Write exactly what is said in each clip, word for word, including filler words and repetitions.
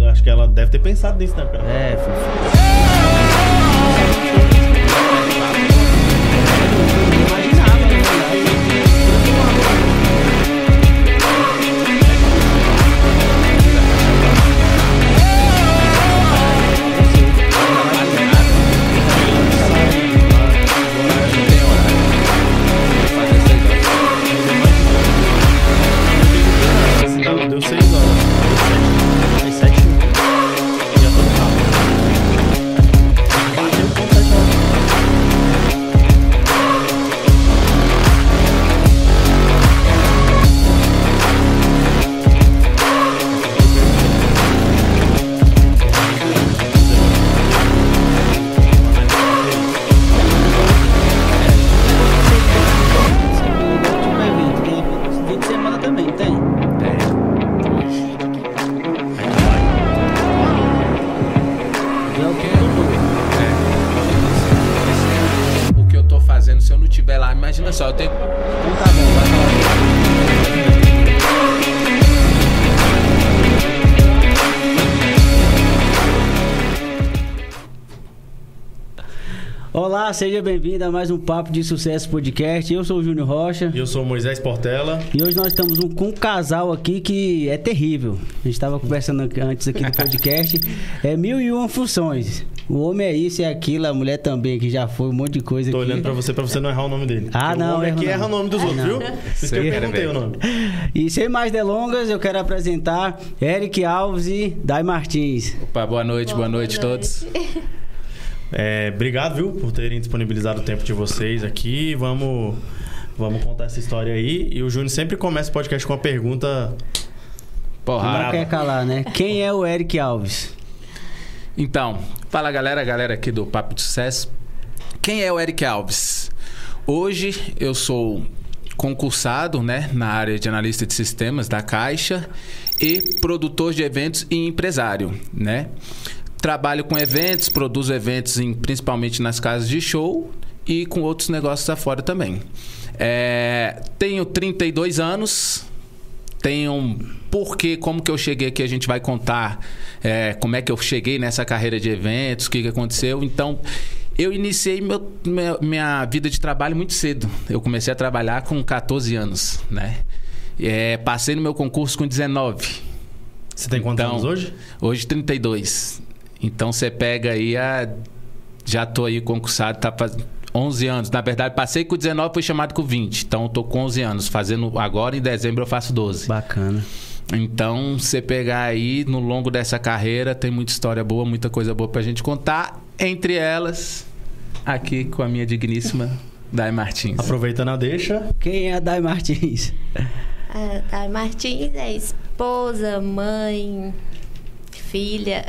acho que ela deve ter pensado nisso, né, cara? É, foi. Deu seis horas. Deu sete. Já tô no carro. Bateu com sete horas. Fim de semana também, tem? O que eu tô fazendo, se eu não tiver lá, imagina só, eu tenho. Então tá bom, vai falar. Olá, seja bem-vindo a mais um Papo de Sucesso Podcast. Eu sou o Júnior Rocha. E eu sou o Moisés Portela. E hoje nós estamos um, com um casal aqui que é terrível. A gente estava conversando aqui, antes aqui do podcast. É mil e uma funções. O homem é isso e é aquilo, a mulher também, que já foi um monte de coisa Tô aqui. olhando pra você, pra você não errar o nome dele. Ah, Porque não, o homem aqui erro não. erra o nome dos Ah, outros, não. viu? Por isso que eu perguntei o nome. E sem mais delongas, eu quero apresentar Eric Alves e Dai Martins. Opa, boa noite, boa, boa noite a todos. É, obrigado, viu, por terem disponibilizado o tempo de vocês aqui. Vamos, vamos contar essa história aí. E o Júnior sempre começa o podcast com uma pergunta. Porra, não quer calar, né? Quem é o Eric Alves? Então, fala galera, galera aqui do Papo de Sucesso. Quem é o Eric Alves? Hoje eu sou concursado, né, na área de analista de sistemas da Caixa e produtor de eventos e empresário, né? Trabalho com eventos, produzo eventos em, principalmente nas casas de show e com outros negócios afora também. É, tenho trinta e dois anos, tenho um porquê, como que eu cheguei aqui, a gente vai contar é, como é que eu cheguei nessa carreira de eventos, o que, que aconteceu. Então, eu iniciei meu, minha, minha vida de trabalho muito cedo. Eu comecei a trabalhar com catorze anos, né? É, passei no meu concurso com dezenove. Você tem quantos então, anos hoje? Hoje trinta e dois. Então você pega aí a... Já tô aí concursado, tá fazendo onze anos. Na verdade, passei com dezenove, fui chamado com vinte. Então eu tô com onze anos. Fazendo agora, em dezembro, eu faço doze. Bacana. Então, você pegar aí, no longo dessa carreira, tem muita história boa, muita coisa boa pra gente contar. Entre elas, aqui com a minha digníssima Dai Martins. Aproveitando a deixa. Quem é a Dai Martins? A Dai Martins é esposa, mãe, filha.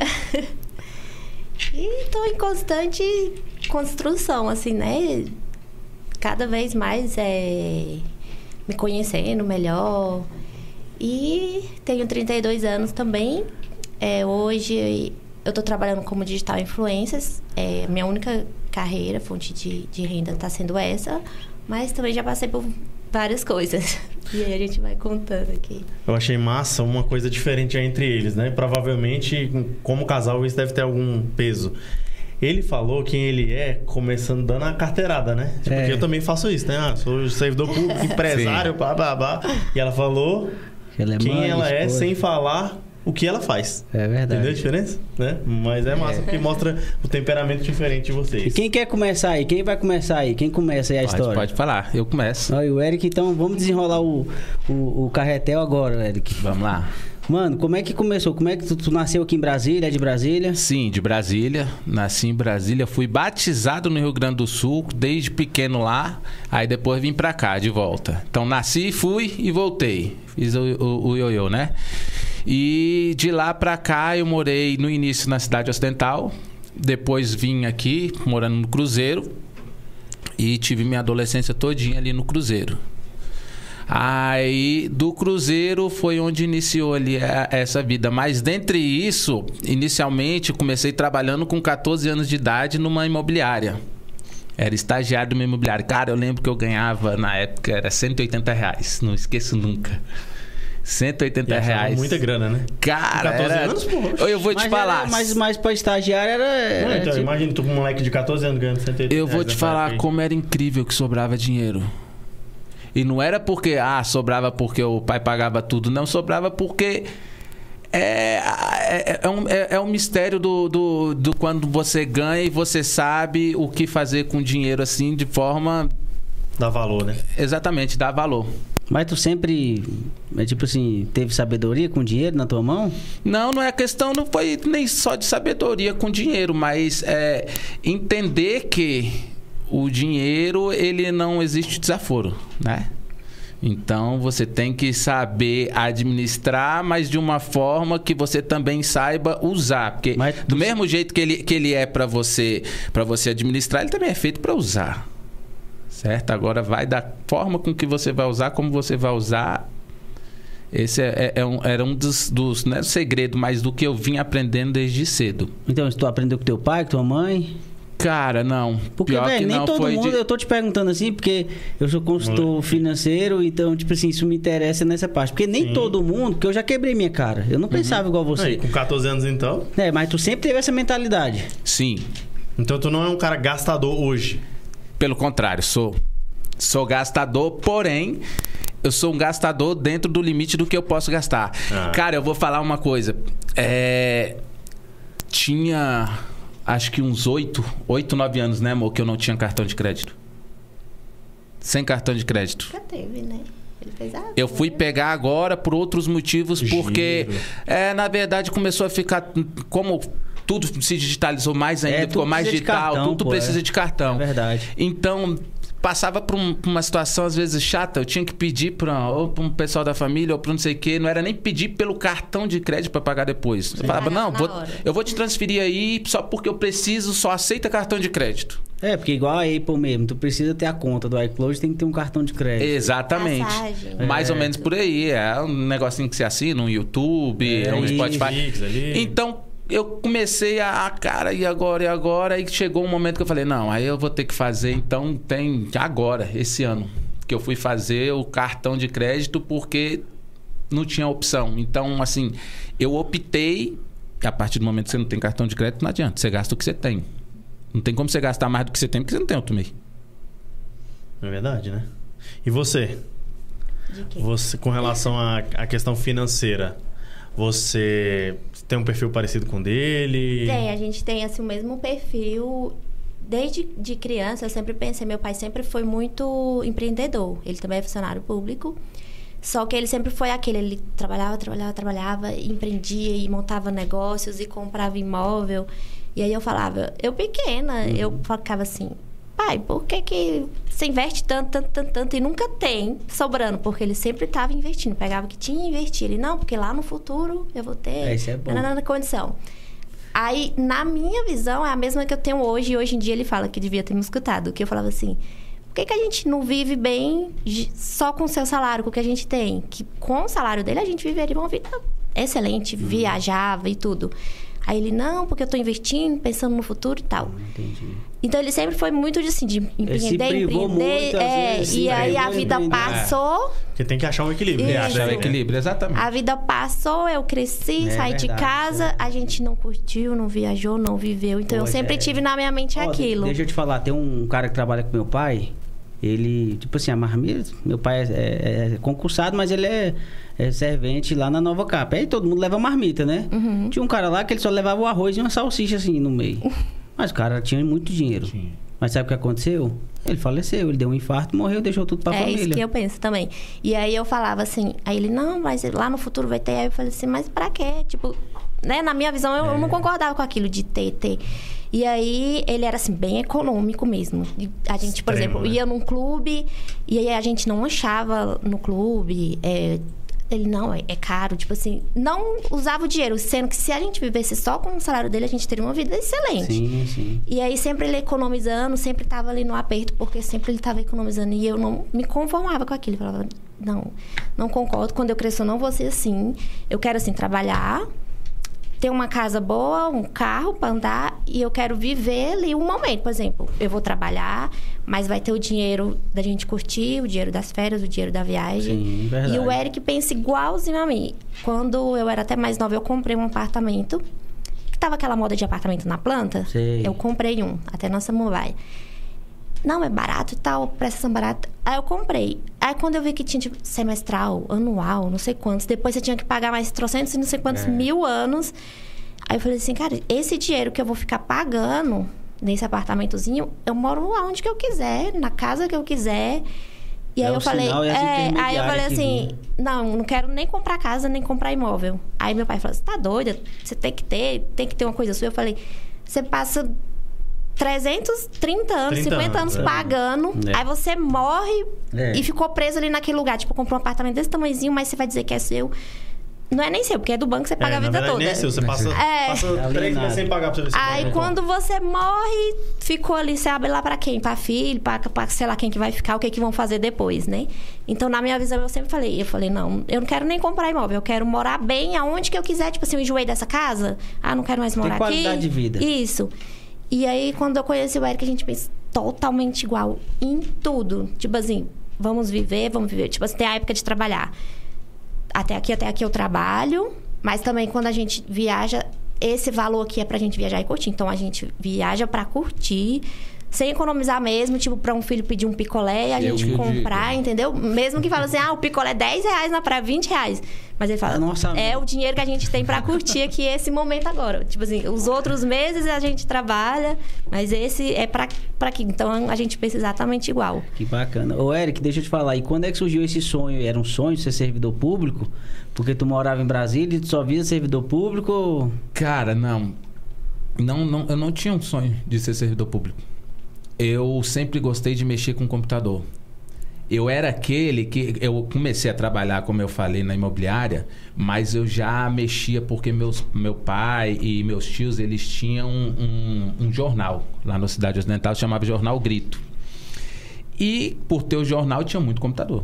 E tô em constante construção, assim, né? Cada vez mais é, me conhecendo melhor. E tenho trinta e dois anos também. É, hoje eu tô trabalhando como digital influencer. É, minha única carreira, fonte de, de renda tá sendo essa. Mas também já passei por várias coisas. E aí a gente vai contando aqui. Eu achei massa uma coisa diferente entre eles, né? Provavelmente, como casal, isso deve ter algum peso. Ele falou quem ele é, começando dando a carteirada, né? Tipo, É. porque eu também faço isso, né? Ah, sou servidor público, empresário, pá, pá, pá. E ela falou Ela é quem mãe, ela é esposa. sem falar o que ela faz. É verdade. Entendeu a diferença? Né? Mas é massa, porque mostra o temperamento diferente de vocês. E quem quer começar aí? Quem vai começar aí? Quem começa aí a Pode, história? pode falar, eu começo. Olha, o Eric, então vamos desenrolar o, o, o carretel agora, Eric. Vamos lá. Mano, como é que começou? Como é que tu, tu nasceu aqui em Brasília? É de Brasília? Sim, de Brasília. Nasci em Brasília. Fui batizado no Rio Grande do Sul, desde pequeno lá. Aí depois vim pra cá, de volta. Então, nasci, fui e voltei. Fiz o, o, o ioiô, né? E de lá pra cá, eu morei no início na Cidade Ocidental. Depois vim aqui, morando no Cruzeiro. E tive minha adolescência todinha ali no Cruzeiro. Aí, do Cruzeiro foi onde iniciou ali a, essa vida. Mas, dentre isso, inicialmente, comecei trabalhando com catorze anos de idade numa imobiliária. Era estagiário de uma imobiliária. Cara, eu lembro que eu ganhava, na época, era cento e oitenta reais. Não esqueço nunca. cento e oitenta E achava reais. muita grana, né? Cara, Com catorze era... anos, pô. Eu vou te Mas falar. Era, mas, mas pra estagiário era... Não, era então, tipo- imagina tu com um moleque de catorze anos ganhando cento e oitenta Eu vou reais te nessa falar época aí. como era incrível que sobrava dinheiro. E não era porque, ah, sobrava porque o pai pagava tudo. Não, sobrava porque... É, é, é, um, é, é um mistério do, do, do quando você ganha e você sabe o que fazer com dinheiro assim, de forma... Dá valor, né? Exatamente, dá valor. Mas tu sempre, é tipo assim, teve sabedoria com dinheiro na tua mão? Não, não é questão, não foi nem só de sabedoria com dinheiro, mas é, entender que o dinheiro, ele não existe desaforo, né? Então, você tem que saber administrar, mas de uma forma que você também saiba usar. Porque Mas do tu- mesmo jeito que ele, que ele é para você, para você administrar, ele também é feito para usar. Certo? Agora, vai da forma com que você vai usar, como você vai usar. Esse é, é, é um, era um dos, dos não é segredo, mas do que eu vim aprendendo desde cedo. Então, se tu aprendeu com teu pai, com tua mãe... Cara, não. Porque, Pior que velho, nem não todo foi mundo... de- Eu tô te perguntando assim, porque eu sou consultor financeiro, então, tipo assim, isso me interessa nessa parte. Porque nem Sim. todo mundo... Porque eu já quebrei minha cara. Eu não pensava igual você. Aí, com catorze anos, então... É, mas tu sempre teve essa mentalidade. Sim. Então tu não é um cara gastador hoje. Pelo contrário, sou. Sou gastador, porém, eu sou um gastador dentro do limite do que eu posso gastar. Ah. Cara, eu vou falar uma coisa. É... Tinha, acho que uns oito, oito, nove anos, né, amor, que eu não tinha cartão de crédito. Sem cartão de crédito. Nunca teve, né? Ele fez a Eu fui pegar agora por outros motivos, porque, Giro. é, na verdade, começou a ficar... Como tudo se digitalizou mais ainda, É, ficou tudo mais precisa de digital, cartão, tudo pô, precisa é. de cartão. É verdade. Então, passava por, um- por uma situação, às vezes, chata. Eu tinha que pedir para ou para um pessoal da família ou para não sei o quê. Não era nem pedir pelo cartão de crédito para pagar depois. Eu falava, Pagava não, na vou- hora. eu vou te transferir aí só porque eu preciso, só aceita cartão de crédito. É, porque igual a Apple mesmo, tu precisa ter a conta do iCloud, tem que ter um cartão de crédito. Exatamente. Passagem. Mais É. ou menos por aí. É um negocinho que você assina, um YouTube, É, um isso. Spotify. Netflix ali. Então, eu comecei a, a, cara, e agora, e agora? Aí chegou um momento que eu falei, não, aí eu vou ter que fazer, então tem agora, esse ano, que eu fui fazer o cartão de crédito porque não tinha opção. Então, assim, eu optei, a partir do momento que você não tem cartão de crédito, não adianta, você gasta o que você tem. Não tem como você gastar mais do que você tem, porque você não tem outro meio. É verdade, né? E você? De quê? Você, com relação à, à questão financeira, você tem um perfil parecido com o dele? Tem, a gente tem assim o mesmo perfil. Desde de criança, eu sempre pensei, meu pai sempre foi muito empreendedor. Ele também é funcionário público. Só que ele sempre foi aquele, ele trabalhava, trabalhava, trabalhava, e empreendia e montava negócios e comprava imóvel. E aí eu falava, eu pequena, Uhum. eu ficava assim, pai, por que que você investe tanto, tanto, tanto, tanto e nunca tem sobrando? Porque ele sempre estava investindo, pegava o que tinha e investia. Ele, não, porque lá no futuro eu vou ter É, isso é bom. nanana condição. Aí, na minha visão, é a mesma que eu tenho hoje. E hoje em dia ele fala que devia ter me escutado. Que eu falava assim, por que, que a gente não vive bem de- só com o seu salário, com o que a gente tem? Que com o salário dele a gente viveria uma vida excelente, Uhum. viajava e tudo. Aí ele, não, porque eu tô investindo, pensando no futuro e tal. Entendi. Então ele sempre foi muito de, assim, de Ele se empreender, privou empreender. muito, às é, vezes, e aí a empreender, vida empreender. passou, Porque tem que achar um equilíbrio. Isso. né? Achar o É. equilíbrio, exatamente. a vida passou, eu cresci, É saí de verdade, casa, é. a gente não curtiu, não viajou, não viveu. Então eu Pois sempre é. tive na minha mente Ó, aquilo. Deixa eu te falar, tem um cara que trabalha com meu pai, ele, tipo assim, a marmita, meu pai é, é- é concursado, mas ele é, é servente lá na Nova Capa. Aí todo mundo leva marmita, né? Uhum. Tinha um cara lá que ele só levava o arroz e uma salsicha assim no meio. Mas o cara tinha muito dinheiro. Tinha. Mas sabe o que aconteceu? Ele faleceu, ele deu um infarto, morreu, deixou tudo pra É família. isso que eu penso também. E aí eu falava assim, aí ele, não, mas lá no futuro vai ter. Aí eu falei assim, mas pra quê? Tipo, né, na minha visão, eu, eu não concordava com aquilo de ter, ter. E aí ele era assim, bem econômico mesmo. E a gente, por Extremo, exemplo, né? ia num clube e aí a gente não lanchava no clube. é, ele, não, é, é caro. Tipo assim, não usava o dinheiro, sendo que se a gente vivesse só com o salário dele, a gente teria uma vida excelente. Sim, sim. E aí sempre ele economizando, sempre tava ali no aperto, porque sempre ele tava economizando. E eu não me conformava com aquilo. Eu falava, não, não concordo. Quando eu crescer, eu não vou ser assim. Eu quero, assim, trabalhar, ter uma casa boa, um carro para andar e eu quero viver ali um momento. Por exemplo, eu vou trabalhar, mas vai ter o dinheiro da gente curtir, o dinheiro das férias, o dinheiro da viagem. Sim, verdade. E o Eric pensa igualzinho a mim. Quando eu era até mais nova, eu comprei um apartamento. Que tava aquela moda de apartamento na planta. Sei. Eu comprei um, até na Samurai. Não, é barato e tal, prestação barata. Aí eu comprei. Aí quando eu vi que tinha tipo, semestral, anual, não sei quantos. Depois você tinha que pagar mais trocentos e não sei quantos É. mil anos. Aí eu falei assim, cara, esse dinheiro que eu vou ficar pagando nesse apartamentozinho, eu moro aonde que eu quiser, na casa que eu quiser. E É aí o eu falei, sinal e as é, aí eu intermediárias falei que assim, vêm. não, não quero nem comprar casa, nem comprar imóvel. Aí meu pai falou, você tá doida? Você tem que ter, tem que ter uma coisa sua. Eu falei, você passa trezentos, trinta anos, trinta cinquenta anos, anos é. pagando, É. aí você morre É. e ficou preso ali naquele lugar. Tipo, comprou um apartamento desse tamanhozinho, mas você vai dizer que é seu. Não é nem seu, porque é do banco, você paga É, a na vida verdade, toda. nem é seu, você passa, É. passa Alienado. três meses sem pagar pra você ver se Aí paga. quando você morre, ficou ali, você abre lá pra quem? Pra filho, pra, pra sei lá quem que vai ficar, o que que vão fazer depois, né? Então, na minha visão, eu sempre falei, eu falei, não, eu não quero nem comprar imóvel, eu quero morar bem aonde que eu quiser. Tipo assim, eu enjoei dessa casa, ah, não quero mais morar aqui. qualidade de vida. Isso. E aí, quando eu conheci o Eric, a gente pensa totalmente igual em tudo. Tipo assim, vamos viver, vamos viver. Tipo assim, tem a época de trabalhar. Até aqui, até aqui eu trabalho. Mas também quando a gente viaja, esse valor aqui é pra gente viajar e curtir. Então a gente viaja pra curtir, sem economizar mesmo, tipo, pra um filho pedir um picolé e a Eu gente que comprar, digo. entendeu? Mesmo que fala assim, ah, o picolé é dez reais na praia, vinte reais. Mas ele fala, Nossa, é o dinheiro que a gente tem pra curtir aqui esse momento agora. Tipo assim, os outros meses a gente trabalha, mas esse é pra, pra aqui. Então a gente pensa exatamente igual. Que bacana. Ô, Eric, deixa eu te falar. E quando é que surgiu esse sonho? Era um sonho de ser servidor público? Porque tu morava em Brasília e tu só via servidor público? Cara, não. Não, não. Eu não tinha um sonho de ser servidor público. Eu sempre gostei de mexer com computador. Eu era aquele que... Eu comecei a trabalhar, como eu falei, na imobiliária, mas eu já mexia porque meus, meu pai e meus tios, eles tinham um, um, um jornal lá na Cidade Ocidental, chamava Jornal Grito. E por ter o jornal, tinha muito computador.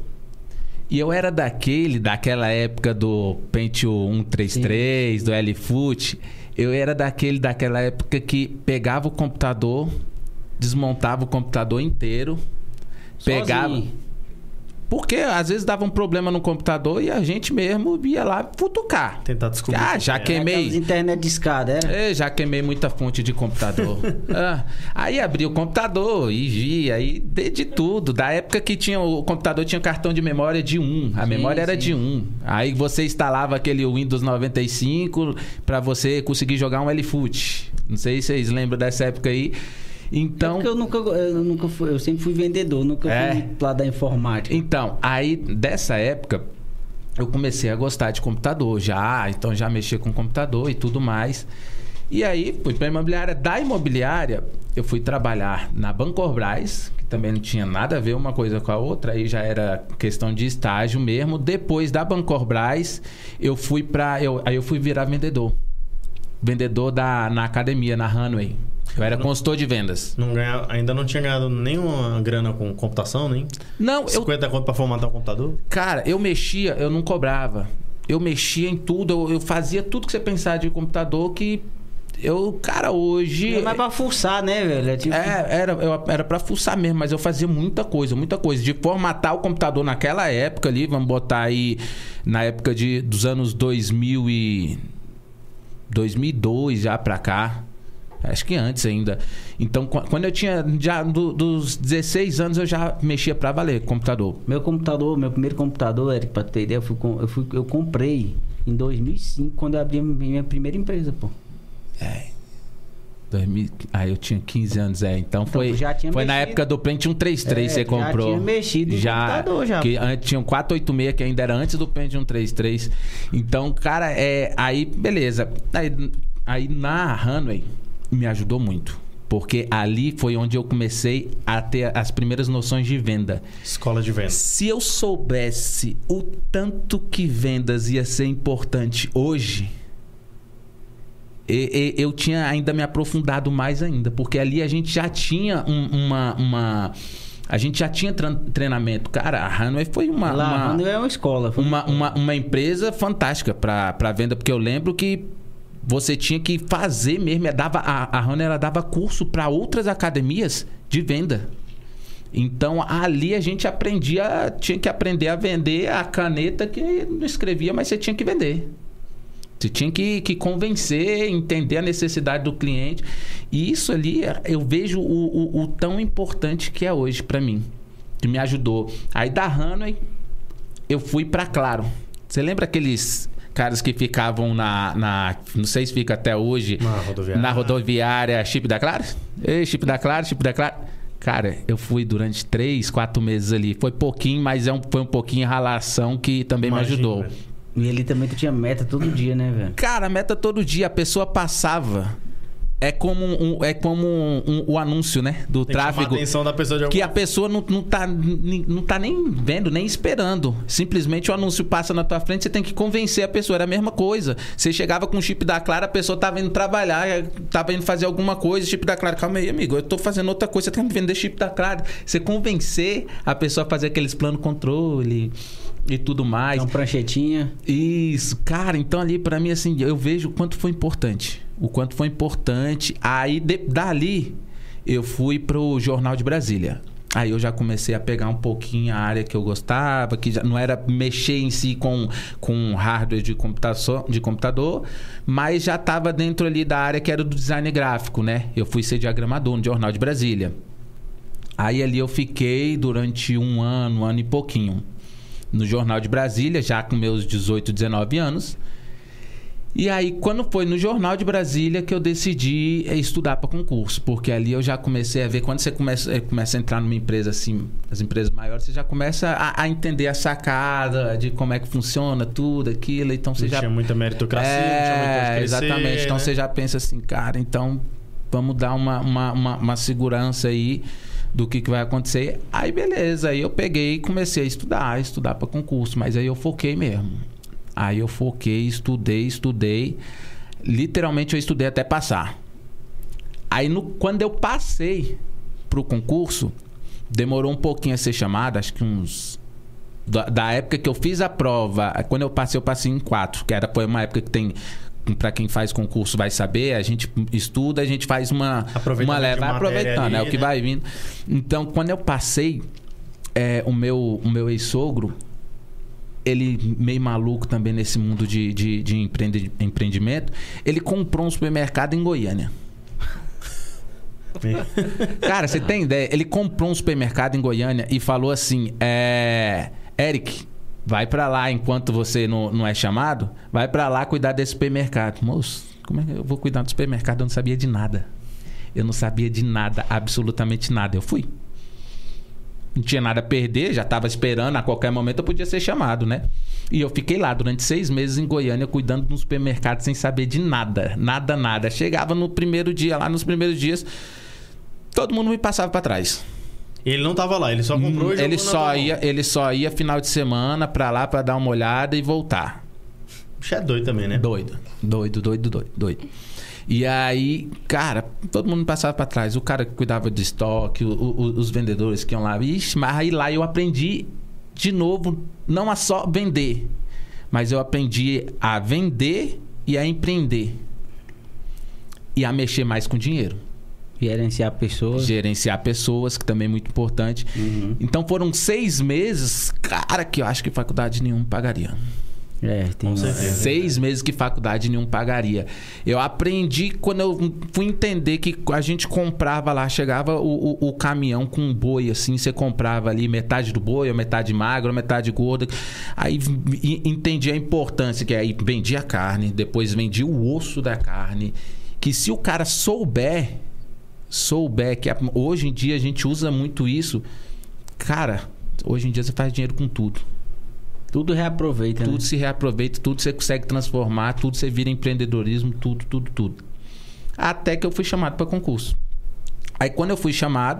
E eu era daquele, daquela época do Pentium cento e trinta e três, do L-Foot. Eu era daquele, daquela época que pegava o computador, desmontava o computador inteiro, pegava... Sozinho? Porque às vezes dava um problema no computador e a gente mesmo ia lá futucar. Tentar descobrir. Ah, o que já é. queimei. Aquelas internet de escada, era? É, já queimei muita fonte de computador. Ah, aí abri o computador e vi, aí de, de tudo. Da época que tinha o computador tinha cartão de memória de um. A Sim, memória era sim. de um. Aí você instalava aquele Windows noventa e cinco pra você conseguir jogar um L-Foot. Não sei se vocês lembram dessa época aí. Então, Porque eu nunca, eu nunca fui, eu sempre fui vendedor, nunca É. fui lá da informática. Então, aí dessa época eu comecei a gostar de computador já, então já mexia com computador e tudo mais. E aí fui para a imobiliária. Da imobiliária eu fui trabalhar na Bancorbras, que também não tinha nada a ver uma coisa com a outra, aí já era questão de estágio mesmo. Depois da Bancorbras eu fui para eu aí eu fui virar vendedor. Vendedor da na academia, na Runway. Eu era consultor de vendas. Não ganha, ainda não tinha ganhado nenhuma grana com computação, nem Não, eu cinquenta conto pra formatar o computador? Cara, eu mexia, eu não cobrava. Eu mexia em tudo, eu, eu fazia tudo que você pensar de computador que eu, cara, hoje... É mais pra forçar, né, velho? É tipo... É, era, eu, era pra fuçar mesmo, mas eu fazia muita coisa, muita coisa. De formatar o computador naquela época ali, vamos botar aí na época de, dos anos dois mil e... dois mil e dois já pra cá. Acho que antes ainda. Então, quando eu tinha já do, dos dezesseis anos, eu já mexia pra valer computador. Meu computador, meu primeiro computador, Eric, pra ter ideia, eu, fui, com- eu, fui, eu comprei em dois mil e cinco, quando eu abri a minha primeira empresa, pô. É. dois mil, ah, eu tinha quinze anos, é. Então foi, já tinha foi na mexido. época do Pentium trezentos e três É, você já comprou. tinha mexido no computador já. Que antes tinha um quatrocentos e oitenta e seis, que ainda era antes do Pentium trezentos e três. Então, cara, é, aí beleza. Aí, aí na Runway me ajudou muito. Porque ali foi onde eu comecei a ter as primeiras noções de venda. Escola de venda. Se eu soubesse o tanto que vendas ia ser importante hoje, e- e- eu tinha ainda me aprofundado mais ainda. Porque ali a gente já tinha um- uma... uma a gente já tinha tran- treinamento. Cara, a Runway foi uma... Lá, uma quando é uma escola. Foi uma, uma, uma empresa fantástica para venda, porque eu lembro que você tinha que fazer mesmo. Dava, a, a Hannah, ela dava curso para outras academias de venda. Então, ali a gente aprendia, tinha que aprender a vender a caneta que não escrevia, mas você tinha que vender. Você tinha que, que convencer, entender a necessidade do cliente. E isso ali, eu vejo o, o, o tão importante que é hoje para mim. Que me ajudou. Aí da Hannah, eu fui para Claro. Você lembra aqueles caras que ficavam na, na... Não sei se fica até hoje. Na rodoviária. Na rodoviária, chip da Claro? Ei, chip da Claro, chip da Claro. Cara, eu fui durante três, quatro meses ali. Foi pouquinho, mas é um, foi um pouquinho ralação que também Imagina, me ajudou. Velho. E ali também tu tinha meta todo dia, né, velho? Cara, meta todo dia. A pessoa passava... É como, um, é como um, um, o anúncio, né? Do Tem tráfego. Que chamar a atenção da pessoa de alguma... Que a pessoa não, não, tá, não tá nem vendo, nem esperando. Simplesmente o anúncio passa na tua frente, você tem que convencer a pessoa. Era a mesma coisa. Você chegava com o chip da Claro, a pessoa tava indo trabalhar, tava indo fazer alguma coisa, chip da Claro. Calma aí, amigo, eu tô fazendo outra coisa, você tem que vender chip da Claro. Você convencer a pessoa a fazer aqueles plano controle... E tudo mais. Então, pranchetinha. Isso. Cara, então ali pra mim, assim, eu vejo o quanto foi importante. O quanto foi importante. Aí, de, dali, eu fui pro Jornal de Brasília. Aí eu já comecei a pegar um pouquinho a área que eu gostava, que já não era mexer em si com, com hardware de computação, de computador, mas já estava dentro ali da área que era do design gráfico, né? Eu fui ser diagramador no Jornal de Brasília. Aí ali eu fiquei durante um ano, um ano e pouquinho. No Jornal de Brasília, já com meus dezoito, dezenove anos. E aí, quando foi no Jornal de Brasília que eu decidi estudar para concurso, porque ali eu já comecei a ver, quando você começa, começa a entrar numa empresa assim, as empresas maiores, você já começa a, a entender a sacada de como é que funciona tudo, aquilo, então você não já... tinha muita meritocracia, é, não tinha muito onde crescer, exatamente, então né? você já pensa assim, cara, então vamos dar uma, uma, uma, uma segurança aí do que, que vai acontecer. Aí beleza, aí eu peguei e comecei a estudar, estudar para concurso, mas aí eu foquei mesmo. Aí eu foquei, estudei, estudei. Literalmente eu estudei até passar. Aí no, quando eu passei pro concurso, demorou um pouquinho a ser chamado, acho que uns... Da, da época que eu fiz a prova, quando eu passei, eu passei em quatro, que era, foi uma época que tem... Para quem faz concurso vai saber, a gente estuda, a gente faz uma, uma leva, vai aproveitando, é o que né? vai vindo. Então, quando eu passei, é, o meu, o meu ex-sogro, ele meio maluco também nesse mundo de, de, de empreende, empreendimento, ele comprou um supermercado em Goiânia. Cara, você tem ideia? Ele comprou um supermercado em Goiânia e falou assim, é, Eric... Vai pra lá enquanto você não, não é chamado. Vai pra lá cuidar desse supermercado. Moço, como é que eu vou cuidar do supermercado? Eu não sabia de nada. Eu não sabia de nada, absolutamente nada. Eu fui. Não tinha nada a perder, já tava esperando. A qualquer momento eu podia ser chamado, né? E eu fiquei lá durante seis meses em Goiânia cuidando de um supermercado sem saber de nada. Nada, nada. Chegava no primeiro dia, lá nos primeiros dias, todo mundo me passava pra trás. Ele não tava lá, ele só comprou e ele jogou só na ia, Ele só ia final de semana pra lá pra dar uma olhada e voltar. Puxa, é doido também, né? Doido, doido, doido, doido, doido. E aí, cara, todo mundo passava pra trás. O cara que cuidava de estoque, o, o, os vendedores que iam lá. Ixi, mas aí lá eu aprendi de novo, não a só vender, mas eu aprendi a vender e a empreender. E a mexer mais com dinheiro. Gerenciar pessoas. Gerenciar pessoas, que também é muito importante. Uhum. Então foram seis meses, cara, que eu acho que faculdade nenhuma pagaria. É, tem Com certeza. Seis meses que faculdade nenhum pagaria. Eu aprendi quando eu fui entender que a gente comprava lá, chegava o, o, o caminhão com um boi, assim, você comprava ali metade do boi, ou metade magro, ou metade gorda. Aí entendi a importância, que aí vendia a carne, depois vendia o osso da carne. Que se o cara souber... souber que hoje em dia a gente usa muito isso, cara, hoje em dia você faz dinheiro com tudo. Tudo reaproveita, Tudo né? se reaproveita, tudo você consegue transformar, tudo você vira empreendedorismo, tudo, tudo, tudo. Até que eu fui chamado para concurso. Aí quando eu fui chamado,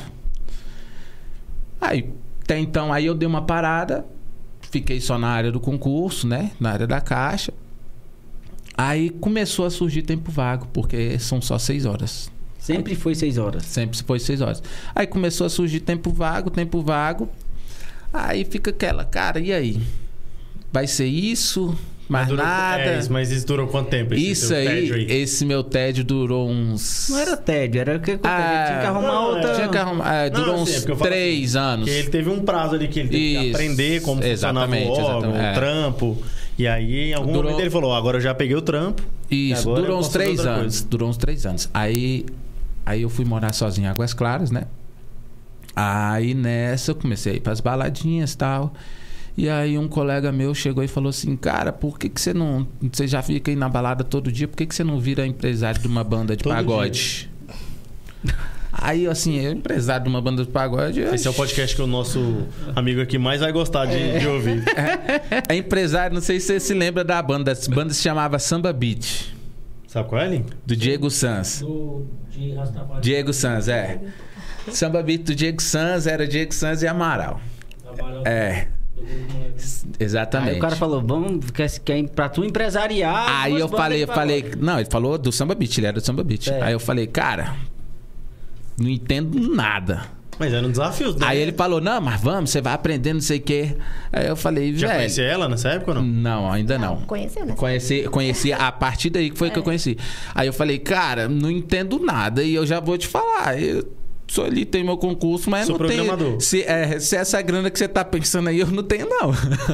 aí até então aí eu dei uma parada, fiquei só na área do concurso, né? Na área da caixa. Aí começou a surgir tempo vago, porque são só seis horas. Sempre foi seis horas. Sempre foi seis horas. Aí começou a surgir tempo vago, tempo vago. Aí fica aquela, cara, e aí? Vai ser isso? mais durou, nada. É isso, mas isso durou quanto tempo? Esse Isso seu aí, tédio aí, esse meu tédio durou uns... Não era tédio, era o que aconteceu. Ah, tinha que arrumar não, outra. Tinha que arrumar, é, Não, durou assim, é uns porque eu falo três anos. Porque ele teve um prazo ali que ele teve que Isso, aprender como funcionava o exatamente, órgão, exatamente, o é. trampo. E aí, em algum Durou- momento, ele falou: agora eu já peguei o trampo. e Isso, agora eu durou uns posso fazer três outra anos. coisa. Durou uns três anos. Aí, aí eu fui morar sozinho em Águas Claras, né? Aí nessa eu comecei a ir pras baladinhas e tal. E aí um colega meu chegou e falou assim: cara, por que, que você não. Você já fica aí na balada todo dia, por que, que você não vira empresário de uma banda de Todo pagode? Aí, assim, eu empresário de uma banda de pagode. eu- Esse é o podcast que o nosso amigo aqui mais vai gostar de, de ouvir. É empresário, não sei se você se lembra da banda. A banda se chamava Samba Beat, Sabe qual é, Link? do Diego Sanz. Do, de Rastafari. Diego Sanz, é. Samba Beat do Diego Sanz era Diego Sanz e Amaral. Trabalhou É, do grupo Moleque. exatamente. Aí o cara falou, vamos, quer, quer pra tu empresariar. Aí duas eu bandas falei, de eu falei, pagode. não, ele falou do Samba Beat, ele era do Samba Beat. É. Aí eu falei, cara, não entendo nada. Mas era um desafio, né? Aí ele falou, não, mas vamos, você vai aprendendo, não sei o quê. Aí eu falei, Já velho. conhecia ela nessa época ou não? Não, ainda não. Conheceu, né? Conheci, conheci a partir daí que foi que eu conheci. Aí eu falei, cara, não entendo nada e eu já vou te falar. Eu sou ali, tenho meu concurso, mas Sou não tenho. programador. Se, é, se essa grana que você tá pensando aí, eu não tenho, não.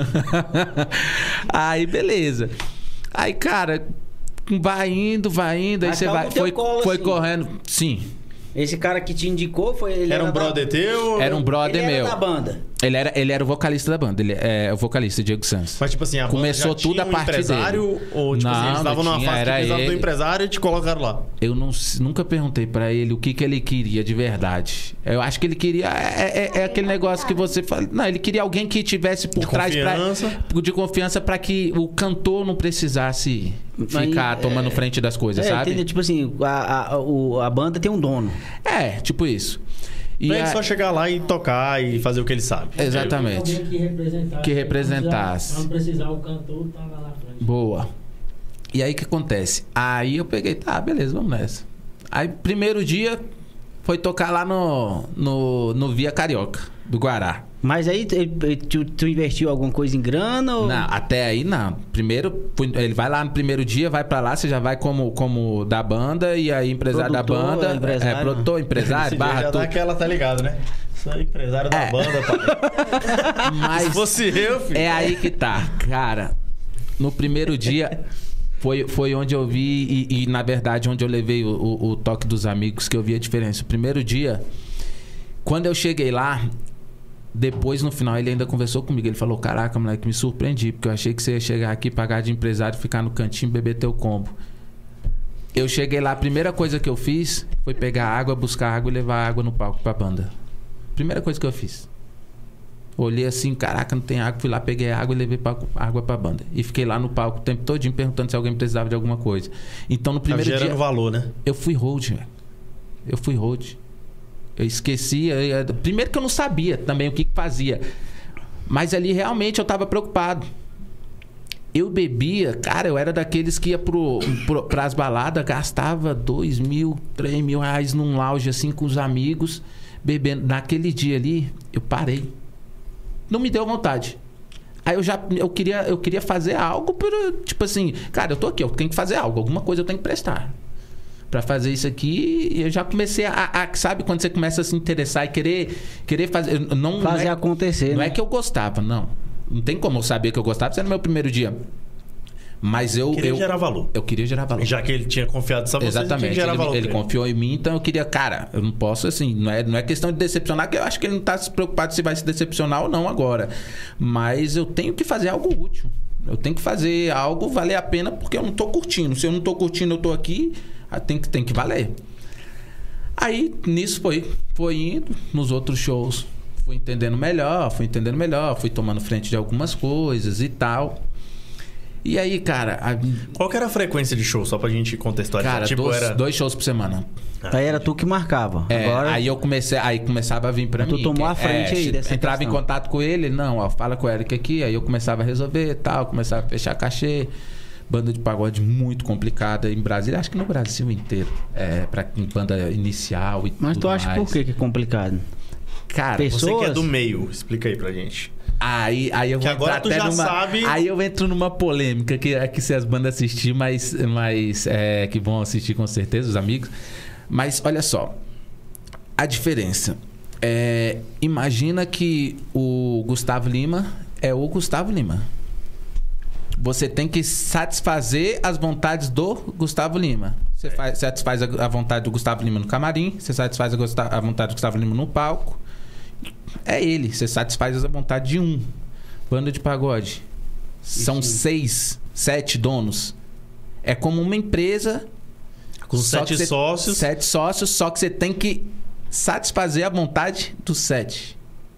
Aí, beleza. Aí, cara, vai indo, vai indo, aí Mas você calma vai. no teu Foi, colo, foi assim. correndo. Sim. Esse cara que te indicou foi ele. Era um da- brother teu? Era um brother ele meu. Era da banda. Ele era, ele era o vocalista da banda. Ele é o vocalista, Diego Sanz. Mas, tipo assim, a banda Começou já tudo tinha a um partir empresário? dele. Ou, tipo Não, assim, eles não estavam numa tinha, fase que era precisavam do ele. empresário e te colocaram lá? Eu não, nunca perguntei pra ele o que, que ele queria de verdade. Eu acho que ele queria. É, é- é aquele negócio que você fala. Não, ele queria alguém que tivesse por De trás pra- confiança. de confiança pra que o cantor não precisasse ficar Mas, tomando é, frente das coisas, É, sabe? entendeu? Tipo assim, a, a, o- a banda tem um dono. É, tipo isso. E Pra ele a- só chegar lá e tocar e fazer o que ele sabe. Exatamente. Alguém que representasse. Que representasse. Pra não precisar o cantor tá lá na frente. Boa. E aí o que acontece? Aí eu peguei, tá, beleza, vamos nessa. Aí primeiro dia foi tocar lá no, no, no Via Carioca, do Guará. Mas aí ele- tu, tu investiu alguma coisa em grana? Ou... Não, até aí não. Primeiro, fui- ele vai lá no primeiro dia, vai pra lá, você já vai como, como da banda, e aí empresário da Produtor, banda. empresário. É, produtor, Esse empresário, dia barra já tudo. dá aquela, tá ligado, né? Sou empresário da É. banda, pai. Mas Se fosse eu, filho. é aí que tá. Cara, no primeiro dia foi, foi onde eu vi, e, e, na verdade onde eu levei o, o- o toque dos amigos, que eu vi a diferença. O primeiro dia, quando eu cheguei lá, depois no final ele ainda conversou comigo. Ele falou: caraca, moleque, me surpreendi, porque eu achei que você ia chegar aqui, pagar de empresário, ficar no cantinho e beber teu combo. Eu cheguei lá, a primeira coisa que eu fiz foi pegar água, buscar água e levar água no palco pra banda. Primeira coisa que eu fiz. Olhei assim, caraca, não tem água. Fui lá, peguei água e levei pa- água pra banda. E fiquei lá no palco o tempo todinho perguntando se alguém precisava de alguma coisa. Então no Tá primeiro gerando dia valor, né? eu fui hold, velho. Eu fui hold. Eu esqueci. eu- eu- primeiro que eu não sabia também o que, que fazia. Mas ali realmente eu tava preocupado. Eu bebia, cara, eu era daqueles que ia pro, pro, pras baladas, gastava dois mil, três mil reais num lounge assim com os amigos, bebendo. Naquele dia ali, eu parei. Não me deu vontade. Aí eu já eu queria, eu queria fazer algo, por, tipo assim, cara, eu tô aqui, eu tenho que fazer algo, alguma coisa eu tenho que prestar. Pra fazer isso aqui, eu já comecei a, a- sabe quando você começa a se interessar e querer, querer fazer, não, Fazer não é, acontecer, Não né? é que eu gostava, não. Não tem como eu saber que eu gostava, isso era no meu primeiro dia. Mas eu Queria eu, gerar valor. eu queria gerar valor. Já que ele tinha confiado só você, tinha que Exatamente. gerar Ele, valor. ele pra ele. confiou em mim, então eu queria, cara, eu não posso assim, não é, não é questão de decepcionar, que eu acho que ele não tá se preocupado se vai se decepcionar ou não agora. Mas eu tenho que fazer algo útil. Eu tenho que fazer algo valer a pena, porque eu não tô curtindo. Se eu não tô curtindo, eu tô aqui, ah, tem que, tem que valer. Aí, nisso foi, foi indo, nos outros shows, fui entendendo melhor, fui entendendo melhor, fui tomando frente de algumas coisas e tal. E aí, cara, a- Qual que era a frequência de show, só pra gente contextualizar? cara, tipo, dois, era... dois shows por semana. Aí era tu que marcava. É, Agora, aí eu comecei, aí começava a vir pra Tu mim. tomou que- a frente é, aí dessa entrava questão. em contato com ele, não, ó, fala com o Eric aqui, aí eu começava a resolver e tal, começava a fechar cachê. Banda de pagode muito complicada em Brasília, acho que no Brasil inteiro. É, pra em banda inicial e mas tudo tu acha mais. por que que é complicado? Cara, Pessoa- Você que é pessoas- do meio, explica aí pra gente. Aí, aí eu Que vou agora entrar tu até já numa... sabe- Aí eu entro numa polêmica que é que se as bandas assistir, mas, mas é, que vão assistir com certeza, os amigos. Mas olha só, a diferença. É, imagina que o Gustavo Lima é o Gustavo Lima. Você tem que satisfazer as vontades do Gustavo Lima. Você faz, satisfaz a, a vontade do Gustavo Lima no camarim, você satisfaz a, Gusta- a vontade do Gustavo Lima no palco. É ele, você satisfaz a vontade de um. Banda de pagode. São Isso. seis, sete donos. É como uma empresa. Com só sete que você- sócios. Sete sócios, só que você tem que satisfazer a vontade dos sete.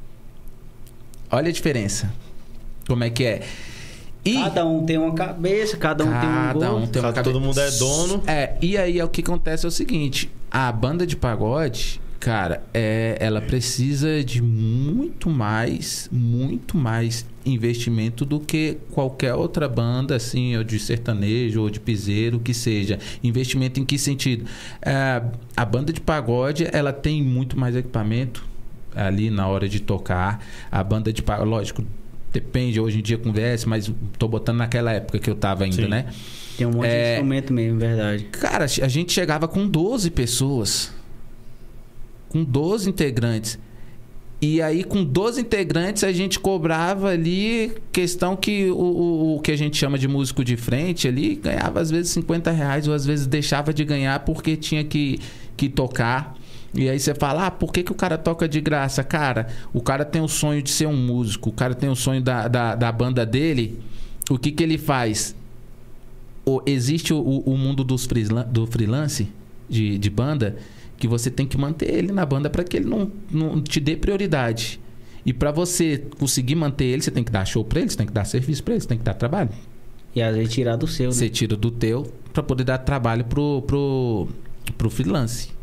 Olha a diferença. Como é que é? E Cada um tem uma cabeça, cada um tem um cada gol. um tem uma Cada- todo cabeça. mundo é dono. É, e aí é o que acontece é o seguinte, a banda de pagode, cara, é, ela precisa de muito mais, muito mais investimento do que qualquer outra banda, assim, ou de sertanejo, ou de piseiro, que seja. Investimento em que sentido? É, a banda de pagode, ela tem muito mais equipamento ali na hora de tocar. A banda de pagode, lógico, depende, hoje em dia conversa, mas tô botando naquela época que eu tava ainda, Sim. né? Tem um monte É. de instrumento mesmo, verdade. Cara, a gente chegava com doze pessoas. Com doze integrantes. E aí, com doze integrantes, a gente cobrava ali questão que o, o, o que a gente chama de músico de frente ali, ganhava às vezes cinquenta reais, ou às vezes deixava de ganhar porque tinha que, que tocar. E aí você fala, ah, por que, que o cara toca de graça? Cara, o cara tem o sonho de ser um músico, o cara tem o sonho da, da, da banda dele. O que que ele faz? O, existe o, o mundo dos freela, do freelance de, de banda, que você tem que manter ele na banda para que ele não, não te dê prioridade. E para você conseguir manter ele, você tem que dar show para ele, você tem que dar serviço para ele, você tem que dar trabalho. E às vezes tirar do seu, né? Você tira do teu para poder dar trabalho pro, pro, pro freelance.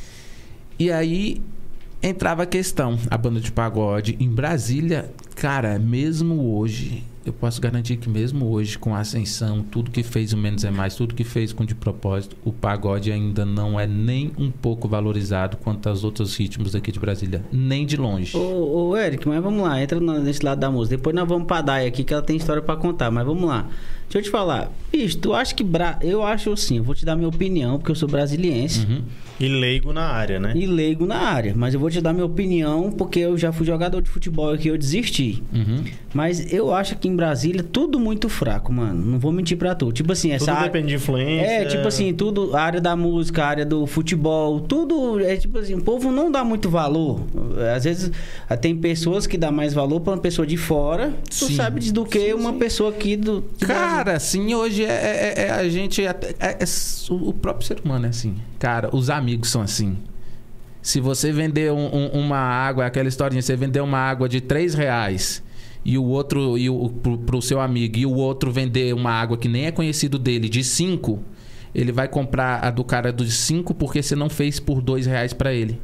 E aí entrava a questão, a banda de pagode em Brasília, cara, mesmo hoje, eu posso garantir que mesmo hoje, com a ascensão, tudo que fez o Menos é Mais, tudo que fez com De Propósito, o pagode ainda não é nem um pouco valorizado quanto aos outros ritmos aqui de Brasília, nem de longe. Ô, ô, Eric, mas vamos lá, entra no- nesse lado da música. Depois nós vamos pra Dai aqui, que ela tem história pra contar, mas vamos lá. Deixa eu te falar, bicho, tu acha que... Bra... Eu acho assim, eu vou te dar minha opinião, porque eu sou brasiliense. Uhum. E leigo na área, né? E leigo na área, mas eu vou te dar minha opinião porque eu já fui jogador de futebol aqui, eu desisti. Uhum. Mas eu acho que em Brasília tudo muito fraco, mano. Não vou mentir pra tu. Tipo assim, essa Tudo área... depende de influência. É, tipo assim, tudo, a área da música, a área do futebol, tudo é tipo assim, o povo não dá muito valor. Às vezes ah, tem pessoas que dão mais valor pra uma pessoa de fora, tu Sim. sabe do que uma pessoa aqui do... do Brasil. Cara, assim, hoje é, é- é a gente... até- É, é o próprio ser humano é assim. Cara, os amigos são assim. Se você vender um- um- uma água, aquela historinha, você vender uma água de três reais e o outro, e o, pro, pro seu amigo, e o outro vender uma água que nem é conhecido dele, de cinco, ele vai comprar a do cara de cinco porque você não fez por dois reais pra ele.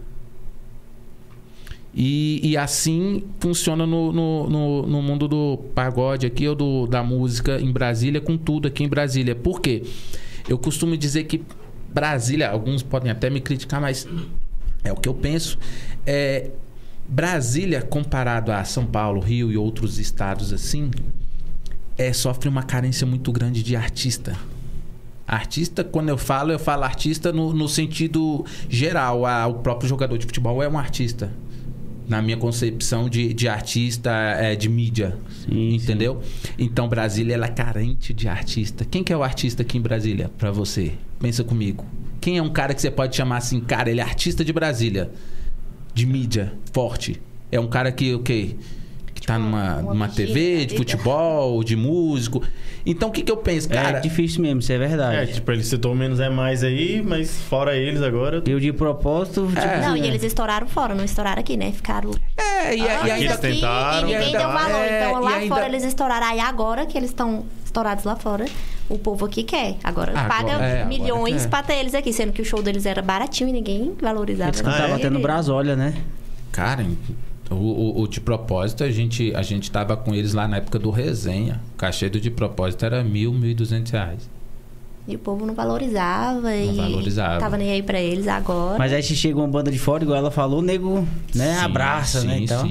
E, e assim funciona no, no, no, no mundo do pagode aqui, ou do, da música em Brasília, com tudo aqui em Brasília. Por quê? Eu costumo dizer que Brasília, alguns podem até me criticar, mas é o que eu penso. É, Brasília, comparado a São Paulo, Rio e outros estados assim, é, sofre uma carência muito grande de artista. Artista, quando eu falo, eu falo artista no, no sentido geral. Ah, o próprio jogador de futebol é um artista. Na minha concepção de, de artista, é, de mídia. Sim, entendeu? Então, Brasília, ela é carente de artista. Quem que é o artista aqui em Brasília, pra você? Pensa comigo. Quem é um cara que você pode chamar assim, cara, ele é artista de Brasília? De mídia, forte. É um cara que, o quê? Que tá numa, uma numa T V, bexiga da de vida. futebol, de músico. Então, o que que eu penso, cara? É difícil mesmo, isso é É, verdade. tipo, ele citou menos é mais aí, mas fora eles agora. Eu de propósito... Tipo, É. Não, assim, e eles estouraram fora, não estouraram aqui, né? Ficaram É, e, e anos ainda... eles aqui tentaram, e ninguém e ainda- deu valor. é, Então e lá ainda- fora eles estouraram. Aí agora que eles estão estourados lá fora, o povo aqui quer. Agora, Agora- paga é, agora milhões quer. pra ter eles aqui, sendo que o show deles era baratinho e ninguém valorizava. Eles Ah, cantavam é? até no Brasólia, né? Cara, o, o, o de propósito, a gente, a gente tava com eles lá na época do resenha. O cachê do de propósito era mil, mil e duzentos reais. E o povo não valorizava e valorizava. tava nem aí pra eles agora. Mas aí se chega uma banda de fora, igual ela falou, o nego, né, Sim, abraça, sim, né? Então, Sim, abraça.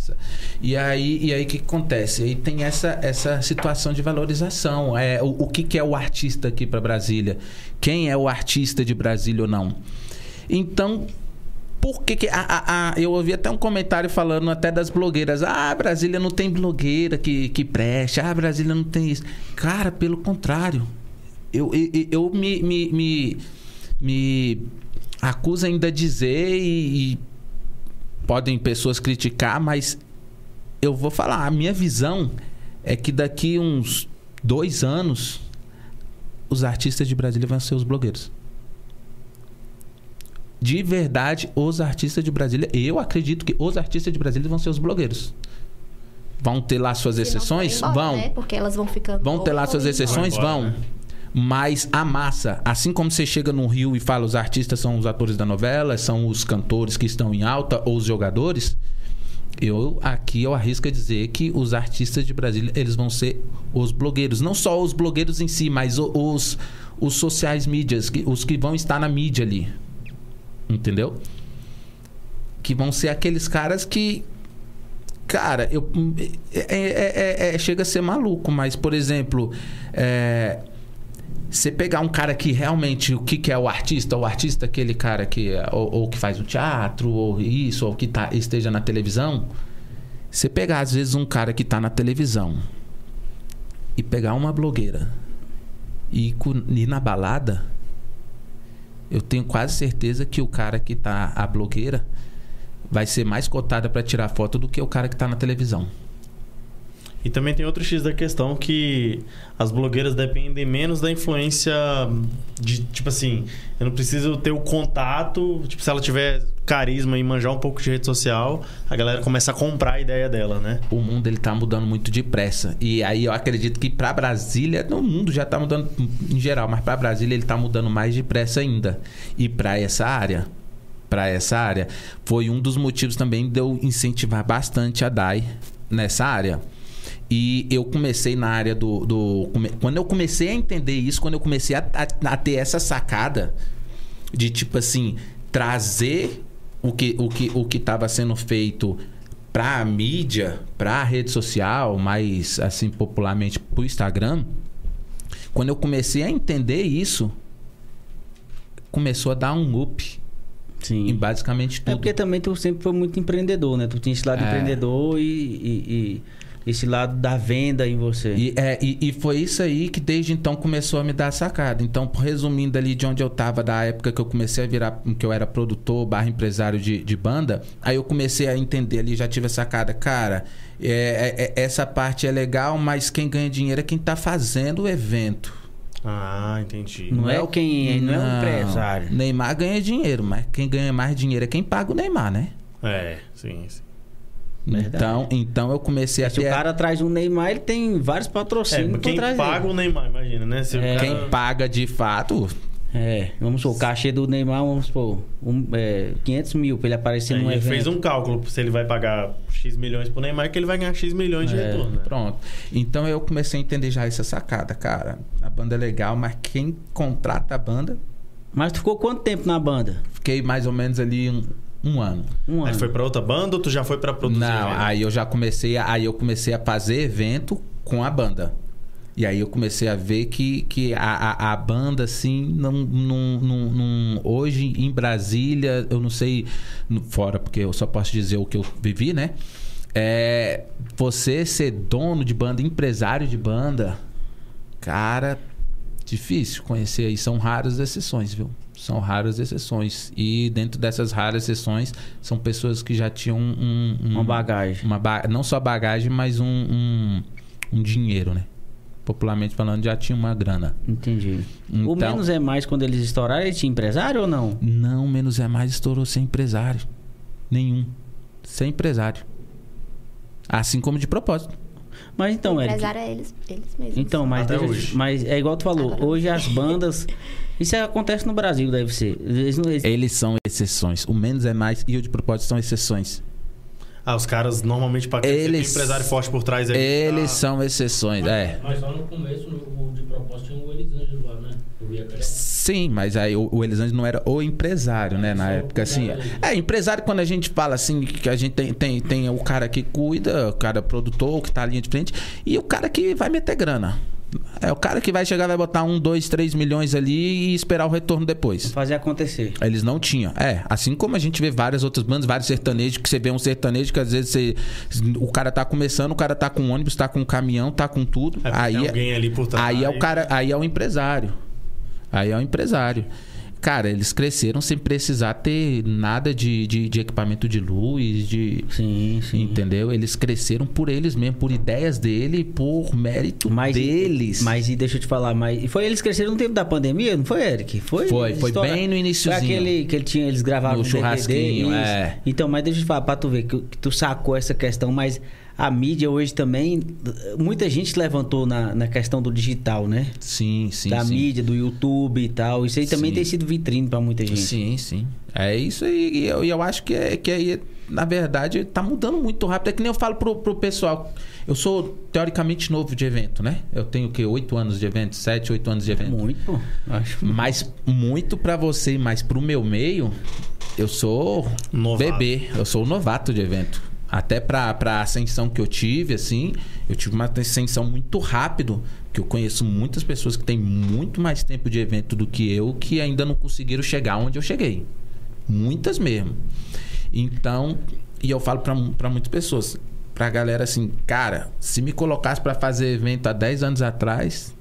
massa. E aí, e aí o que acontece? Aí tem essa, essa situação de valorização. É, o, o que, que é o artista aqui para Brasília? Quem é o artista de Brasília ou não? Então, por que que... A, a, a, eu ouvi até um comentário falando até das blogueiras. Ah, Brasília não tem blogueira que, que preste. Ah, Brasília não tem isso. Cara, pelo contrário. Eu, eu, eu me, me, me, me acuso ainda a dizer e, e podem pessoas criticar, mas eu vou falar. A minha visão é que daqui uns dois anos os artistas de Brasília vão ser os blogueiros. De verdade, os artistas de Brasília, eu acredito que os artistas de Brasília vão ser os blogueiros. Vão ter lá suas exceções? Embora, vão. Né? Porque elas vão ficando... Vão ter lá suas exceções? Vai embora, vão. né? Mas a massa, assim como você chega no Rio e fala os artistas são os atores da novela, são os cantores que estão em alta ou os jogadores, eu aqui eu arrisco a dizer que os artistas de Brasília, eles vão ser os blogueiros. Não só os blogueiros em si, mas os, os sociais mídias, os que vão estar na mídia ali. Entendeu? Que vão ser aqueles caras que... Cara, eu, é, é, é, é, chega a ser maluco, mas, por exemplo, é, você pegar um cara que realmente... O que, que é o artista? O artista é aquele cara que... Ou, ou que faz o teatro, ou isso, ou que tá, esteja na televisão. Você pegar, às vezes, um cara que tá na televisão e pegar uma blogueira e ir na balada... Eu tenho quase certeza que o cara que tá, a blogueira, vai ser mais cotada para tirar foto do que o cara que tá na televisão. E também tem outro X da questão que as blogueiras dependem menos da influência de, tipo assim, eu não preciso ter o contato, tipo, se ela tiver carisma e manjar um pouco de rede social, a galera começa a comprar a ideia dela, né? O mundo, ele tá mudando muito depressa. E aí eu acredito que pra Brasília, no mundo já tá mudando em geral, mas pra Brasília ele tá mudando mais depressa ainda. E pra essa área, pra essa área, foi um dos motivos também de eu incentivar bastante a D A I nessa área. E eu comecei na área do... do quando eu comecei a entender isso, quando eu comecei a, a, a ter essa sacada de, tipo assim, trazer o que o que o que estava sendo feito para a mídia, para a rede social, mais assim, popularmente para o Instagram, quando eu comecei a entender isso, começou a dar um up. Sim. Em basicamente tudo. É porque também tu sempre foi muito empreendedor, né? Tu tinha esse lado É. empreendedor e... e, e... esse lado da venda em você. E, é, e, e foi isso aí que desde então começou a me dar a sacada. Então, resumindo ali de onde eu tava, da época que eu comecei a virar, que eu era produtor barra empresário de, de banda, aí eu comecei a entender ali, já tive a sacada. Cara, é, é, essa parte é legal, mas quem ganha dinheiro é quem tá fazendo o evento. Ah, entendi. Não é o quem, não é o empresário. Neymar ganha dinheiro, mas quem ganha mais dinheiro é quem paga o Neymar, né? É, sim, sim. Verdade. Então, então eu comecei a Se o ter... cara traz um Neymar, ele tem vários É, patrocínios quem por trás paga dele. o Neymar, imagina, né? Se o É. cara... Quem paga de fato... É, vamos supor, o cachê do Neymar, vamos supor, um, é, quinhentos mil pra ele aparecer É, num ele evento. fez um cálculo se ele vai pagar X milhões pro Neymar, que ele vai ganhar X milhões de É, retorno. Né? Pronto. Então eu comecei a entender já essa sacada, cara. A banda é legal, mas quem contrata a banda... Mas tu ficou quanto tempo na banda? Fiquei mais ou menos ali um, um ano. Um Aí ano. foi pra outra banda ou tu já foi pra produzir? Não, mesmo? aí eu já comecei a, aí eu comecei a fazer evento com a banda. E aí eu comecei a ver que, que a, a, a banda, assim, não, não, não, não... Hoje, em Brasília, eu não sei... no- Fora, porque eu só posso dizer o que eu vivi, né? É, você ser dono de banda, empresário de banda... Cara, difícil conhecer aí. São raras exceções, viu? São raras exceções. E dentro dessas raras exceções, são pessoas que já tinham um... um- Uma bagagem. uma ba- não só bagagem, mas um, um, um dinheiro, né? Popularmente falando, já tinha uma grana. Entendi. O Então- menos é mais quando eles estouraram, ele tinha empresário ou não? Não, menos é mais, estourou sem empresário. Nenhum. Sem empresário. Assim como de propósito. Mas então, o Eric... empresário é eles, eles mesmos. Então, mas, Até deixa eu- hoje. mas é igual tu falou, Agora. hoje as bandas... Isso acontece no Brasil, deve ser. Eles não- eles- Eles são exceções. O menos é mais e o de propósito são exceções. Ah, os caras normalmente pra crescer, tem um Eles- empresário forte por trás aí. Eles tá- são exceções, é. Mas só no começo, no, o de propósito, tinha o Elisângelo lá, né? O Via Credo. Sim, mas aí o, o Elisângela não era o empresário, né? Na Só o época, assim. empresário. É, empresário, quando a gente fala assim, que a gente tem, tem, tem o cara que cuida, o cara produtor, que tá à linha de frente, e o cara que vai meter grana. É o cara que vai chegar, vai botar um, dois, três milhões ali e esperar o retorno depois. Fazer acontecer. Eles não tinham. É, assim como a gente vê várias outras bandas, vários sertanejos, que você vê um sertanejo que às vezes você, o cara tá começando, o cara tá com ônibus, tá com um caminhão, tá com tudo. É, aí tem alguém ali por trás. Aí é o cara, aí é o empresário. Aí é o empresário. Cara, eles cresceram sem precisar ter nada de, de, de equipamento de luz, de... Sim, sim. Entendeu? Eles cresceram por eles mesmo, por ideias dele, por mérito Mas, deles. Mas e deixa eu te falar, mas e foi eles cresceram no tempo da pandemia, não foi, Eric? Foi, Foi, foi história- bem no iniciozinho. Foi aquele que ele tinha, eles gravavam No um D V D, churrasquinho, isso. é. Então, mas deixa eu te falar, pra tu ver que, que tu sacou essa questão, mas a mídia hoje também, muita gente levantou na, na questão do digital, né? Sim, sim, da sim. mídia, do YouTube e tal. Isso aí também Sim. tem sido vitrine pra muita gente. Sim, sim. É isso aí. E eu, e eu acho que, é, que aí, na verdade, tá mudando muito rápido. É que nem eu falo pro, pro pessoal. Eu sou, teoricamente, novo de evento, né? Eu tenho o quê? Oito anos de evento? Sete, oito anos de evento. Muito, pô. Acho. Mas muito pra você, mas pro meu meio, eu sou Novato. bebê. Eu sou o novato de evento. Até pra, pra ascensão que eu tive, assim, eu tive uma ascensão muito rápido, que eu conheço muitas pessoas que têm muito mais tempo de evento do que eu, que ainda não conseguiram chegar onde eu cheguei. Muitas mesmo. Então, e eu falo pra, pra muitas pessoas, pra galera assim, cara, se me colocasse pra fazer evento há dez anos atrás,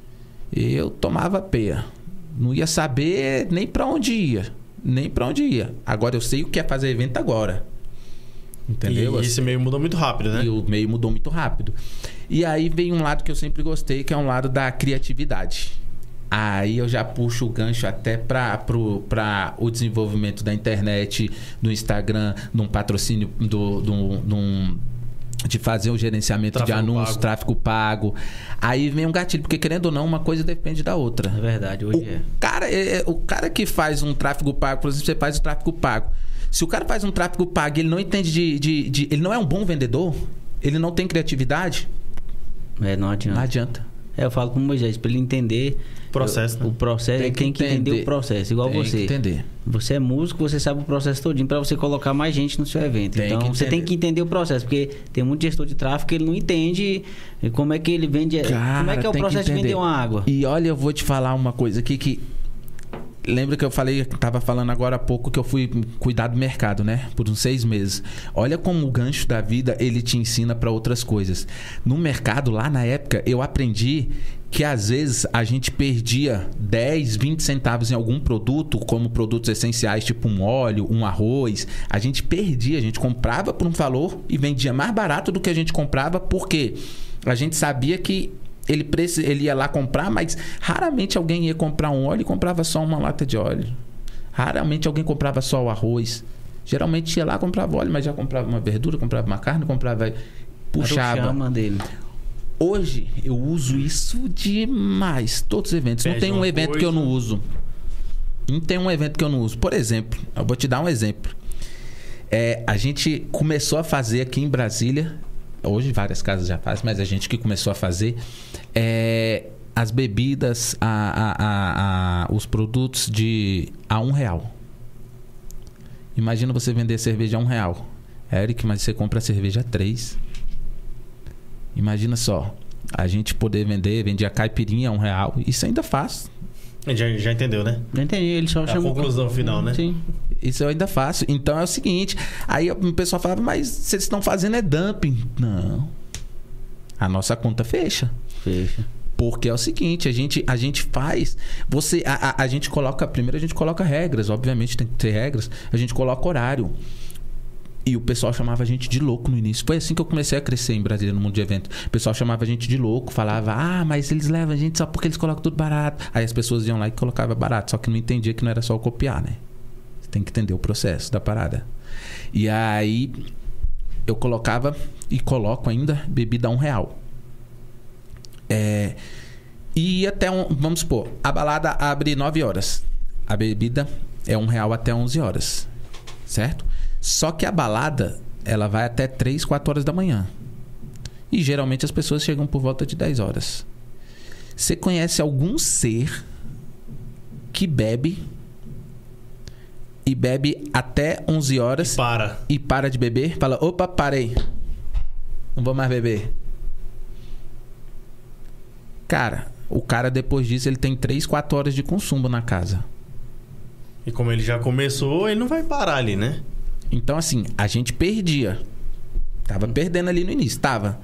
eu tomava peia. Não ia saber nem pra onde ia. Nem pra onde ia. Agora eu sei o que é fazer evento agora. Entendeu? E esse meio mudou muito rápido, né? E o meio mudou muito rápido. E aí vem um lado que eu sempre gostei, que é um lado da criatividade. Aí eu já puxo o gancho até para o desenvolvimento da internet, do Instagram, de um patrocínio, do, do, do um, de fazer o gerenciamento Tráfego de anúncios, pago. tráfego pago. Aí vem um gatilho, porque querendo ou não, uma coisa depende da outra. É verdade, hoje O é. cara, é, o cara que faz um tráfego pago, por exemplo, você faz o tráfego pago. Se o cara faz um tráfego pago e ele não entende de, de, de... Ele não é um bom vendedor, ele não tem criatividade, É, não adianta. não adianta. É, eu falo com o Moisés, pra ele entender Processo, o, né? o processo, ele tem que entender. entender. o processo, igual Tem você. que entender. Você é músico, você sabe o processo todinho pra você colocar mais gente no seu evento. Tem então, que você entender. tem que entender o processo, porque tem muito gestor de tráfego que ele não entende como é que ele vende, Cara, como é que é o tem que processo de entender. vender uma água. E olha, eu vou te falar uma coisa aqui que... Lembra que eu falei, tava falando agora há pouco que eu fui cuidar do mercado, né? Por uns seis meses. Olha como o gancho da vida, ele te ensina para outras coisas. No mercado, lá na época, eu aprendi que às vezes a gente perdia dez, vinte centavos em algum produto, como produtos essenciais, tipo um óleo, um arroz. A gente perdia, a gente comprava por um valor e vendia mais barato do que a gente comprava, porque a gente sabia que Ele, preci... ele ia lá comprar, mas raramente alguém ia comprar um óleo e comprava só uma lata de óleo. Raramente alguém comprava só o arroz. Geralmente ia lá, comprava óleo, mas já comprava uma verdura, comprava uma carne, comprava... Puxava. Era o chama dele. Hoje, eu uso isso demais. Todos os eventos. Não Pede tem um uma evento coisa. que eu não uso. Não tem um evento que eu não uso. Por exemplo, eu vou te dar um exemplo. É, a gente começou a fazer aqui em Brasília... Hoje várias casas já fazem, mas a gente que começou a fazer é, as bebidas, a, a, a, a, os produtos de a um real. Imagina você vender cerveja a um real. Eric, mas você compra a cerveja a três. Imagina só, a gente poder vender, vender a caipirinha a um real. Isso ainda faz. Já, já entendeu, né? Não entendi, ele só É a chamou... conclusão final, né? Sim. Isso eu ainda faço. Então é o seguinte, aí o pessoal falava, mas vocês estão fazendo é dumping. Não. A nossa conta fecha. Fecha. Porque é o seguinte, a gente, a gente faz... Você, a, a, a gente coloca... Primeiro a gente coloca regras, obviamente tem que ter regras. A gente coloca horário. E o pessoal chamava a gente de louco no início. Foi assim que eu comecei a crescer em Brasília, no mundo de evento. O pessoal chamava a gente de louco, falava, ah, mas eles levam a gente só porque eles colocam tudo barato. Aí as pessoas iam lá e colocavam barato, só que não entendia que não era só copiar, né? Você tem que entender o processo da parada. E aí eu colocava e coloco ainda bebida a um real. É, e até um, vamos supor, a balada abre nove horas. A bebida é um real até onze horas. Certo? Só que a balada, ela vai até três, quatro horas da manhã. E geralmente as pessoas chegam por volta de dez horas. Você conhece algum ser que bebe e bebe até onze horas Para. e para de beber, fala, opa, parei. Não vou mais beber. Cara, o cara depois disso, ele tem três, quatro horas de consumo na casa. E como ele já começou, ele não vai parar ali, né? Então, assim, a gente perdia. Tava perdendo ali no início, tava.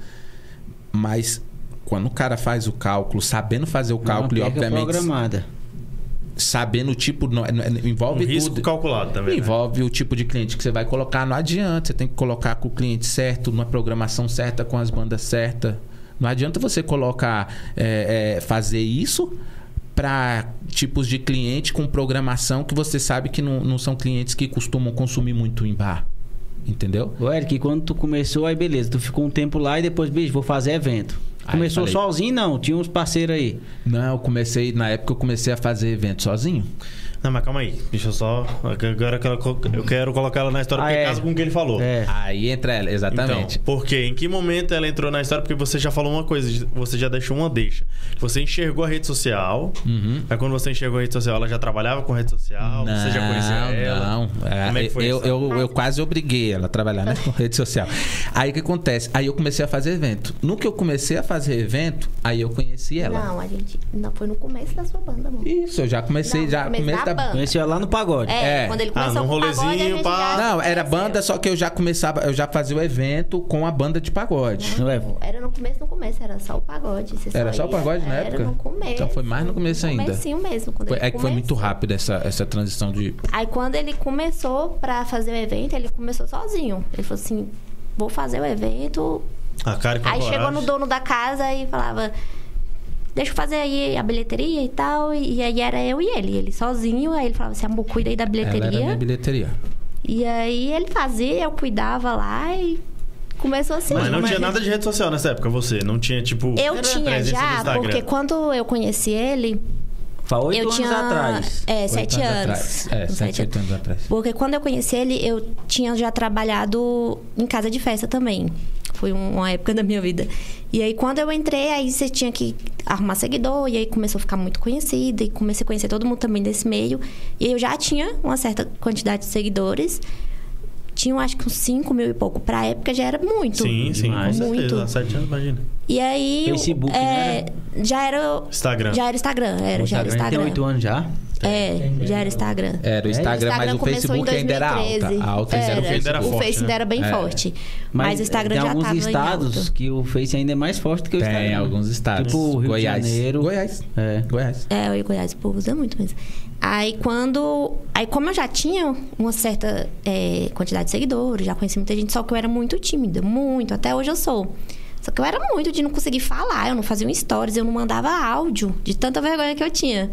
Mas quando o cara faz o cálculo, sabendo fazer o cálculo e, obviamente, programada. sabendo o tipo... Não, envolve um risco tudo. calculado também, né? Envolve o tipo de cliente que você vai colocar. Não adianta. Você tem que colocar com o cliente certo, numa programação certa, com as bandas certas. Não adianta você colocar... É, é, fazer isso para tipos de cliente com programação que você sabe que não, não são clientes que costumam consumir muito em bar. Entendeu? Ô, Eric, quando tu começou, aí beleza, tu ficou um tempo lá e depois, bicho, vou fazer evento. Aí Começou falei, sozinho, não? Tinha uns parceiros aí. Não, eu comecei... Na época eu comecei a fazer evento sozinho. Não, mas calma aí. Deixa eu só... Agora eu quero colocar ela na história, Ah, porque é. casa com o que ele falou. É. Aí entra ela, exatamente. Então, por quê? Em que momento ela entrou na história? Porque você já falou uma coisa, você já deixou uma deixa. Você enxergou a rede social, Uhum. aí quando você enxergou a rede social, ela já trabalhava com rede social? Não, você já conhecia ela? Não, é, Como é que foi eu, isso? eu, eu quase obriguei ela a trabalhar, né, com rede social. Aí o que acontece? Aí eu comecei a fazer evento. No que eu comecei a fazer evento, aí eu conheci ela. Não, a gente... Não, foi no começo da sua banda, amor. Isso, eu já comecei, Não, no já começo começo da da... banda. Conheci ela lá no pagode. É, É. quando ele Ah, começou num com o pagode, a rolezinho, gente pá. já Não, era conheceu. banda, só que eu já começava, eu já fazia o evento com a banda de pagode. Não é? Era no começo, no começo, era só o pagode. Você Era só o ia- pagode na era época? no começo. Então foi mais no começo ainda. Comecinho mesmo. Quando Foi- ele é que foi muito começou. rápido essa, essa transição de... Aí quando ele começou pra fazer o evento, ele começou sozinho. Ele falou assim, vou fazer o evento. A cara com a Aí chegou coragem. no dono da casa e falava, deixa eu fazer aí a bilheteria e tal. E aí era eu e ele, ele sozinho. Aí ele falava assim, amor, cuida aí da Ela era bilheteria. minha bilheteria. E aí ele fazia, eu cuidava lá e começou assim. Mas não tinha nada de rede social nessa época, você? Não tinha, tipo... Eu tinha presença no já, Instagram? porque quando eu conheci ele, Foi oito eu anos tinha... atrás. É, Oito sete anos. atrás. É, Uns sete, oito anos atrás. Porque quando eu conheci ele, eu tinha já trabalhado em casa de festa também. Foi um- uma época da minha vida. E aí, quando eu entrei, aí você tinha que arrumar seguidor. E aí, começou a ficar muito conhecida. E comecei a conhecer todo mundo também desse meio. E eu já tinha uma certa quantidade de seguidores. Tinham, acho que uns cinco mil e pouco. Pra época, já era muito. Sim, sim, Demais. com certeza. Muito. Há sete anos, imagina. E aí... Facebook, é, já era... Instagram. Já era Instagram. Era, O já era Instagram Tem Instagram. oito anos já. É, já era Instagram. Era o Instagram, Instagram mas o começou Facebook em ainda era dois mil e treze. alta. A alta ainda era o Era, ainda era Facebook. o forte, Face ainda né? era bem É. forte. Mas, o Instagram tem já alguns tava estados em alta. que o Face ainda é mais forte do que o Instagram. Tem alguns estados. Tipo Rio Goiás. de Janeiro. Goiás. É. Goiás. É, o Goiás, o povo usa muito mesmo. Aí quando... Aí como eu já tinha uma certa é, quantidade de seguidores, já conheci muita gente, só que eu era muito tímida, muito, até hoje eu sou. Só que eu era muito de não conseguir falar, eu não fazia um stories, eu não mandava áudio, de tanta vergonha que eu tinha.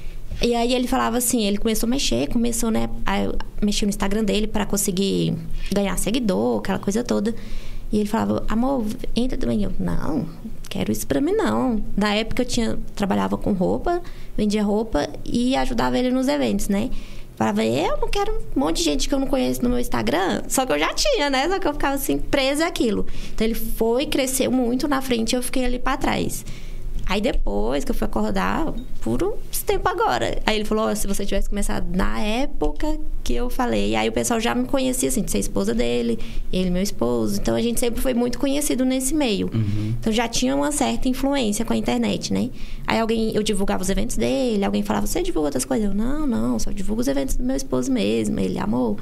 E aí ele falava assim, ele começou a mexer, começou, né, a mexer no Instagram dele pra conseguir ganhar seguidor, aquela coisa toda. E ele falava, amor, entra também. Eu, não, quero isso pra mim não. Na época eu tinha, trabalhava com roupa, vendia roupa e ajudava ele nos eventos, né? Falava, eu não quero um monte de gente que eu não conheço no meu Instagram. Só que eu já tinha, né? Só que eu ficava assim, presa àquilo. Então ele foi, cresceu muito na frente e eu fiquei ali pra trás. Aí depois que eu fui acordar, puro tempo agora. Aí ele falou, oh, se você tivesse começado na época que eu falei. Aí o pessoal já me conhecia, assim, de ser esposa dele, ele meu esposo. Então a gente sempre foi muito conhecido nesse meio. Uhum. Então já tinha uma certa influência com a internet, né? Aí alguém, eu divulgava os eventos dele, alguém falava, você divulga outras coisas? Eu, não, não, só divulgo os eventos do meu esposo mesmo. Ele, amor...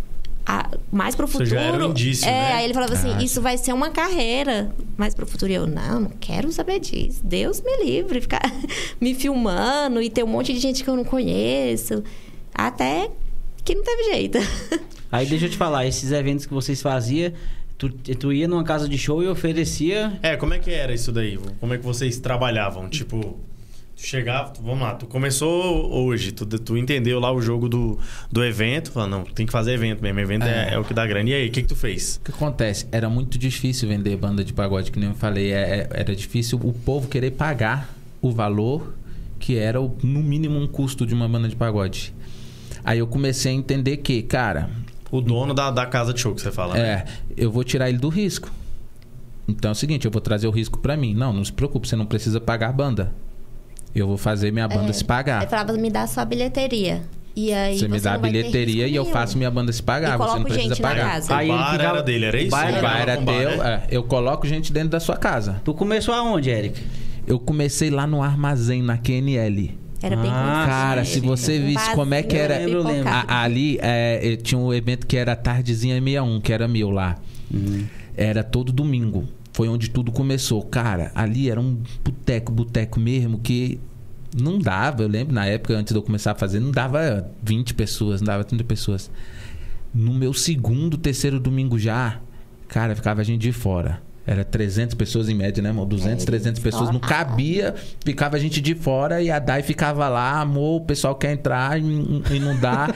A, mais pro futuro. Isso já era um indício, é, né? aí ele falava assim: Ah, isso vai ser uma carreira mais pro futuro. E eu, não, não quero saber disso. Deus me livre, ficar me filmando e ter um monte de gente que eu não conheço. Até que não teve jeito. Aí deixa eu te falar, esses eventos que vocês faziam, tu, tu ia numa casa de show e oferecia... É, como é que era isso daí? Como é que vocês trabalhavam? Tipo, tu chegava, tu- vamos lá, tu começou hoje, tu, tu entendeu lá o jogo do, do evento, falou, não, tem que fazer evento mesmo, evento é, É. é o que dá grana. E aí, o que que tu fez? O que acontece? Era muito difícil vender banda de pagode, que nem eu falei. É- é- era difícil o povo querer pagar o valor que era, o- no mínimo, um custo de uma banda de pagode. Aí eu comecei a entender que, cara... O dono da, da casa de show que você fala, né? É, eu vou tirar ele do risco. Então é o seguinte, eu vou trazer o risco pra mim. Não, não se preocupe, você não precisa pagar a banda. eu vou fazer minha banda É. se pagar. Ele falava, me dá sua bilheteria. E aí Você me dá a não vai ter bilheteria risco e eu nenhum. faço minha banda se pagar. E Você coloco não precisa gente na pagar. casa. O Aí ele bar ficava- era dele, era isso? bar O era- bar era Com bar, teu, né? é, eu coloco gente dentro da sua casa. Tu começou aonde, Eric? Eu comecei lá no armazém, na Q N L. Era bem Ah, conhecido, Cara, né? se você Um visse como é que barzinho era. lembro, eu lembro. pipocado. A- ali é, eh, tinha um evento que era Tardezinha sessenta e um, que era meu lá. Era todo domingo. Foi onde tudo começou. Cara, ali era um boteco, boteco mesmo, que não dava. Eu lembro, na época, antes de eu começar a fazer, não dava vinte pessoas, não dava trinta pessoas. No meu segundo, terceiro domingo já, cara, ficava a gente de fora. Era trezentas pessoas em média, né, irmão? duzentas, É, trezentas pessoas. Não estourado. cabia, ficava a gente de fora e a Dai ficava lá, amor, o pessoal quer entrar e, e não dá.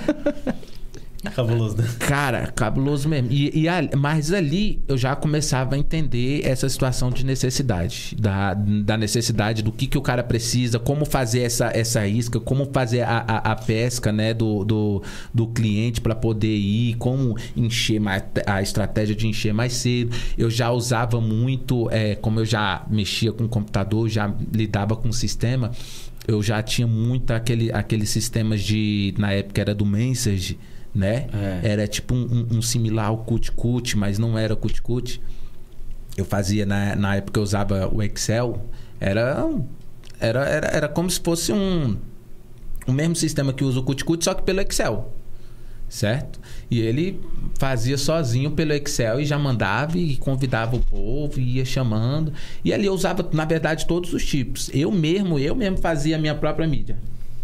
Cabuloso, né? Cara, cabuloso mesmo. E, e ali- mas ali eu já começava a entender essa situação de necessidade. Da, da necessidade do que, que o cara precisa, como fazer essa, essa isca, como fazer a, a, a pesca, né, do, do, do cliente para poder ir, como encher mais, a estratégia de encher mais cedo. Eu já usava muito, é, como eu já mexia com o computador, já lidava com o sistema, eu já tinha muito aquele, aqueles sistemas de. Na época era do Message, né? É. Era tipo um, um, um similar ao Qt-Qt, mas não era Qt-Qt. Eu fazia, na, na época eu usava o Excel. Era, era, era, era como se fosse um... O mesmo sistema que usa o Qt-Qt, só que pelo Excel. Certo? E ele fazia sozinho pelo Excel e já mandava e convidava o povo e ia chamando. E ali eu usava, na verdade, todos os tipos. Eu mesmo, eu mesmo fazia a minha própria mídia.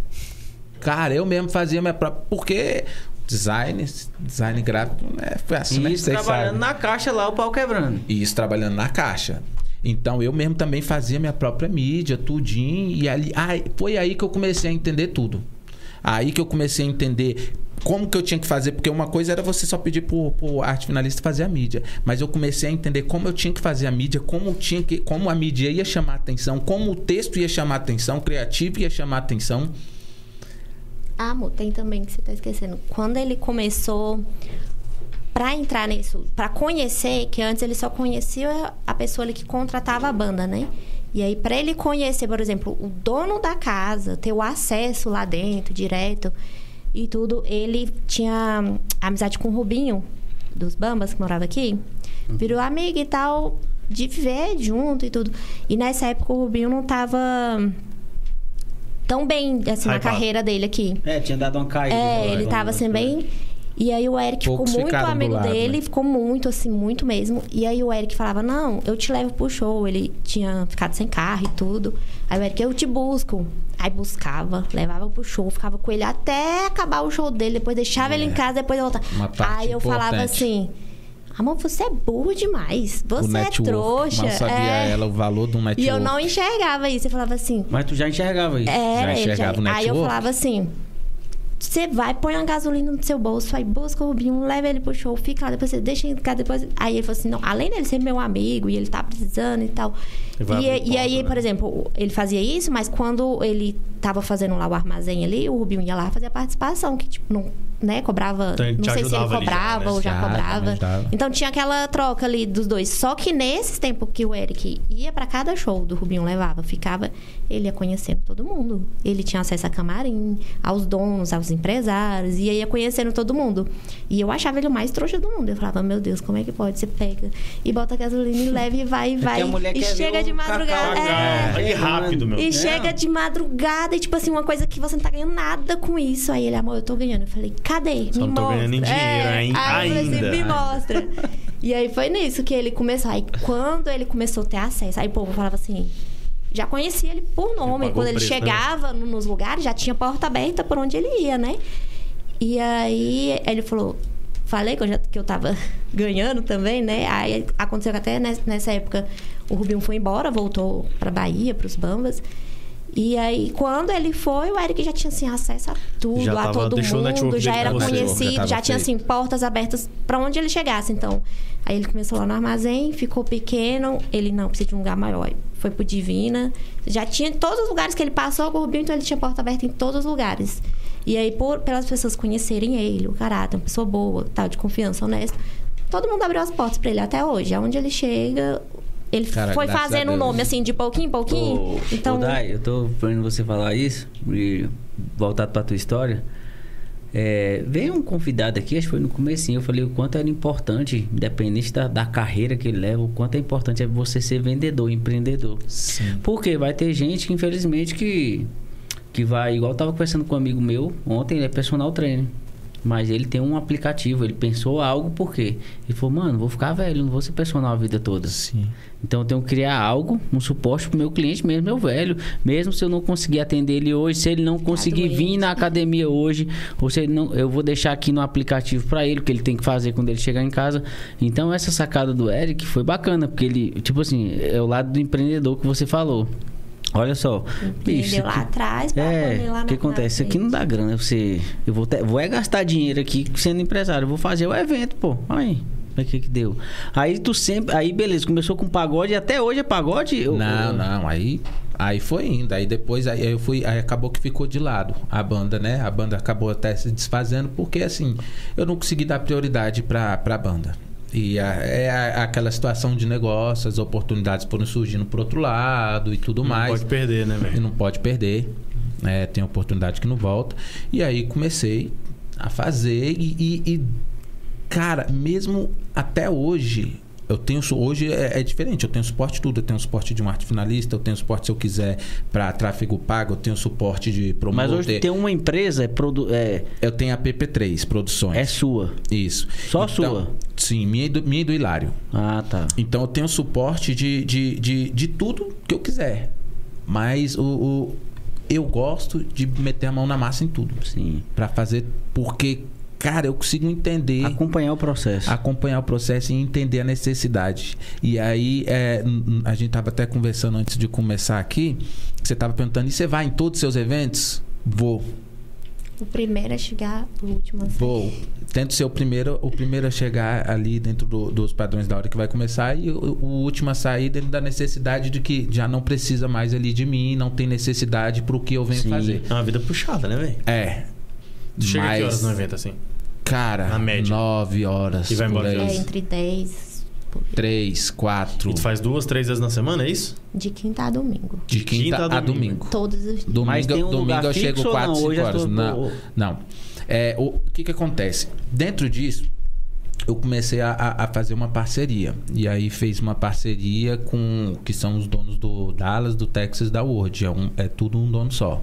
Cara, eu mesmo fazia a minha própria... Porque... Design, design gráfico, né? Foi assim, né? E isso Vocês trabalhando sabem. na caixa lá, o pau quebrando. E isso trabalhando na caixa. Então, eu mesmo também fazia minha própria mídia, tudinho. E ali, ai, foi aí que eu comecei a entender tudo. Aí que eu comecei a entender como que eu tinha que fazer. Porque uma coisa era você só pedir pro, pro arte finalista fazer a mídia. Mas eu comecei a entender como eu tinha que fazer a mídia, como, tinha que, como a mídia ia chamar atenção, como o texto ia chamar atenção, o criativo ia chamar atenção. Ah, amor, tem também que você tá esquecendo. Quando ele começou pra entrar nisso, pra conhecer, que antes ele só conhecia a pessoa ali que contratava a banda, né? E aí, pra ele conhecer, por exemplo, o dono da casa, ter o acesso lá dentro, direto e tudo, ele tinha amizade com o Rubinho, dos Bambas, que morava aqui. Virou amigo e tal, de viver junto e tudo. E nessa época o Rubinho não tava tão bem, assim, na Hypado. carreira dele aqui. É, tinha dado uma caída. É, ele tava assim bem... E aí o Eric Poucos ficou muito ficaram do amigo lado, dele, né? ficou muito, assim, muito mesmo. E aí o Eric falava, não, eu te levo pro show. Ele tinha ficado sem carro e tudo. Aí o Eric, eu te busco. Aí buscava, levava pro show, ficava com ele até acabar o show dele. Depois deixava ele em casa, depois voltava. Uma parte Aí eu falava importante. assim... Amor, você é burro demais. O Você é network. trouxa. Mal sabia é. ela o valor do network. E eu não enxergava isso. Eu falava assim... Mas tu já enxergava isso. Era, ele enxergava o Aí eu network? falava assim... Você vai, põe uma gasolina no seu bolso, aí busca o Rubinho, leva ele pro show, fica lá, depois você deixa ele ficar, depois... Aí ele falou assim, não, além dele ser meu amigo e ele tá precisando e tal... E vai E, abrir e aí, porta, né? por exemplo, ele fazia isso, mas quando ele tava fazendo lá o armazém ali, o Rubinho ia lá fazer a participação, que tipo, não, né, cobrava... Então, ele não te sei se ele ajudava ali já, cobrava né? ou já Já, cobrava. já ajudava. Então tinha aquela troca ali dos dois. Só que nesse tempo que o Eric ia pra cada show do Rubinho levava, ficava, ele ia conhecendo todo mundo. Ele tinha acesso a camarim, aos donos, aos empresários, e ia conhecendo todo mundo. E eu achava ele o mais trouxa do mundo. Eu falava, meu Deus, como é que pode? Você pega e bota a gasolina e leva e vai e É que vai. a mulher E quer ver chega o de cacau madrugada. cacau. É. Vai rápido, meu. E É. chega de madrugada e, tipo assim, uma coisa que você não tá ganhando nada com isso. Aí ele, amor, eu tô ganhando. Eu falei, cadê? Só Me não tô mostra. ganhando em dinheiro, É. hein? Aí eu falei assim, Ainda. me mostra. E aí foi nisso que ele começou. Aí quando ele começou a ter acesso, aí o povo falava assim... Já conhecia ele por nome. Ele pagou Quando o ele preço, né? chegava no- nos lugares, já tinha porta aberta por onde ele ia, né? E aí ele falou... Falei que eu, já, que eu tava ganhando também, né? Aí aconteceu que até nessa, nessa época o Rubinho foi embora, voltou pra Bahia, pros Bambas. E aí, quando ele foi, o Eric já tinha, assim, acesso a tudo, Já a tava- todo deixou o mundo. network Já dele era com você. conhecido, Já já, tava tinha, feito. assim, portas abertas pra onde ele chegasse. Então, aí ele começou lá no armazém, ficou pequeno. Ele, não, precisa de um lugar maior. Aí foi pro Divina. Já tinha todos os lugares que ele passou com o Rubinho, então ele tinha porta aberta em todos os lugares. E aí, por, pelas pessoas conhecerem ele, o caráter, uma pessoa boa, tal, de confiança, honesta, todo mundo abriu as portas pra ele até hoje. Aonde ele chega, Ele Cara, foi graças a fazendo o Deus. nome assim, de pouquinho em pouquinho. Ô, então, ô, Dai, eu tô vendo você falar isso e voltar pra tua história. É, veio um convidado aqui, acho que foi no comecinho, eu falei o quanto era importante, independente da, da carreira que ele leva, o quanto é importante é você ser vendedor, empreendedor. Sim. Porque vai ter gente que, infelizmente, que, que vai... Igual eu tava conversando com um amigo meu ontem, ele é personal trainer. Mas ele tem um aplicativo, ele pensou algo, por quê? Ele falou, mano, vou ficar velho, não vou ser personal a vida toda. Sim. Então eu tenho que criar algo, um suporte pro meu cliente mesmo, meu velho. Mesmo se eu não conseguir atender ele hoje, se ele não conseguir doente. vir na academia hoje, ou se ele não, eu vou deixar aqui no aplicativo para ele, o que ele tem que fazer quando ele chegar em casa. Então essa sacada do Eric foi bacana, porque ele, tipo assim, é o lado do empreendedor que você falou. Olha só, bicho, Empreendeu lá aqui- atrás pra poder é, lá o que na- acontece? Isso na aqui não frente. dá grana. Você, eu vou, ter, vou é gastar dinheiro aqui sendo empresário. Eu vou fazer o evento, pô. Aí, o que que deu? Aí tu sempre, aí beleza, começou com pagode e até hoje é pagode? Eu- Não, eu- não, aí, aí foi indo. Aí depois aí eu fui, aí acabou que ficou de lado a banda, né? A banda acabou até se desfazendo, porque assim, eu não consegui dar prioridade pra, pra banda. E a- é a- aquela situação de negócio, as oportunidades foram surgindo por outro lado e tudo Não mais. pode perder, né, E velho? não pode perder, né? Tem oportunidade que não volta. E aí comecei a fazer e, e- e, cara, mesmo até hoje, eu tenho su- hoje é, é diferente. Eu tenho suporte de tudo. Eu tenho suporte de um arte finalista, eu tenho suporte se eu quiser para tráfego pago, eu tenho suporte de promotor. Mas hoje tem uma empresa, é, produ, é, Eu tenho a P P três Produções. é sua. Isso. Só Então, sua? Sim, minha e do, minha e do Hilário. Ah, tá. Então eu tenho suporte de, de, de, de tudo que eu quiser. Mas o, o- eu gosto de meter a mão na massa em tudo. Sim. Pra fazer. Porque, cara, eu consigo entender. Acompanhar o processo. Acompanhar o processo e entender a necessidade. E aí, é, n- n- a gente tava até conversando antes de começar aqui. Você tava perguntando, e você vai em todos os seus eventos? Vou. O primeiro a chegar, o último a sair. Vou. Tento ser o primeiro, o primeiro a chegar ali dentro do- dos padrões da hora que vai começar e o, o último a sair dentro da necessidade de que já não precisa mais ali de mim, não tem necessidade pro que eu venho Sim. fazer. É uma vida puxada, né, velho? É. Tu chega Mas, que horas no evento, assim? cara, Na média. nove horas. E vai embora por que aí. É horas? entre dez, por- Três, quatro. E tu faz duas, três vezes na semana, é isso? de quinta a domingo. De quinta, a domingo. Todos os dias. Domingo, Mas tem um domingo lugar eu chego fixo ou quatro, não? cinco Hoje eu horas. tô- Não. Não. É, o o que que acontece? Dentro disso, eu comecei a, a- a fazer uma parceria. E aí fez uma parceria com... Que são os donos do Dallas, do Texas, da Word. É, um, é tudo um dono só.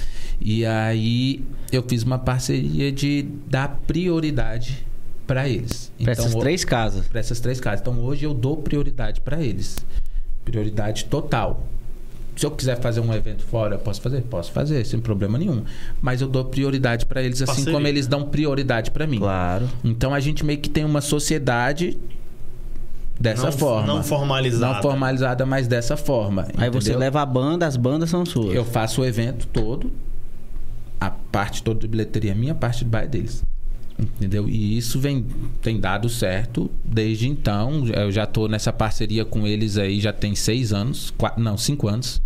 E aí eu fiz uma parceria de dar prioridade para eles. Pra essas o- três casas. para essas três casas. Então hoje eu dou prioridade para eles. Prioridade total. Se eu quiser fazer um evento fora, eu posso fazer? Posso fazer, sem problema nenhum. Mas eu dou prioridade para eles, assim Parceria. como eles dão prioridade para mim. Claro. Então a gente meio que tem uma sociedade dessa Não- forma. não formalizada. Não formalizada, mas dessa forma. Aí você entendeu? leva a banda, as bandas são suas. Eu faço o evento todo. A parte toda de bilheteria é minha, a parte de baile deles. Entendeu? E isso vem, tem dado certo desde então. Eu já tô nessa parceria com eles aí já tem seis anos. Quatro, não, cinco anos.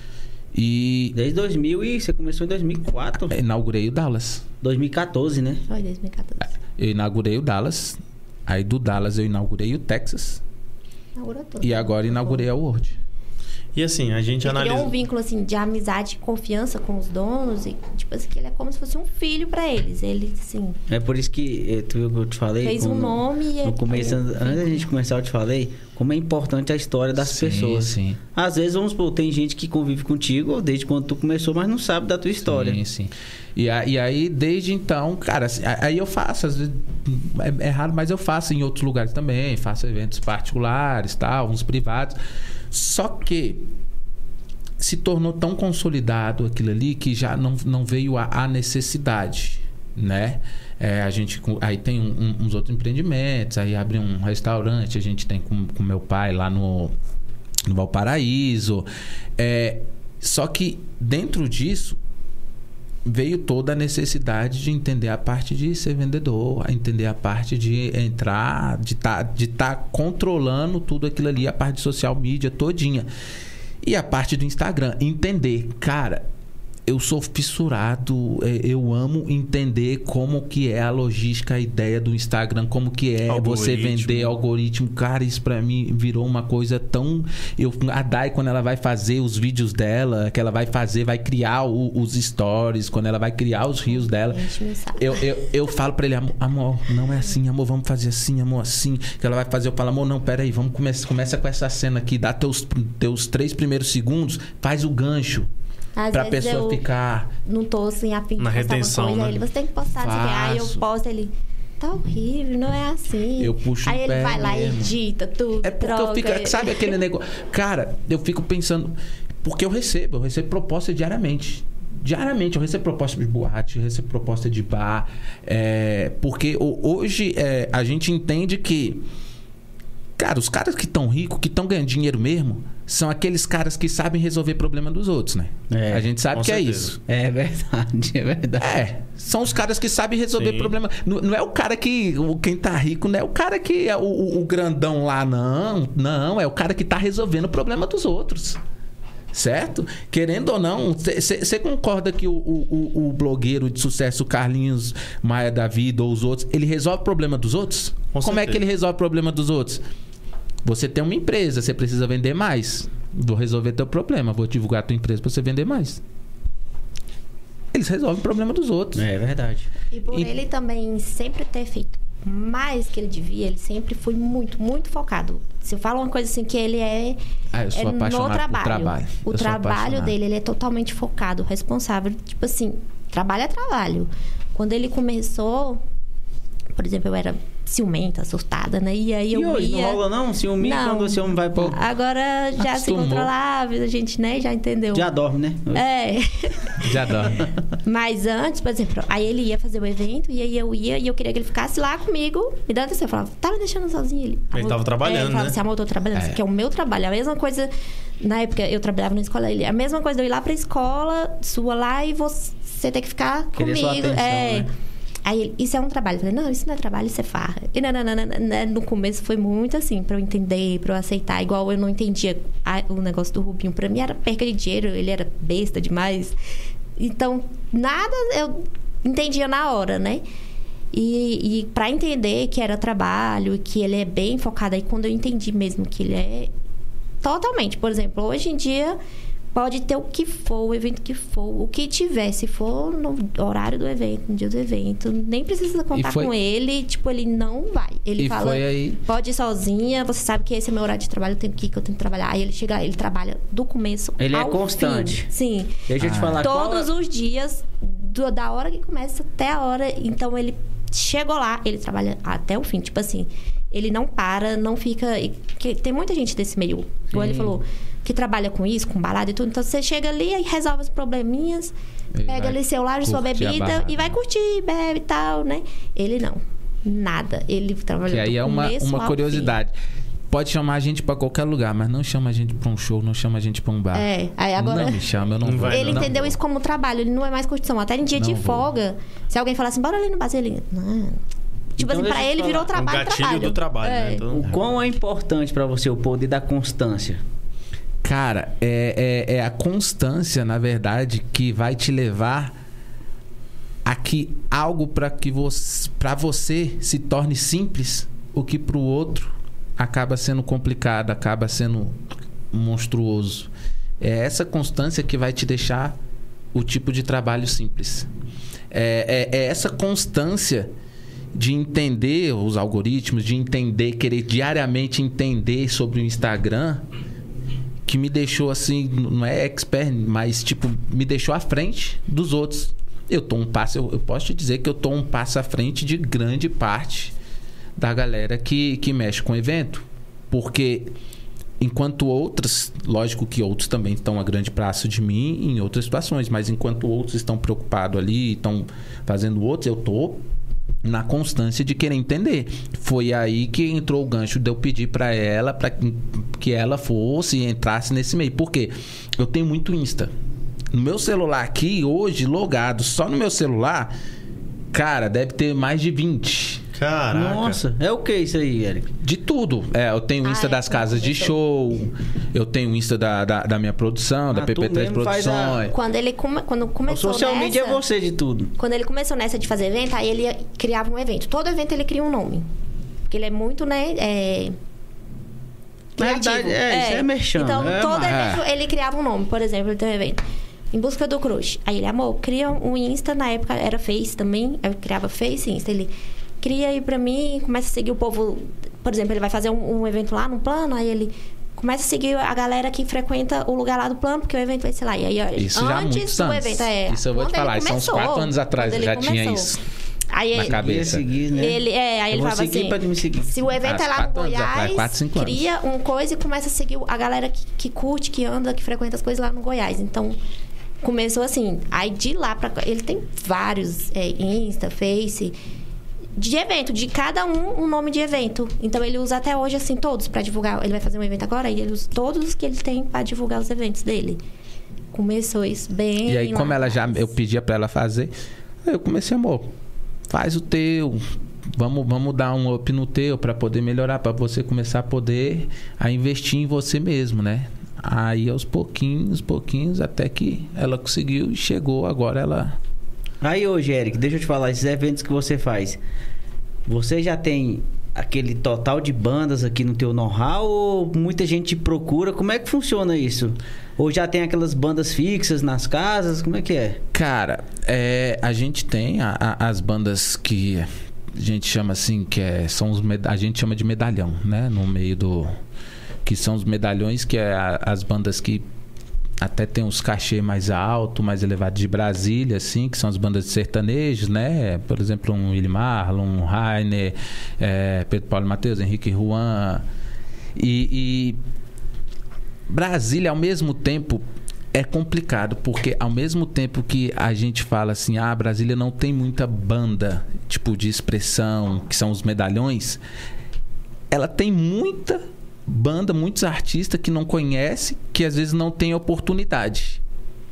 E Desde dois mil e você começou em dois mil e quatro. inaugurei o Dallas. dois mil e quatorze, né? Foi dois mil e quatorze. Eu inaugurei o Dallas. Aí do Dallas eu inaugurei o Texas. Inaugurou tudo. E agora inaugurei a World. E assim, a gente Ele criou analisa... um vínculo assim de amizade e confiança com os donos e tipo assim que ele é como se fosse um filho pra eles. Ele assim É por isso que eh, tu viu que eu te falei. fez como- um nome e No começo, ele- antes da gente começar, eu te falei como é importante a história das Sim, pessoas. sim. Às vezes, vamos supor, tem gente que convive contigo desde quando tu começou, mas não sabe da tua história. Sim, sim. E, a- e aí, desde então, cara, assim, a- aí eu faço, às vezes, é, é raro, mas eu faço em outros lugares também, faço eventos particulares, tal, uns privados. Só que se tornou tão consolidado aquilo ali que já não, não veio a, a necessidade, né? É, a gente com- aí tem um- um- uns outros empreendimentos, aí abre um restaurante, a gente tem com, com meu pai lá no, no Valparaíso. É, só que dentro disso veio toda a necessidade de entender a parte de ser vendedor, a entender a parte de entrar, de estar de tá controlando tudo aquilo ali, a parte de social media todinha. E a parte do Instagram, entender, cara, eu sou fissurado, é, eu amo entender como que é a logística, a ideia do Instagram, como que é você vender algoritmo. Cara, isso pra mim virou uma coisa tão... Eu, a Dai, quando ela vai fazer os vídeos dela, que ela vai fazer, vai criar o, os stories, quando ela vai criar os reels dela, eu, eu, eu falo pra ele, amor, amor, não é assim, amor, vamos fazer assim, amor, assim. Que ela vai fazer, eu falo, amor, não, pera aí, vamos começar, começa com essa cena aqui, dá teus, teus três primeiros segundos, faz o gancho. Às pra vezes pessoa eu ficar... não tô assim a fim de na postar retenção, uma coisa, né? aí ele, você tem que postar, assim, aí eu posto, ele... Tá horrível, não é assim. Eu puxo Aí o ele pé vai lá e mesmo. edita tudo, É porque troca. eu fico... Sabe aquele negócio... Cara, eu fico pensando... Porque eu recebo, eu recebo proposta diariamente. Diariamente, eu recebo proposta de boate, eu recebo proposta de bar. É, porque hoje é, a gente entende que... Cara, os caras que estão ricos, que estão ganhando dinheiro mesmo, são aqueles caras que sabem resolver problema dos outros, né? É, a gente sabe com que certeza. é isso. É verdade, é verdade. É, são os caras que sabem resolver Sim. problema. Não, não é o cara que... o- Quem tá rico não é o cara que é o, o- o grandão lá, não. Não, é o cara que tá resolvendo o problema dos outros. Certo? Querendo ou não, você concorda que o, o, o- o blogueiro de sucesso, o Carlinhos Maia da vida ou os outros, ele resolve o problema dos outros? Com Como é certeza. que ele resolve o problema dos outros? Você tem uma empresa, você precisa vender mais. Vou resolver teu problema, vou divulgar a tua empresa para você vender mais. Eles resolvem o problema dos outros. É verdade. E por E- ele também sempre ter feito mais que ele devia, ele sempre foi muito, muito focado. Se eu falo uma coisa assim, que ele é, Ah, eu sou é no apaixonado trabalho. por trabalho. O Eu sou trabalho apaixonado. dele, ele é totalmente focado, responsável. Tipo assim, trabalho é trabalho. Quando ele começou, por exemplo, eu era ciumenta, assustada, né? E aí eu E hoje ia... não rola não? Ciúme Não. quando esse homem vai pro... Agora já Acostumou. se controlava, a gente, né, já entendeu. Já dorme, né? É. Já dá. Mas antes, por exemplo, aí ele ia fazer o evento e aí eu ia e eu queria que ele ficasse lá comigo, me dando atenção. Eu falava, tá me deixando sozinho? Ele, Ele tava trabalhando, é, ele falava né? assim, amor, eu tô trabalhando, isso aqui é o meu trabalho. A mesma coisa, na época eu trabalhava na escola, ele, a mesma coisa de eu ir lá pra escola, sua lá e você ter que ficar Querer sua comigo. atenção, é. né? Aí ele, isso é um trabalho. Eu falei, não, isso não é trabalho, isso é farra. E não, não, não, não, não. No começo foi muito assim, pra eu entender, pra eu aceitar. Igual eu não entendia a- o negócio do Rubinho. Pra mim era perca de dinheiro, ele era besta demais. Então, nada eu entendia na hora, né? E, e para entender que era trabalho, que ele é bem focado, aí quando eu entendi mesmo que ele é totalmente, por exemplo, hoje em dia pode ter o que for, o evento que for, o que tiver, se for no horário do evento, no dia do evento, nem precisa contar foi- com ele, tipo, ele não vai. Ele E fala, foi aí- pode ir sozinha, você sabe que esse é meu horário de trabalho, eu tenho que ir, que eu tenho que trabalhar. Aí ele chega, ele trabalha do começo Ele é ao constante. fim. Sim. Deixa eu te falar. qual Todos é- os dias, do- da hora que começa até a hora. Então, ele chegou lá, ele trabalha até o fim. Tipo assim, ele não para, não fica... e que tem muita gente desse meio, igual ele Sim. falou, que trabalha com isso, com balada e tudo. Então, você chega ali e resolve os probleminhas, Ele pega vai ali seu lar, sua curtir a bebida balada. e vai curtir, bebe e tal, né? Ele não. Nada. Ele trabalha Que aí do é uma, começo uma ao curiosidade. Pode chamar a gente pra qualquer lugar, mas não chama a gente pra um show, não chama a gente pra um bar. fim. É, aí agora... Não me chama, eu não, Não vou. vai, Ele não. entendeu vou. isso como trabalho, ele não é mais curtição. Até em dia Não de vou. folga, se alguém falar assim, bora ali no bar, ele... Não. Tipo Então, assim, pra deixa eu ele te virou falar, trabalho, um gatilho trabalho. do trabalho, É. né? Então, O quão é importante pra você o poder da constância? Cara, é, é, é a constância, na verdade, que vai te levar a que algo para que você, para você se torne simples, o que para o outro acaba sendo complicado, acaba sendo monstruoso. É essa constância que vai te deixar o tipo de trabalho simples. É, é, é essa constância de entender os algoritmos, de entender, querer diariamente entender sobre o Instagram, que me deixou assim, não é expert, mas tipo, me deixou à frente dos outros. Eu tô um passo, eu, eu posso te dizer que eu tô um passo à frente de grande parte da galera que, que mexe com evento. Porque enquanto outras, lógico que outros também estão a grande passo de mim em outras situações, mas enquanto outros estão preocupados ali, estão fazendo outros, eu tô na constância de querer entender. Foi aí que entrou o gancho de eu pedir para ela, para que ela fosse e entrasse nesse meio. Por quê? Eu tenho muito Insta. No meu celular aqui, hoje, logado, só no meu celular, cara, deve ter mais de vinte. Caraca. Nossa, é o que isso aí, Eric? De tudo. É, eu tenho o Insta Ah, é, das casas de show, eu tenho o Insta da, da, da minha produção, da Ah, P P tu três mesmo faz a- Produções. Quando ele come, quando O começou social nessa, media é você de tudo. Quando ele começou nessa de fazer evento, aí ele criava um evento. Todo evento ele cria um nome. Porque ele é muito, né, é... Na criativo. verdade, é, isso é merchan, Então, é todo uma- evento ele criava um nome. Por exemplo, ele tem um evento. Em busca do crush. Aí ele, amor, cria um Insta, na época era Face também. Eu criava Face e Insta. Ele cria aí pra mim, começa a seguir o povo. Por exemplo, ele vai fazer um, um evento lá no plano, aí ele começa a seguir a galera que frequenta o lugar lá do plano, porque o evento vai ser lá. E aí, Isso já há antes muitos do anos. evento, é. Isso eu vou te quando ele falar, isso há uns começou, quatro anos atrás quando eu já ele tinha começou. isso Aí na ele, cabeça. Seguir, né? ele, é, aí Eu ele vou falava seguir assim, pra me seguir. se o evento Há é lá no quatro anos Goiás, atrás, quatro, cinco anos. cria um coisa e começa a seguir a galera que, que curte, que anda, que frequenta as coisas lá no Goiás. Então, começou assim. Aí de lá pra cá, ele tem vários, é, Insta, Face, de evento, de cada um um nome de evento. Então, ele usa até hoje, assim, todos pra divulgar. Ele vai fazer um evento agora e ele usa todos que ele tem pra divulgar os eventos dele. Começou isso bem E aí, lá como ela já... atrás. Eu pedia pra ela fazer, aí eu comecei, amor, faz o teu... Vamos, vamos dar um up no teu pra poder melhorar, pra você começar a poder a investir em você mesmo, né? Aí, aos pouquinhos, pouquinhos, até que ela conseguiu e chegou. Agora ela... Aí hoje, Eric, deixa eu te falar, esses eventos que você faz, você já tem aquele total de bandas aqui no teu know-how ou muita gente te procura? Como é que funciona isso? Ou já tem aquelas bandas fixas nas casas? Como é que é? Cara, é, a gente tem a- a- as bandas que a gente chama assim, que é, são os med- a gente chama de medalhão, né? No meio do... Que são os medalhões, que é a- as bandas que até tem uns cachê mais alto, mais elevado de Brasília, assim, que são as bandas de sertanejos, né? Por exemplo, um Willie Marlon, um Rainer, é, Pedro Paulo Matheus, Henrique Juan. E, e Brasília, ao mesmo tempo, é complicado, porque ao mesmo tempo que a gente fala assim, ah, Brasília não tem muita banda, tipo, de expressão, que são os medalhões, ela tem muita banda, muitos artistas que não conhece, que às vezes não tem oportunidade.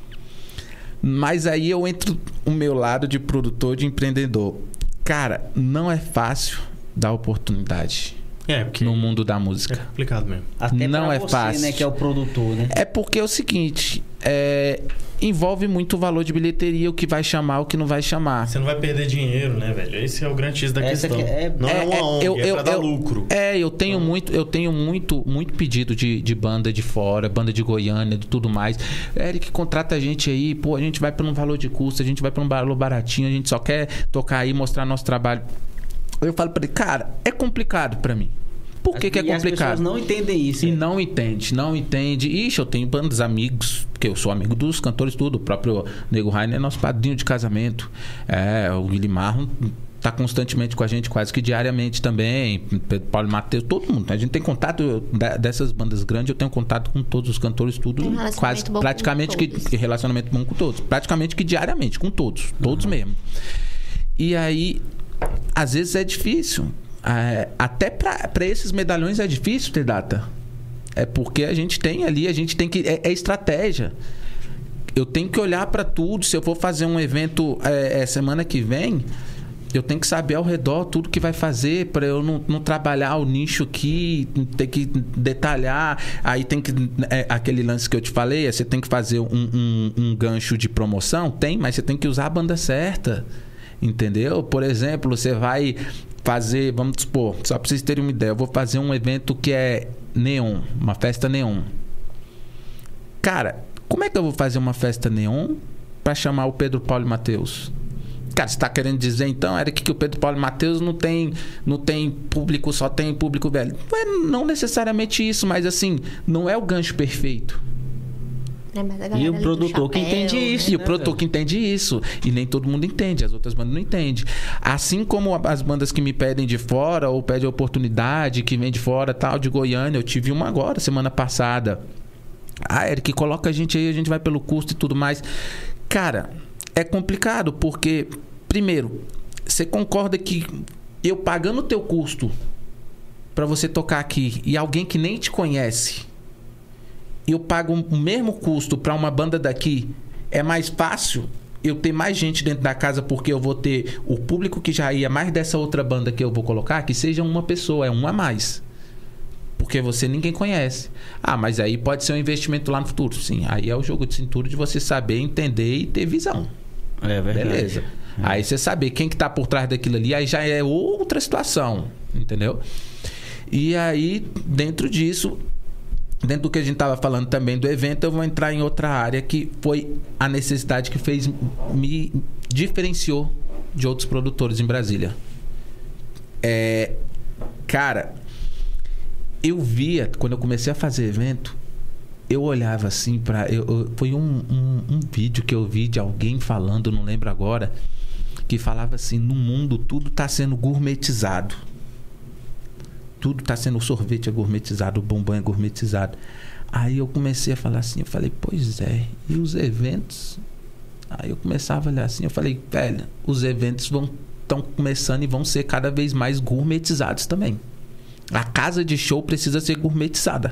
Mas aí eu entro o meu lado de produtor, de empreendedor. Cara, não é fácil dar oportunidade É, porque no mundo da é música. complicado mesmo. Até Não pra é você, fácil. né, que é o produtor, né? É porque é o seguinte, é, envolve muito o valor de bilheteria, o que vai chamar, o que não vai chamar. Você não vai perder dinheiro, né, velho? Esse é o grande X da Essa questão. que é- Não é, É, uma é, ONG, eu- é eu- pra dar eu- lucro. É, eu tenho muito, eu tenho muito, muito pedido de, de banda de fora, banda de Goiânia, de tudo mais. Eric, contrata a gente aí, pô, a gente vai por um valor de custo, a gente vai por um valor baratinho, a gente só quer tocar aí, mostrar nosso trabalho. Eu falo pra ele, cara, é complicado pra mim. Por que que é E as complicado? pessoas não entendem isso. E Eric. não entende, não entende. Ixi, eu tenho bandas amigos, porque eu sou amigo dos cantores, tudo. O próprio Nego Rainer é nosso padrinho de casamento. É, o Willie Marlon tá constantemente com a gente, quase que diariamente também. Pedro Paulo Matheus, todo mundo. A gente tem contato da- dessas bandas grandes, eu tenho contato com todos os cantores, tudo. Tem um relacionamento Quase, bom com praticamente que, todos. que relacionamento bom com todos. Praticamente que diariamente, com todos. Todos mesmo. E aí, às vezes é difícil. É, até para esses medalhões é difícil ter data. É porque a gente tem ali, a gente tem que. É, é estratégia. Eu tenho que olhar para tudo. Se eu for fazer um evento é, é, semana que vem, eu tenho que saber ao redor tudo que vai fazer para eu não, não trabalhar o nicho aqui, ter que detalhar. Aí tem que. É, aquele lance que eu te falei, é, você tem que fazer um, um, um gancho de promoção? Tem, mas você tem que usar a banda certa. Entendeu? Por exemplo, você vai fazer, vamos supor, só para vocês terem uma ideia, eu vou fazer um evento que é neon, uma festa neon. Cara, como é que eu vou fazer uma festa neon para chamar o Pedro Paulo e Matheus? Cara, você tá querendo dizer então, Eric, que o Pedro Paulo e Matheus não tem, não tem público, só tem público velho? Não, é, não necessariamente isso, mas assim, não é o gancho perfeito. É, mas a E galera o ali do produtor que chapéu, entende né? isso. E o né, produtor velho? que entende isso. E nem todo mundo entende. As outras bandas não entendem. Assim como as bandas que me pedem de fora ou pedem oportunidade, que vem de fora, tal, de Goiânia. Eu tive uma agora, semana passada. Ah, Eric, coloca a gente aí, a gente vai pelo custo e tudo mais. Cara, é complicado porque, primeiro, você concorda que eu pagando o teu custo pra você tocar aqui e alguém que nem te conhece, eu pago o mesmo custo para uma banda daqui, é mais fácil eu ter mais gente dentro da casa, porque eu vou ter o público que já ia mais dessa outra banda que eu vou colocar, que seja uma pessoa, é um a mais. Porque você ninguém conhece. Ah, mas aí pode ser um investimento lá no futuro. Sim, aí é o jogo de cintura de você saber, entender e ter visão. É verdade. Beleza. É. Aí você saber quem que tá por trás daquilo ali, aí já é outra situação, entendeu? E aí, dentro disso, dentro do que a gente tava falando também do evento, eu vou entrar em outra área que foi a necessidade que fez, me diferenciou de outros produtores em Brasília. É, cara, eu via, quando eu comecei a fazer evento, eu olhava assim para eu, eu, foi um, um, um vídeo que eu vi de alguém falando, não lembro agora, que falava assim: no mundo tudo está sendo gourmetizado, tudo está sendo, o sorvete é gourmetizado, o bombom é gourmetizado. Aí eu comecei a falar assim, eu falei, pois é, e os eventos? Aí eu começava a olhar assim, eu falei, velho, os eventos vão estão começando e vão ser cada vez mais gourmetizados também. A casa de show precisa ser gourmetizada.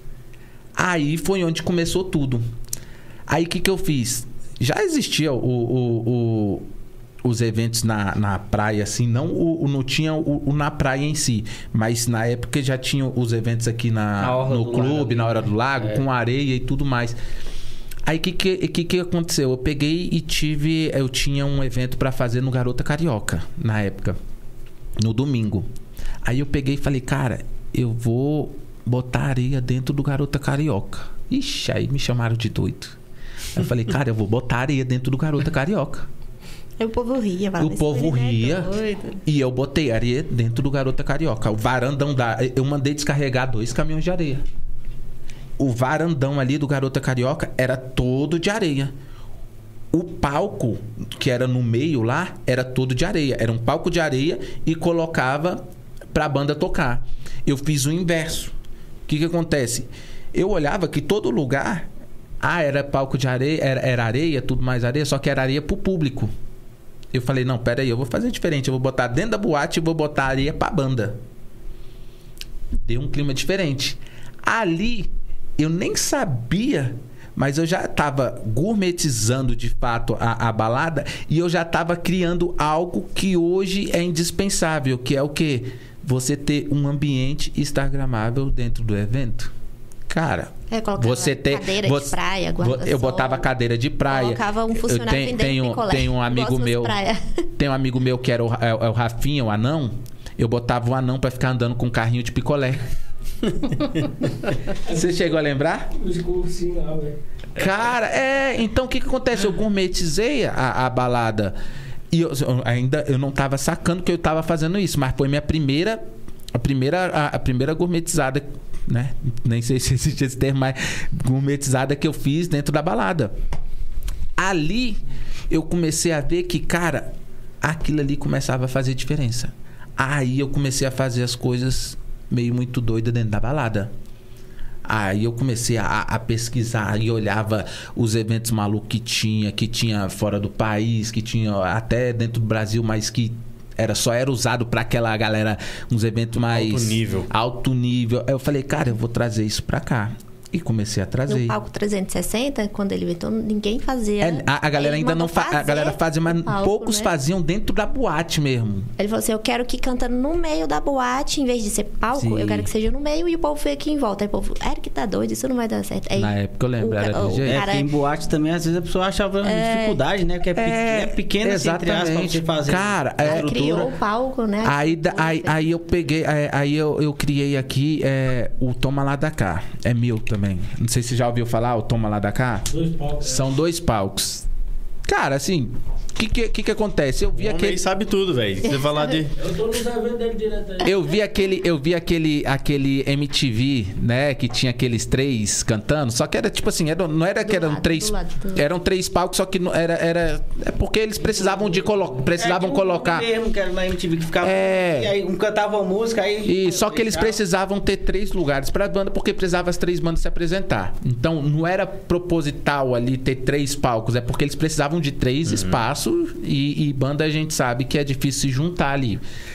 Aí foi onde começou tudo. Aí o que, que eu fiz? Já existia o, o, o, os eventos na, na praia, assim, não, o, o, não tinha o, o na praia em si, mas na época já tinham os eventos aqui na, na no clube, na Hora do Lago, é. com areia e tudo mais. Aí o que, que, que, que aconteceu? Eu peguei e tive... Eu tinha um evento pra fazer no Garota Carioca, na época, no domingo. Aí eu peguei e falei, cara, eu vou botar areia dentro do Garota Carioca. Ixi, aí me chamaram de doido. Aí eu falei, cara, eu vou botar areia dentro do Garota Carioca. Aí o povo ria. O povo ria. E eu botei areia dentro do Garota Carioca. O varandão da... Eu mandei descarregar dois caminhões de areia. O varandão ali do Garota Carioca era todo de areia. O palco, que era no meio lá, era todo de areia. Era um palco de areia e colocava pra banda tocar. Eu fiz o inverso. O que que acontece? Eu olhava que todo lugar... Ah, era palco de areia, era, era areia, tudo mais areia, só que era areia pro público. Eu falei, não, pera aí, eu vou fazer diferente. Eu vou botar dentro da boate e vou botar areia pra banda. Deu um clima diferente. Ali... Eu nem sabia, mas eu já estava gourmetizando de fato a, a balada e eu já estava criando algo que hoje é indispensável, que é o quê? Você ter um ambiente instagramável dentro do evento. Cara, é, você ter cadeira você, de praia, eu botava cadeira de praia. Colocava um funcionário eu tenho, tenho, tenho um amigo meu, tem um amigo meu que era o, é, é o Rafinha, o anão. Eu botava o anão para ficar andando com um carrinho de picolé. Você chegou a lembrar? Os cursinhos lá, velho. Cara, é... Então, o que que acontece? Eu gourmetizei a, a balada. E eu, eu ainda eu não tava sacando que eu tava fazendo isso. Mas foi minha primeira... A primeira, a, a primeira gourmetizada, né? Nem sei se existe esse termo, mas... Gourmetizada que eu fiz dentro da balada. Ali, eu comecei a ver que, cara... Aquilo ali começava a fazer diferença. Aí, eu comecei a fazer as coisas... meio muito doida dentro da balada. Aí eu comecei a, a pesquisar e olhava os eventos malucos que tinha, que tinha fora do país, que tinha até dentro do Brasil, mas que era, só era usado para aquela galera, uns eventos mais... Alto nível. Alto nível. Aí eu falei, cara, eu vou trazer isso pra cá. E comecei a trazer. No palco trezentos e sessenta, quando ele inventou, ninguém fazia. É, a, a galera ainda não fazia. A galera fazia, mas palco, poucos né? faziam dentro da boate mesmo. Ele falou assim: eu quero que cantando no meio da boate, em vez de ser palco, Sim. eu quero que seja no meio e o povo fique aqui em volta. Aí o povo, Eric tá doido, isso não vai dar certo. Aí, Na época eu lembro, o, era do jeito. Cara... É, em boate também, às vezes a pessoa achava é... dificuldade, né? Porque é, é, é pequena, exatamente. Assim, entre aspas, pra você fazer. Cara, é, ela criou o palco, né? Aí, da, aí, aí eu peguei, aí, aí eu, eu criei aqui é, o Toma Lá da Cá. É meu também. Não sei se já ouviu falar o Toma Lá da Cá? Dois palcos. São dois palcos. Cara, assim, o que, que, que que acontece? Eu vi o aquele... sabe tudo, velho. Você falar de... Eu tô nos eventos dele direto aí. Eu vi aquele, eu vi aquele, aquele M T V, né? Que tinha aqueles três cantando. Só que era tipo assim, era, não era do que eram lado, três... do lado, do lado. Eram três palcos, só que não, era, era... É porque eles precisavam de colo... Precisavam é, colocar... mesmo, que era na M T V que ficava... É... E aí um cantava a música, aí... E só que eles precisavam ter três lugares pra banda, porque precisava as três bandas se apresentar. Então, não era proposital ali ter três palcos, é porque eles precisavam de três uhum. espaços e, e banda a gente sabe que é difícil se juntar ali.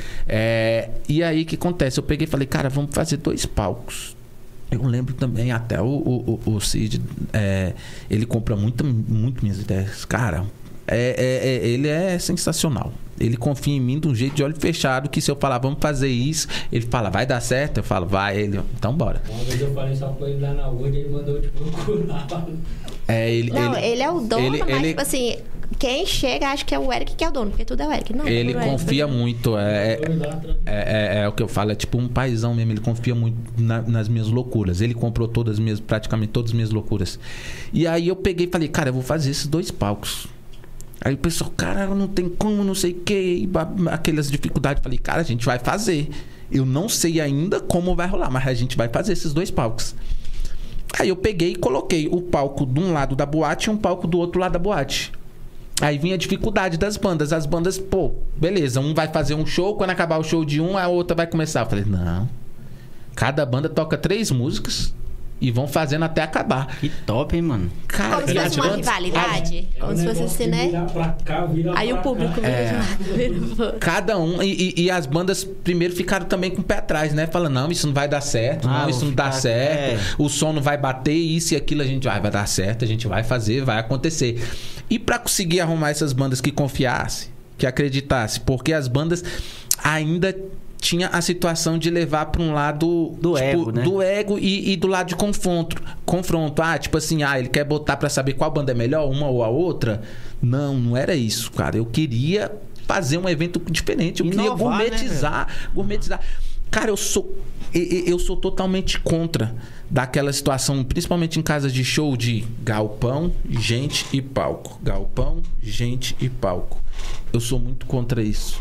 É, e aí, o que acontece? Eu peguei e falei, cara, vamos fazer dois palcos. Eu lembro também, até o, o, o Cid, é, ele compra muito, muito minhas ideias. Cara, É, é, é, ele é sensacional. Ele confia em mim de um jeito de olho fechado, que se eu falar, vamos fazer isso, ele fala, vai dar certo? Eu falo, vai. Ele, então bora. Uma vez eu falei só com ele lá na rua e ele mandou te procurar. É, ele, Não, ele, ele é o dono, ele- mas, ele- tipo assim, quem chega acha que é o Eric que é o dono, porque tudo é o Eric. Não, ele tudo é o Eric. confia muito. É, é, é, é, é o que eu falo, é tipo um paizão mesmo. Ele confia muito na- nas minhas loucuras. Ele comprou todas as minhas, praticamente todas as minhas loucuras. E aí eu peguei e falei, cara, eu vou fazer esses dois palcos. Aí o pessoal, cara, não tem como, não sei o que, e ba- aquelas dificuldades. Falei, cara, a gente vai fazer. Eu não sei ainda como vai rolar, mas a gente vai fazer esses dois palcos. Aí eu peguei e coloquei o palco de um lado da boate e um palco do outro lado da boate. Aí vinha a dificuldade das bandas. As bandas, pô, beleza, um vai fazer um show, quando acabar o show de um, a outra vai começar. Eu falei, não. Cada banda toca três músicas e vão fazendo até acabar. Que top, hein, mano? Cara, Como se fosse uma rivalidade. É Como um se fosse negócio assim, de né? virar pra cá, virar Aí pra o público cá. vira de lado, vira pro- cada um, e, e- e as bandas primeiro ficaram também com o pé atrás, né? Falando, não, isso não vai dar certo, Ah, não, isso vou não dá ficar- certo, é. o som não vai bater, isso e aquilo, a gente vai, vai dar certo, a gente vai fazer, vai acontecer. E pra conseguir arrumar essas bandas que confiassem, que acreditassem, porque as bandas ainda tinha a situação de levar para um lado Do tipo, ego, né? do ego e, e do lado de confronto. Confronto. Ah, tipo assim, ah, ele quer botar para saber qual banda é melhor, uma ou a outra. Não, não era isso, cara. Eu queria fazer um evento diferente. Eu Inovar, queria né, gourmetizar, gourmetizar. Cara, eu sou eu, eu sou totalmente contra daquela situação, principalmente em casas de show, de galpão, gente e palco. Galpão, gente e palco. Eu sou muito contra isso.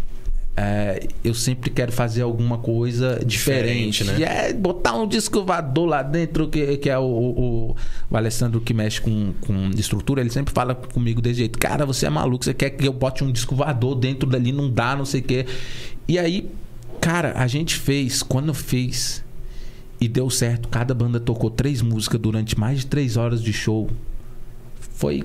É, eu sempre quero fazer alguma coisa diferente, Diferente, né? E é botar um disco voador lá dentro, que, que é o, o, o Alessandro que mexe com, com estrutura. Ele sempre fala comigo desse jeito: cara, você é maluco, você quer que eu bote um disco voador dentro dali, não dá, não sei o quê. E aí, cara, a gente fez, quando fez e deu certo, cada banda tocou três músicas durante mais de três horas de show. Foi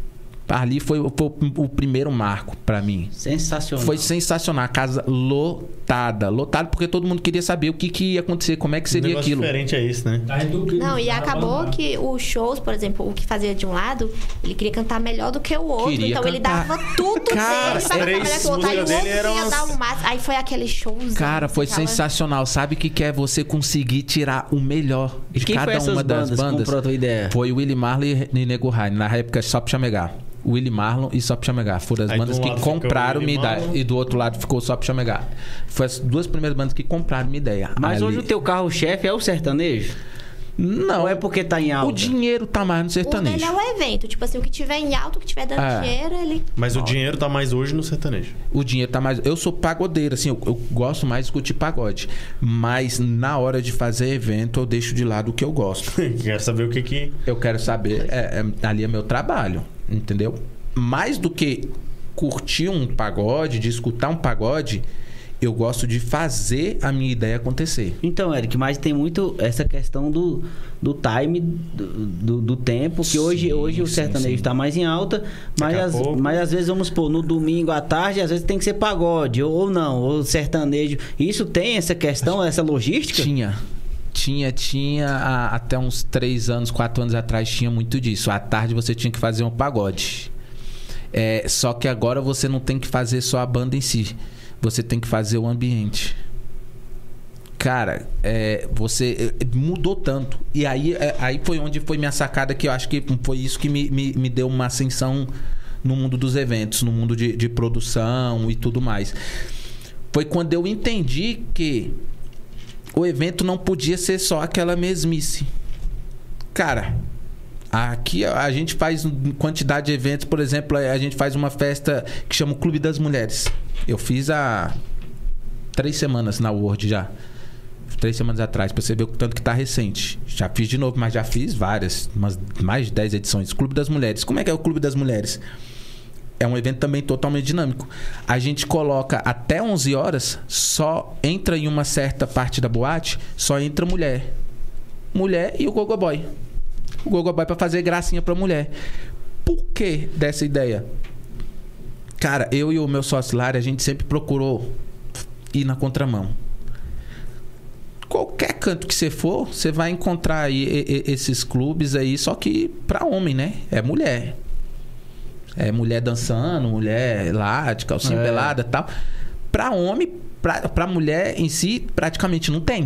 ali foi, foi o primeiro marco pra mim. Sensacional. Foi sensacional. A casa lotada. Lotada porque todo mundo queria saber o que, que ia acontecer, como é que Um seria negócio aquilo. diferente é isso, né? Tá reduzindo, Não, e tá acabou abandonado. que os shows, por exemplo, o que fazia de um lado, ele queria cantar melhor do que o outro. Queria então ele cantar. dava tudo Cara, dele pra cantar três melhor que o outro. Aí o músicas outro dele eram ia dar as- um máximo. Aí foi aquele showzão. Cara, foi aquela- sensacional. Sabe o que, que é você conseguir tirar o melhor E de quem foi cada essas uma das bandas? bandas? Comprou a tua ideia? Foi o Willie Marley e Nego Raine. Na época, Sop Chamegá. Willie Marlon e Sop Chamegá. Foram as Aí, bandas de um que lado ficou compraram o Willie minha ideia. Marlon. E do outro lado ficou o Sop Chamegá. Foi as duas primeiras bandas que compraram minha ideia. Mas Ali- hoje o teu carro-chefe é o sertanejo? Não, Ou é porque tá em alta? o dinheiro tá mais no O dele sertanejo. é o evento. Tipo assim, o que tiver em alto, o que tiver dando É. dinheiro, ele... Mas o dinheiro tá mais hoje no sertanejo. O dinheiro tá mais. Eu sou pagodeiro, assim, eu, eu gosto mais de discutir pagode. Mas na hora de fazer evento, eu deixo de lado o que eu gosto. Quero saber o que que... Eu quero saber. É, é, ali é meu trabalho, entendeu? Mais do que curtir um pagode, de escutar um pagode, eu gosto de fazer a minha ideia acontecer. Então, Eric, mas tem muito essa questão do, do time, do, do, do tempo, que Sim, hoje, hoje o sim, sertanejo sim. tá mais em alta, mas, Daqui a as- pouco. mas às vezes, vamos supor, no domingo à tarde, às vezes tem que ser pagode, ou, ou não, ou sertanejo. Isso tem essa questão, essa logística? Tinha. Tinha, tinha. a- Até uns três anos, quatro anos atrás, tinha muito disso. À tarde você tinha que fazer um pagode. É, só que agora você não tem que fazer só a banda em si. Você tem que fazer o ambiente. Cara, é, você é, mudou tanto. E aí, é, aí foi onde foi minha sacada, que eu acho que foi isso que me, me, me deu uma ascensão no mundo dos eventos, no mundo de, de produção e tudo mais. Foi quando eu entendi que o evento não podia ser só aquela mesmice. Cara, aqui a gente faz quantidade de eventos. Por exemplo, a gente faz uma festa que chama o Clube das Mulheres. Eu fiz há três semanas na World já. Três semanas atrás, pra você ver o tanto que tá recente. Já fiz de novo, mas já fiz várias, umas mais de dez edições. Clube das Mulheres. Como é que é o Clube das Mulheres? É um evento também totalmente dinâmico. A gente coloca até onze horas, só entra em uma certa parte da boate, só entra mulher. Mulher e o Gogo Boy. O Gogo Boy pra fazer gracinha pra mulher. Por que dessa ideia? Cara, eu e o meu sócio Lari, a gente sempre procurou ir na contramão. Qualquer canto que você for, você vai encontrar aí e- e- esses clubes aí, só que pra homem, né? É mulher. É mulher dançando, mulher lá, de calcinha É. pelada e tal. Pra homem, pra, pra mulher em si, praticamente não tem.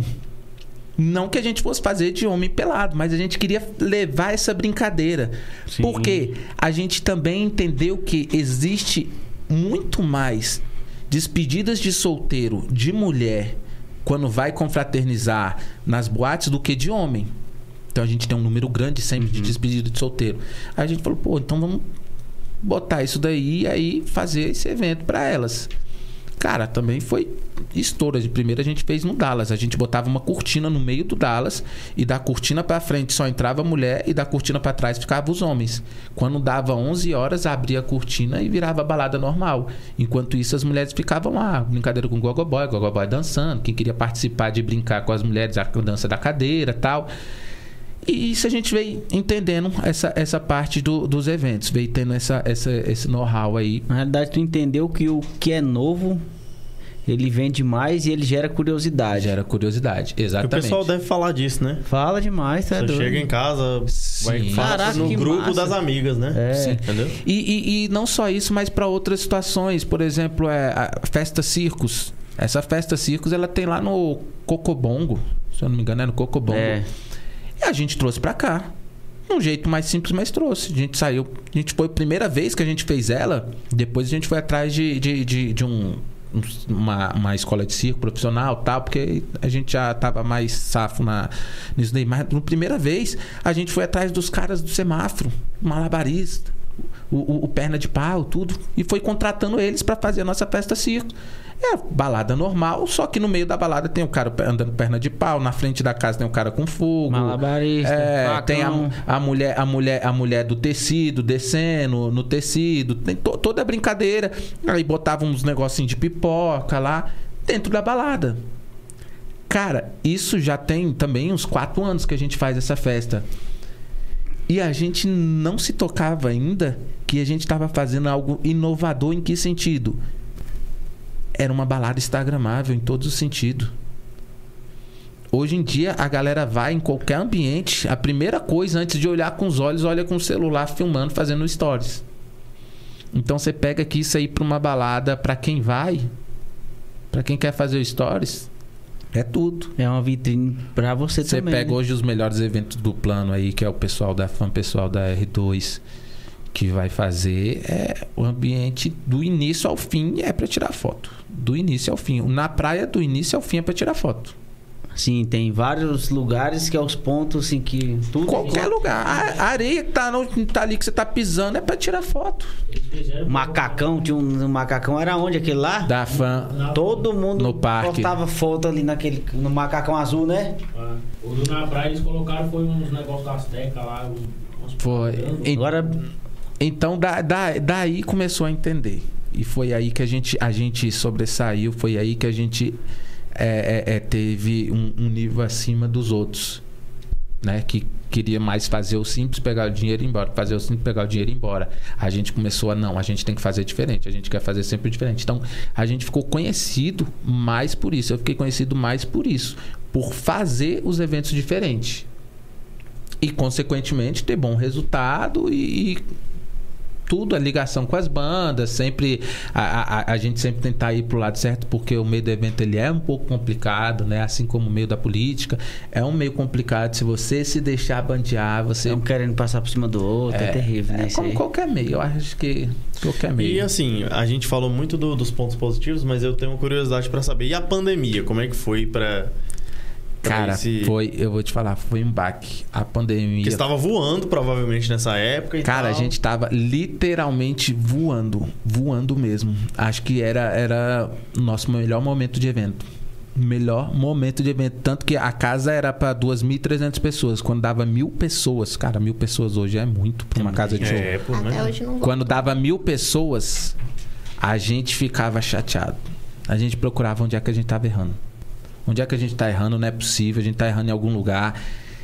Não que a gente fosse fazer de homem pelado, mas a gente queria levar essa brincadeira. Sim. Porque a gente também entendeu que existe muito mais despedidas de solteiro de mulher quando vai confraternizar nas boates do que de homem. Então a gente tem um número grande sempre de despedida de solteiro. Aí a gente falou, pô, então vamos botar isso daí e aí fazer esse evento para elas. Cara, também foi estouro. De primeira a gente fez no Dallas. A gente botava uma cortina no meio do Dallas e da cortina pra frente só entrava a mulher e da cortina pra trás ficava os homens. Quando dava onze horas, abria a cortina e virava balada normal. Enquanto isso, as mulheres ficavam lá, brincadeira com o gogoboy, gogoboy dançando. Quem queria participar de brincar com as mulheres, a dança da cadeira e tal. E isso a gente veio entendendo essa, essa parte do, dos eventos, veio tendo essa, essa, esse know-how aí. Na realidade, tu entendeu que o que é novo, ele vende mais e ele gera curiosidade. Gera curiosidade, E o exatamente. pessoal deve falar disso, né? Fala demais, tá Você doido. chega em casa, vai Sim. falar Caraca, no que grupo massa. das amigas, né? É. Sim. Entendeu? E, e, e não só isso, mas para outras situações. Por exemplo, é a festa circos. Essa festa circos, ela tem lá no Cocobongo. Se eu não me engano, é no Cocobongo. É. E a gente trouxe pra cá. De um jeito mais simples, mas trouxe. A gente saiu. A gente foi a primeira vez que a gente fez ela. Depois a gente foi atrás de, de, de, de um, um- uma, uma escola de circo profissional, tal, porque a gente já tava mais safo na, nisso daí. Mas na primeira vez, a gente foi atrás dos caras do semáforo, malabarista, o, o, o perna de pau, tudo. E foi contratando eles pra fazer a nossa festa circo. É balada normal, só que no meio da balada tem o cara andando perna de pau, na frente da casa tem o cara com fogo. Malabarista, É, facão. tem a, a mulher, a mulher, a mulher do tecido descendo no tecido, tem to- toda a brincadeira. Aí botava uns negocinhos de pipoca lá dentro da balada. Cara, isso já tem também uns quatro anos que a gente faz essa festa. E a gente não se tocava ainda que a gente estava fazendo algo inovador. Em que sentido? Era uma balada instagramável em todos os sentidos. Hoje em dia, a galera vai em qualquer ambiente, a primeira coisa, antes de olhar com os olhos, olha com o celular filmando, fazendo stories. Então você pega aqui isso aí para uma balada, para quem vai, para quem quer fazer stories, é tudo. É uma vitrine pra você, Você também. pega né? hoje os melhores eventos do plano aí, que é o pessoal da F A M, pessoal da R dois, que vai fazer é o ambiente do início ao fim é para tirar foto. Do início ao fim. Na praia, do início ao fim é para tirar foto. Sim, tem vários lugares que é os pontos assim que tudo Qualquer lugar. A a areia que tá, no, tá ali que você tá pisando é para tirar foto. Eles fizeram Macacão, tinha um, um macacão, era onde aquele lá? Da F A M. Todo mundo No parque. postava foto ali naquele, no macacão azul, né? Ah, o do na praia eles colocaram foi uns negócios das tecas lá. Uns, uns Foi. propaganda. Em- Agora, Então, da, da, daí começou a entender. E foi aí que a gente, a gente sobressaiu, foi aí que a gente é, é, é, teve um, um nível acima dos outros. Né? Que queria mais fazer o simples, pegar o dinheiro e ir embora. Fazer o simples, pegar o dinheiro e ir embora. A gente começou a, não, a gente tem que fazer diferente. A gente quer fazer sempre diferente. Então, a gente ficou conhecido mais por isso. Eu fiquei conhecido mais por isso. Por fazer os eventos diferentes. E, consequentemente, ter bom resultado e... e tudo, a ligação com as bandas, sempre a, a, a gente sempre tentar ir pro lado certo, porque o meio do evento ele é um pouco complicado, né? Assim como o meio da política, é um meio complicado. Se você se deixar bandear, você um querendo passar por cima do outro, é, terrível, né? é Isso como aí. qualquer meio, eu acho que qualquer meio. E assim, a gente falou muito do- dos pontos positivos, mas eu tenho curiosidade pra saber. E a pandemia, como é que foi pra... pra Cara, esse... foi, eu vou te falar, foi um baque. A pandemia. Porque estava voando, provavelmente, nessa época e Cara, a tal. gente tava literalmente voando, voando mesmo. Acho que era era o nosso melhor momento de evento. Melhor momento de evento. Tanto que a casa era para duas mil e trezentas pessoas. Quando dava mil pessoas, cara, mil pessoas hoje é muito para uma casa de show. É, pô, Até né? hoje não vou. Quando dava mil pessoas, a gente ficava chateado. A gente procurava onde é que a gente tava errando. Onde é que a gente tá errando? Não é possível, a gente tá errando em algum lugar.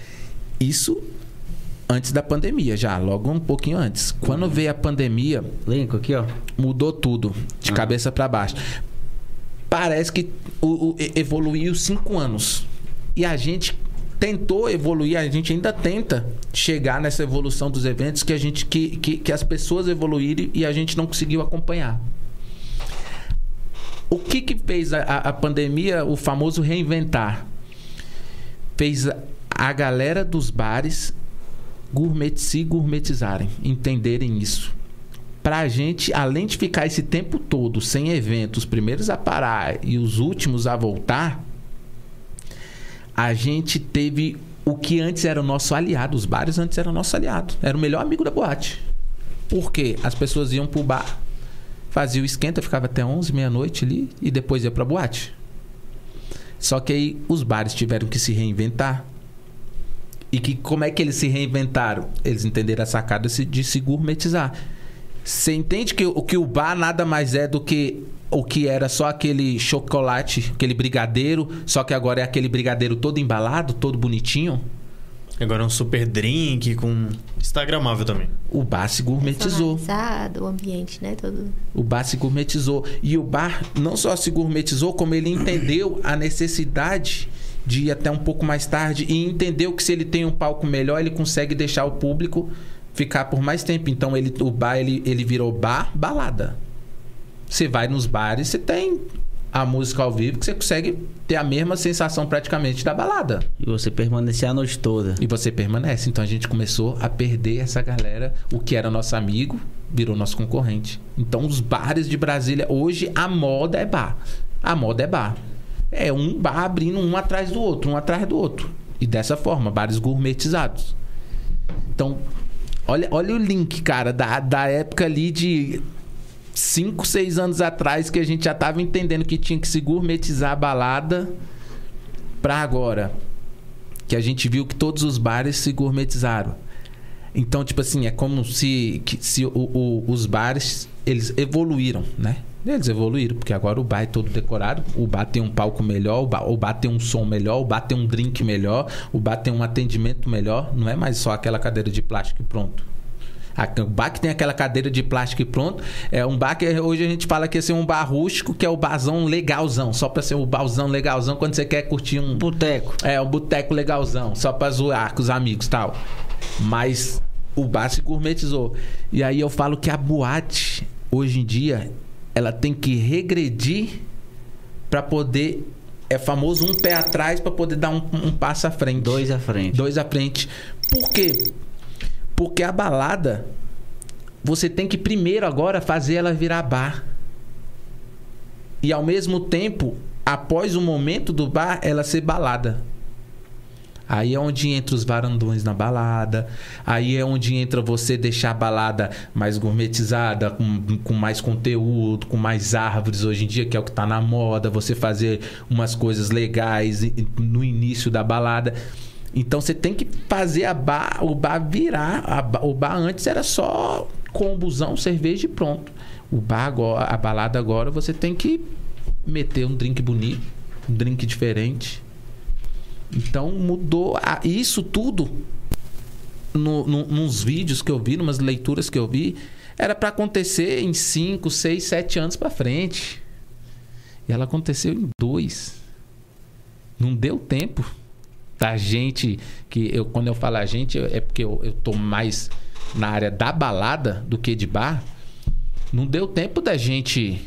Isso antes da pandemia, já, logo um pouquinho antes. Quando veio a pandemia, Lincoln aqui, ó. mudou tudo, de Ah. cabeça para baixo. Parece que o, o- e- evoluiu cinco anos. E a gente tentou evoluir, a gente ainda tenta chegar nessa evolução dos eventos que a gente que, que, que as pessoas evoluíram e a gente não conseguiu acompanhar. O que que fez a, a pandemia, o famoso reinventar? Fez a, a galera dos bares gourmet, se gourmetizarem, entenderem isso. Pra gente, além de ficar esse tempo todo sem evento, os primeiros a parar e os últimos a voltar, a gente teve o que antes era o nosso aliado. Os bares antes eram o nosso aliado. Era o melhor amigo da boate. Por quê? As pessoas iam pro bar, faziam o esquenta, ficava até onze, meia-noite ali e depois ia pra boate. Só que aí os bares tiveram que se reinventar. E que, como é que eles se reinventaram? Eles entenderam a sacada de se gourmetizar. Você entende que, que o bar nada mais é do que o que era só aquele chocolate, aquele brigadeiro, só que agora é aquele brigadeiro todo embalado, todo bonitinho? Agora é um super drink com instagramável também. O bar se gourmetizou. O ambiente, né? Todo... O bar se gourmetizou. E o bar não só se gourmetizou, como ele entendeu a necessidade de ir até um pouco mais tarde e entendeu que se ele tem um palco melhor, ele consegue deixar o público ficar por mais tempo. Então ele, o bar ele, ele virou bar, balada. Você vai nos bares, você tem a música ao vivo que você consegue ter a mesma sensação praticamente da balada. E você permanecer a noite toda. E você permanece. Então a gente começou a perder essa galera. O que era nosso amigo virou nosso concorrente. Então os bares de Brasília, hoje a moda é bar. A moda é bar. É um bar abrindo um atrás do outro, um atrás do outro. E dessa forma, bares gourmetizados. Então, olha, olha o link, cara, da, da época ali de cinco, seis anos atrás, que a gente já tava entendendo que tinha que se gourmetizar a balada, pra agora. Que a gente viu que todos os bares se gourmetizaram. Então, tipo assim, é como se, que, se o, o, os bares, eles evoluíram, né? Eles evoluíram, porque agora o bar é todo decorado, o bar tem um palco melhor, o bar, o bar tem um som melhor, o bar tem um drink melhor, o bar tem um atendimento melhor. Não é mais só aquela cadeira de plástico e pronto. O bar que tem aquela cadeira de plástico e pronto é um bar que hoje a gente fala que é ser um bar rústico, que é o barzão legalzão, só pra ser o barzão legalzão quando você quer curtir um boteco. É, um boteco legalzão, só pra zoar com os amigos e tal. Mas o bar se gourmetizou. E aí eu falo que a boate, hoje em dia, ela tem que regredir pra poder... É famoso um pé atrás pra poder dar um, um passo à frente. Dois à frente. Dois à frente. Por quê? Porque a balada, você tem que primeiro agora fazer ela virar bar. E ao mesmo tempo, após o momento do bar, ela ser balada. Aí é onde entra os varandões na balada. Aí é onde entra você deixar a balada mais gourmetizada, com, com mais conteúdo, com mais árvores hoje em dia, que é o que está na moda. Você fazer umas coisas legais no início da balada. Então você tem que fazer a bar, o bar virar. A, o bar antes era só combusão, cerveja e pronto. O bar agora, a balada agora, você tem que meter um drink bonito, um drink diferente. Então mudou a, isso tudo no, no, nos vídeos que eu vi, numas leituras que eu vi, era para acontecer em cinco, seis, sete anos para frente. E ela aconteceu em dois. Não deu tempo da gente, que eu, quando eu falo a gente, é porque eu, eu tô mais na área da balada do que de bar. Não deu tempo da gente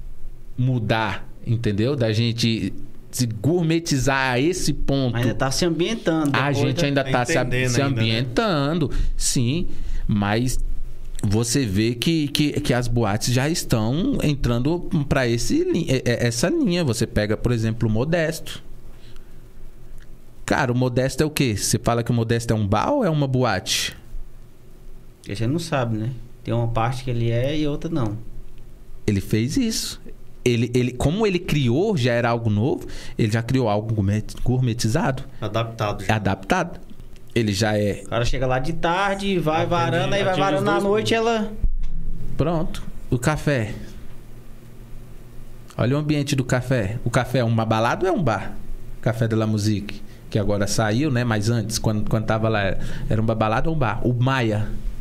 mudar, entendeu? Da gente se gourmetizar a esse ponto. Ainda tá se ambientando. A gente ainda tá se, se ambientando, né? Sim, mas você vê que, que, que as boates já estão entrando para essa linha. Você pega, por exemplo, o Modesto. Cara, o Modesto é o quê? Você fala que o Modesto é um bar ou é uma boate? A gente não sabe, né? Tem uma parte que ele é e outra não. Ele fez isso. Ele, ele, como ele criou, já era algo novo, ele já criou algo gourmetizado. Adaptado. Já. Adaptado. Ele já é... O cara chega lá de tarde, vai Atendi, varando, aí vai varando à noite, ela... Pronto. O café. Olha o ambiente do café. O café é uma balada ou é um bar? Café de la Musique, que agora saiu, né? Mas antes, quando, quando tava lá, era uma balada ou um bar? O Maia.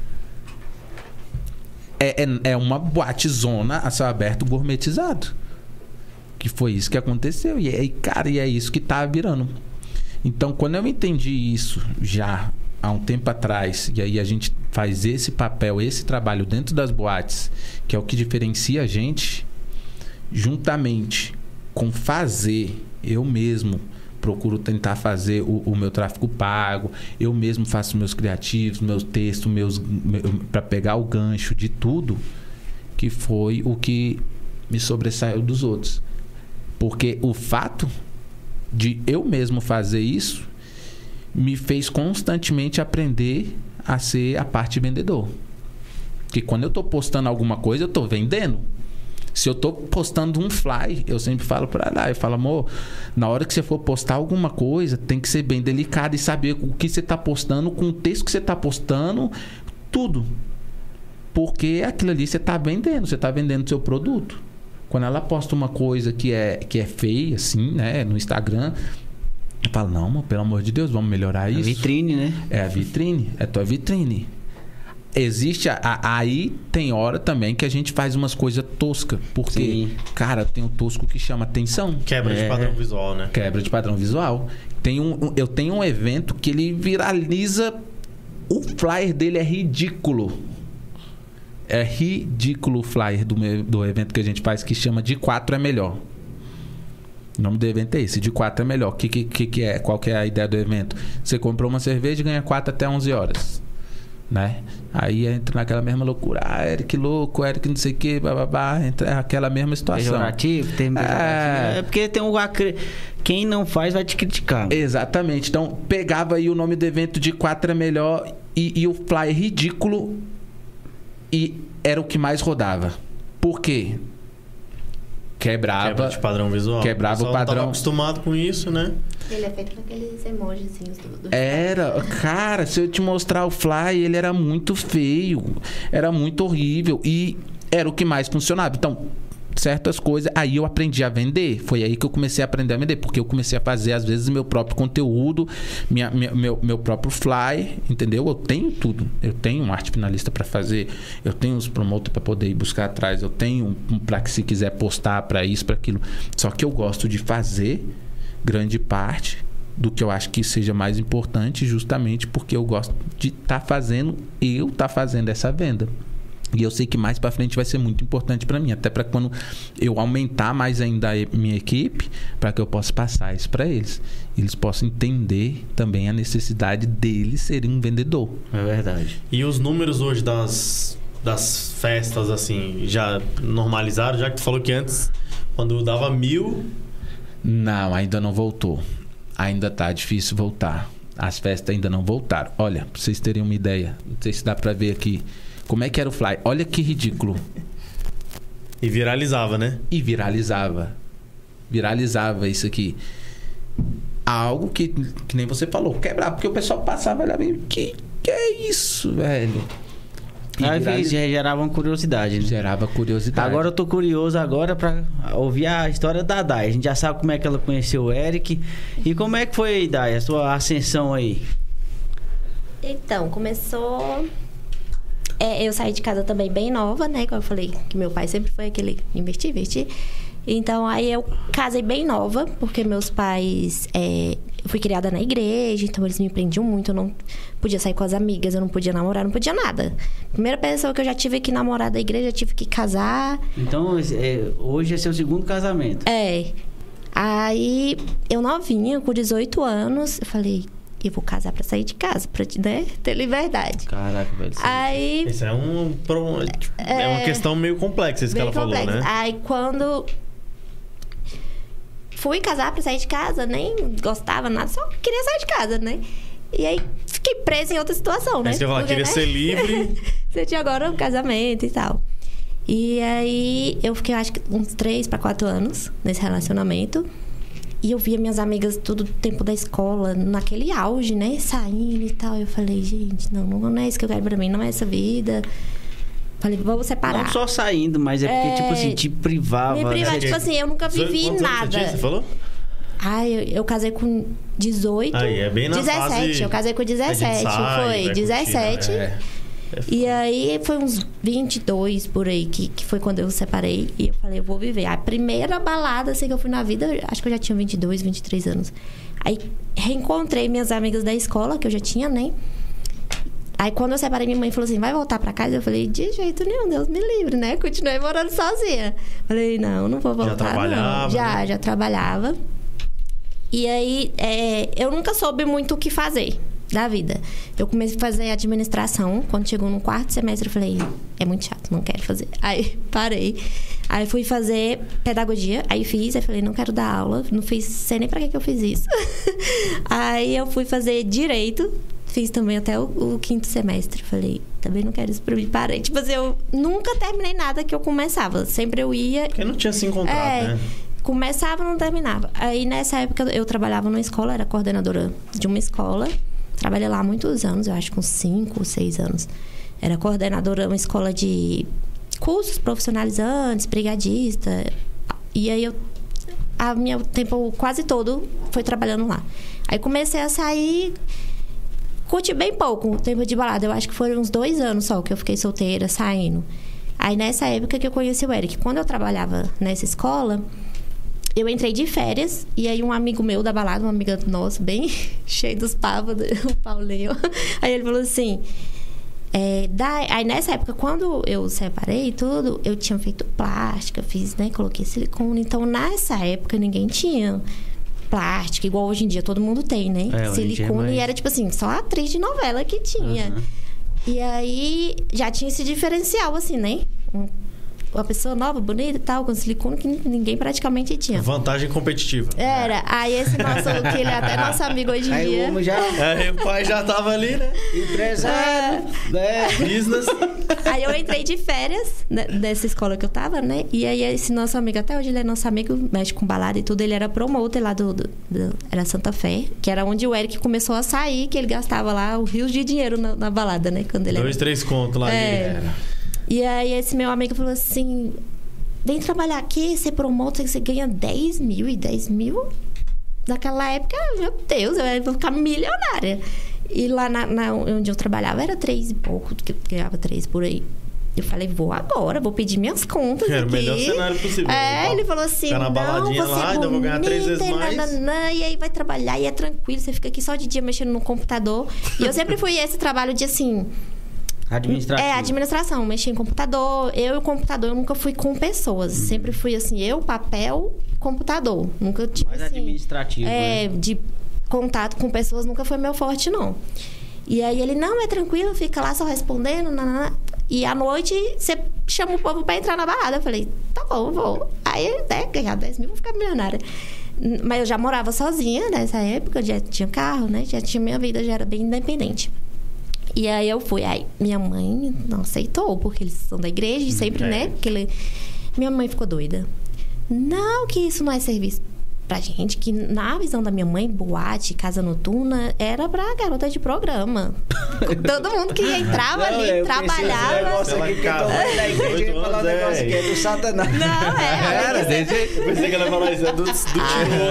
É, é, é uma boatezona a céu aberto gourmetizado. Que foi isso que aconteceu. E aí, cara, e é isso que tá virando. Então, quando eu entendi isso já há um tempo atrás, e aí a gente faz esse papel, esse trabalho dentro das boates, que é o que diferencia a gente, juntamente com fazer, eu mesmo procuro tentar fazer o, o meu tráfego pago, eu mesmo faço meus criativos, meus textos, meus, meu, para pegar o gancho de tudo, que foi o que me sobressaiu dos outros. Porque o fato de eu mesmo fazer isso me fez constantemente aprender a ser a parte vendedor. Porque quando eu estou postando alguma coisa, eu estou vendendo. Se eu estou postando um fly, eu sempre falo para lá, eu falo, amor, na hora que você for postar alguma coisa, tem que ser bem delicado e saber o que você está postando, com o texto que você está postando, tudo. Porque aquilo ali você está vendendo, você está vendendo o seu produto. Quando ela posta uma coisa que é, que é feia, assim, né, no Instagram, eu falo, não, mano, pelo amor de Deus, vamos melhorar isso. A vitrine, né? É a vitrine, é a tua vitrine. Existe, a, a, aí tem hora também que a gente faz umas coisas toscas. Porque, Sim. cara, tem um tosco que chama atenção. Quebra É. de padrão visual, né? Quebra de padrão visual. Tem um, um- eu tenho um evento que ele viraliza. O flyer dele é ridículo. É ridículo o flyer do, meu- do evento que a gente faz, que chama De Quatro é Melhor. O nome do evento é esse, De Quatro é Melhor. O que, que, que que é? Qual que é a ideia do evento? Você comprou uma cerveja e ganha quatro até onze horas. Né? Aí entra naquela mesma loucura. Ah, Eric louco, Eric não sei o que, bababá. Entra aquela mesma situação. Pejorativo, termo É. pejorativo. É porque tem um... acre- Quem não faz vai te criticar. Exatamente. Então, pegava aí o nome do evento De Quatro é Melhor e, e o flyer ridículo, e era o que mais rodava. Por quê? Quebrava. Quebra de padrão visual. Quebrava o pessoal não padrão. tava acostumado com isso, né? Ele é feito com aqueles emojizinhos do... do... Era, cara, se eu te mostrar o fly, ele era muito feio, era muito horrível e era o que mais funcionava. Então, certas coisas, aí eu aprendi a vender. Foi aí que eu comecei a aprender a vender, porque eu comecei a fazer, às vezes, meu próprio conteúdo, minha, minha- meu, meu próprio fly, entendeu? Eu tenho tudo. Eu tenho um arte finalista para fazer, eu tenho os promotores para poder ir buscar atrás, eu tenho um para que se quiser postar para isso, para aquilo. Só que eu gosto de fazer grande parte do que eu acho que seja mais importante, justamente porque eu gosto de estar fazendo, eu estar fazendo essa venda. E eu sei que mais para frente vai ser muito importante para mim, até para quando eu aumentar mais ainda a minha equipe, para que eu possa passar isso para eles. Eles possam entender também a necessidade deles serem um vendedor. É verdade. E os números hoje das, das festas, assim, já normalizaram? Já que tu falou que antes, quando dava mil... Não, ainda não voltou. Ainda tá difícil voltar. As festas ainda não voltaram. Olha, pra vocês terem uma ideia, não sei se dá para ver aqui como é que era o fly. Olha que ridículo. E viralizava, né? E viralizava. Viralizava isso aqui. Algo que, que nem você falou, quebrar, porque o pessoal passava e olhava e que que é isso, velho? E Aí viraliz- fez- gerava uma curiosidade, né? gerava curiosidade. Agora eu tô curioso agora pra ouvir a história da Dai. A gente já sabe como é que ela conheceu o Eric. E como é que foi, Dai, a sua ascensão aí? Então, começou... É, eu saí de casa também bem nova, né? Como eu falei, que meu pai sempre foi aquele investir, investir. Então, aí eu casei bem nova, porque meus pais... É, eu fui criada na igreja, então eles me prendiam muito. Eu não podia sair com as amigas, eu não podia namorar, não podia nada. Primeira pessoa que eu já tive que namorar da igreja, eu tive que casar. Então, é, hoje é seu segundo casamento. É. Aí, eu novinha, com dezoito anos, eu falei... Eu vou casar pra sair de casa, pra né, ter liberdade. Caraca, velho. você- Aí... Isso é um... pro- É uma questão meio complexa, isso que Bem ela falou, complexo. né? Aí quando fui casar pra sair de casa, nem gostava nada, só queria sair de casa, né? E aí fiquei presa em outra situação, né? Aí você fala, Porque, queria né? ser livre. Você tinha agora um casamento e tal. E aí eu fiquei, acho que uns três pra quatro anos nesse relacionamento. E eu via minhas amigas todo o tempo da escola, naquele auge, né? Saindo e tal. Eu falei, gente, não, não é isso que eu quero pra mim, não é essa vida. Falei, vamos separar. Não só saindo, mas é porque, É, tipo assim, te privava. Me privava, né? tipo assim, eu nunca vivi Quantos anos você tinha, nada. você falou? Ai, eu, eu casei com dezoito. Aí, é bem na dezessete. fase- Eu casei com a gente dezessete. sai, Foi, vai dezessete. curtir, né? É E aí foi uns vinte e dois por aí, que, que foi quando eu separei. E eu falei, eu vou viver. A primeira balada assim, que eu fui na vida, acho que eu já tinha vinte e dois, vinte e três anos. Aí reencontrei minhas amigas da escola, que eu já tinha, né? Aí quando eu separei, minha mãe falou assim, vai voltar pra casa? Eu falei, de jeito nenhum, Deus me livre, né? Continuei morando sozinha. Falei, não, não vou voltar, Já trabalhava, não. Já, né? já trabalhava. E aí, é, eu nunca soube muito o que fazer da vida. Eu comecei a fazer administração. Quando chegou no quarto semestre, eu falei, é muito chato, não quero fazer. Aí, parei. Aí, fui fazer pedagogia. Aí, fiz. Aí, falei, não quero dar aula. Não fiz, sei nem pra que, que eu fiz isso. Aí, eu fui fazer direito. Fiz também até o, o quinto semestre. Falei, também não quero isso pra mim. Parei. Tipo assim, eu nunca terminei nada que eu começava. Sempre eu ia... Porque não tinha se encontrado, É, né? começava e não terminava. Aí, nessa época, eu trabalhava numa escola. Era coordenadora de uma escola. Trabalhei lá há muitos anos. Eu acho que uns cinco, seis anos. Era coordenadora de uma escola de cursos profissionalizantes, brigadista. E aí, eu... A minha tempo quase todo foi trabalhando lá. Aí, comecei a sair... Curti bem pouco o tempo de balada. Eu acho que foram uns dois anos só que eu fiquei solteira, saindo. Aí, nessa época que eu conheci o Eric. Quando eu trabalhava nessa escola, eu entrei de férias. E aí, um amigo meu da balada, uma amiga nossa, bem cheio dos pavos, o Paulinho. Aí, ele falou assim... É, da, aí, nessa época, quando eu separei tudo, eu tinha feito plástica, fiz, né? Coloquei silicone. Então, nessa época, ninguém tinha... plástica, igual hoje em dia todo mundo tem, né? É, Silicone, mais... e era tipo assim, só a atriz de novela que tinha. Uhum. E aí já tinha esse diferencial, assim, né? Um, uma pessoa nova, bonita e tal, com silicone que ninguém praticamente tinha. Vantagem competitiva. Era. Aí esse nosso, que ele é até nosso amigo hoje em Aí dia. o homem já... Aí o pai já tava ali, né? Empresário, né? Business. Aí eu entrei de férias né, dessa escola que eu tava, né? E aí esse nosso amigo, até hoje ele é nosso amigo, mexe com balada e tudo. Ele era promoter lá do, do, do... Era Santa Fé, que era onde o Eric começou a sair, que ele gastava lá o rios de dinheiro na, na balada, né? Quando ele Dois, era... três contos lá. É. De... E aí esse meu amigo falou assim... Vem trabalhar aqui, ser promotor, você ganha dez mil. E dez mil... Naquela época, meu Deus, eu vou ficar milionária. E lá na, na, onde eu trabalhava era três e pouco, que eu ganhava três por aí. Eu falei, vou agora, vou pedir minhas contas Era aqui. o melhor cenário possível. É, ele falou assim, Ficar na não, baladinha você lá, é ainda vou ganhar três bonita, vezes mais. nananã, e aí vai trabalhar, e é tranquilo, você fica aqui só de dia mexendo no computador. E eu sempre fui esse trabalho de assim... Administrativo. É, administração, mexer em computador. Eu e o computador, eu nunca fui com pessoas. Uhum. Sempre fui assim, eu, papel, computador. Nunca tive Mais assim... administrativo, É, né? de contato com pessoas nunca foi meu forte, não. E aí ele, não, é tranquilo, fica lá só respondendo, nanana. E à noite, você chama o povo pra entrar na balada. Eu falei, tá bom, vou. Aí, né, ganhar dez mil, vou ficar milionária. Mas eu já morava sozinha nessa época, já tinha carro, né? Já tinha minha vida, já era bem independente. E aí eu fui. Aí minha mãe não aceitou, porque eles são da igreja, e sempre, É. né? Porque ele... Minha mãe ficou doida. Não, que isso não é serviço pra gente, que na visão da minha mãe, boate, casa noturna, era pra garota de programa. Todo mundo que entrava Não, ali, eu trabalhava. pensei nesse negócio aqui, que eu tô lá na igreja, eu ia falar um negócio que é do Satanás. Não, é. Era, além de ser- desde... Eu pensei que ela ia falar isso, é do, do tio.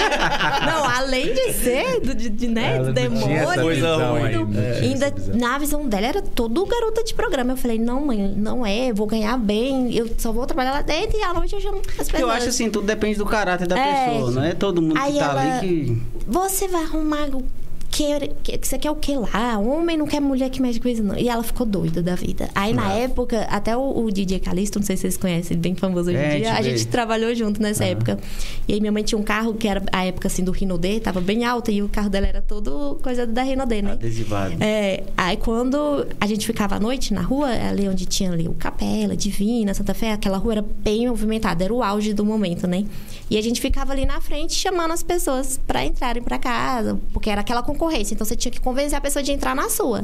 é, não, além de ser do, de, de, né, Ela do não tinha essa demônio. Coisa visão ruim. aí, não tinha essa Ainda visão. na visão dela era todo garota de programa. Eu falei, não, mãe, não é, vou ganhar bem, eu só vou trabalhar lá dentro e à noite eu chamo as pessoas. Eu acho assim, tudo depende do caráter da É. pessoa, não é todo mundo Aí que tá ela- ali que... Você vai arrumar o que, que você quer o que lá? Homem não quer mulher que mexe com isso, não. E ela ficou doida da vida. Aí, na época, até o, o D J Calixto, não sei se vocês conhecem, ele é bem famoso hoje É, em dia. A tive. gente trabalhou junto nessa época. E aí, minha mãe tinha um carro que era a época, assim, do Rinodê, tava bem alta. E o carro dela era todo coisa da Rinodê, né? Adesivado. É, aí quando a gente ficava à noite na rua, ali onde tinha ali o Capela, Divina, Santa Fé, aquela rua era bem movimentada, era o auge do momento, né? E a gente ficava ali na frente chamando as pessoas pra entrarem pra casa, porque era aquela concorrência, então você tinha que convencer a pessoa de entrar na sua.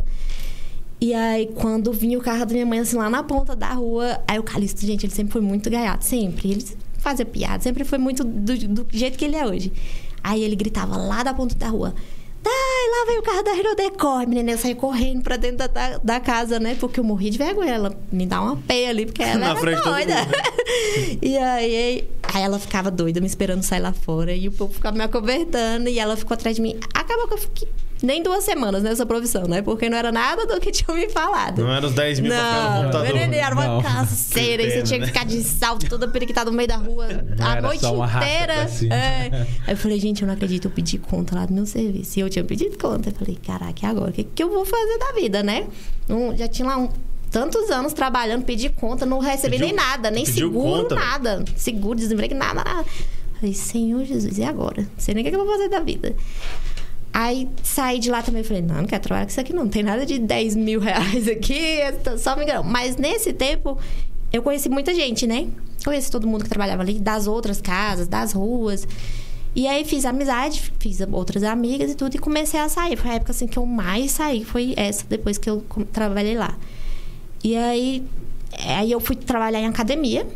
E aí, quando vinha o carro da minha mãe, assim, lá na ponta da rua, aí o Calixto, gente, ele sempre foi muito gaiato, sempre. Ele fazia piada, sempre foi muito do, do jeito que ele é hoje. Aí ele gritava lá da ponta da rua, ai, lá vem o carro da Rinodê, corre, menina. Eu saí correndo pra dentro da, da, da casa, né? Porque eu morri de vergonha. Ela me dá uma peia ali, porque ela Na era frente de todo doida. mundo, E aí, aí ela ficava doida, me esperando sair lá fora. E o povo ficava me acobertando. E ela ficou atrás de mim. Acabou que eu fiquei, nem duas semanas nessa profissão, né? Porque não era nada do que tinham me falado. Não era os dez mil pra ficar no Não, computador. era uma Não. canseira. E você tinha que ficar de salto, toda periquitada no meio da rua Não a era noite só uma raça inteira. pra cima. É. Aí eu falei, gente, eu não acredito, eu pedi conta lá do meu serviço. E eu tinha pedido conta. Eu falei, caraca, e agora? O que, que eu vou fazer da vida, né? Um, já tinha lá um, tantos anos trabalhando, pedi conta, não recebi Pediu- nem nada, nem pediu seguro, conta, nada. Seguro, desemprego, nada, nada. Falei, Senhor Jesus, e agora? Não sei nem o que, que eu vou fazer da vida. Aí saí de lá também, falei, não, não quero trabalhar com isso aqui não, não tem nada de dez mil reais aqui, só me engano. Mas nesse tempo, eu conheci muita gente, né? Conheci todo mundo que trabalhava ali, das outras casas, das ruas. E aí fiz amizade, fiz outras amigas e tudo, e comecei a sair. Foi a época assim que eu mais saí, foi essa, depois que eu trabalhei lá. E aí, aí eu fui trabalhar em academia.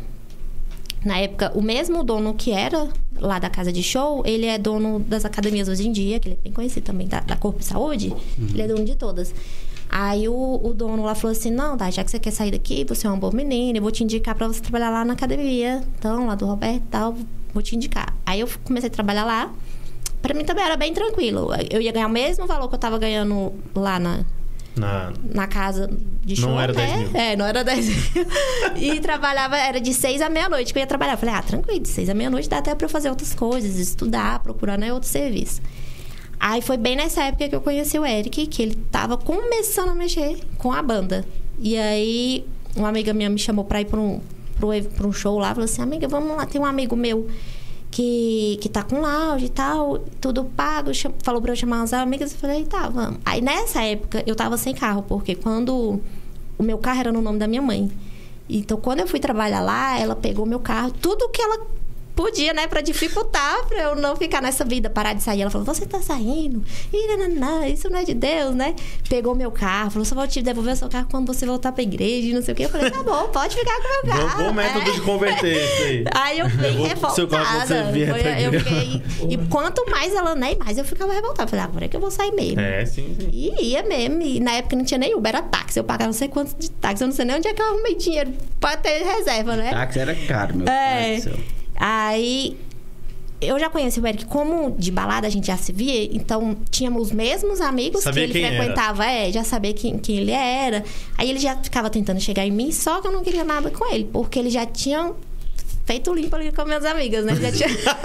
Na época, o mesmo dono que era lá da casa de show, ele é dono das academias hoje em dia, que ele é bem conhecido também, da, da Corpo e Saúde. Uhum. Ele é dono de todas. Aí o, o dono lá falou assim, não, tá, já que você quer sair daqui, você é uma boa menina, eu vou te indicar pra você trabalhar lá na academia. Então, lá do Roberto e tal, vou te indicar. Aí eu comecei a trabalhar lá. Pra mim também era bem tranquilo. Eu ia ganhar o mesmo valor que eu tava ganhando lá na... Na... na casa de show, Não era né? dez mil. É, não era dez mil. E trabalhava, era de seis à meia-noite que eu ia trabalhar. Eu falei, ah, tranquilo, de seis à meia-noite dá até pra eu fazer outras coisas, estudar, procurar, né, outro serviço. Aí foi bem nessa época que eu conheci o Eric, que ele tava começando a mexer com a banda. E aí, uma amiga minha me chamou pra ir pra um, pra um show lá, falou assim, amiga, vamos lá, tem um amigo meu que, que tá com lounge e tal, tudo pago, falou pra eu chamar umas amigas, eu falei, tá, vamos. Aí nessa época eu tava sem carro, porque quando o meu carro era no nome da minha mãe. Então quando eu fui trabalhar lá, ela pegou meu carro, tudo que ela podia, né, pra dificultar, pra eu não ficar nessa vida, parar de sair. Ela falou, você tá saindo? Ih, não, não, não, isso não é de Deus, né? Pegou meu carro, falou, só vou te devolver o seu carro quando você voltar pra igreja e não sei o quê. Eu falei, tá bom, pode ficar com meu carro. Bom, bom método é. de converter isso aí. Aí eu fiquei Levou revoltada. seu carro quando você vier Foi- pra eu igreja. fiquei... E quanto mais ela, né, mais eu ficava revoltada. Falei, agora é que eu vou sair mesmo. É, sim, sim. E ia mesmo. E na época não tinha nem Uber, era táxi. Eu pagava não sei quanto de táxi. Eu não sei nem onde é que eu arrumei dinheiro pra ter reserva, né? Táxi era caro, meu É. pai do céu. Aí eu já conheci o Eric, como de balada a gente já se via, então tínhamos os mesmos amigos Sabia que ele quem frequentava, é, já sabia quem, quem ele era. Aí ele já ficava tentando chegar em mim, só que eu não queria nada com ele, porque ele já tinha feito limpo ali com minhas amigas, né? Ele já tinha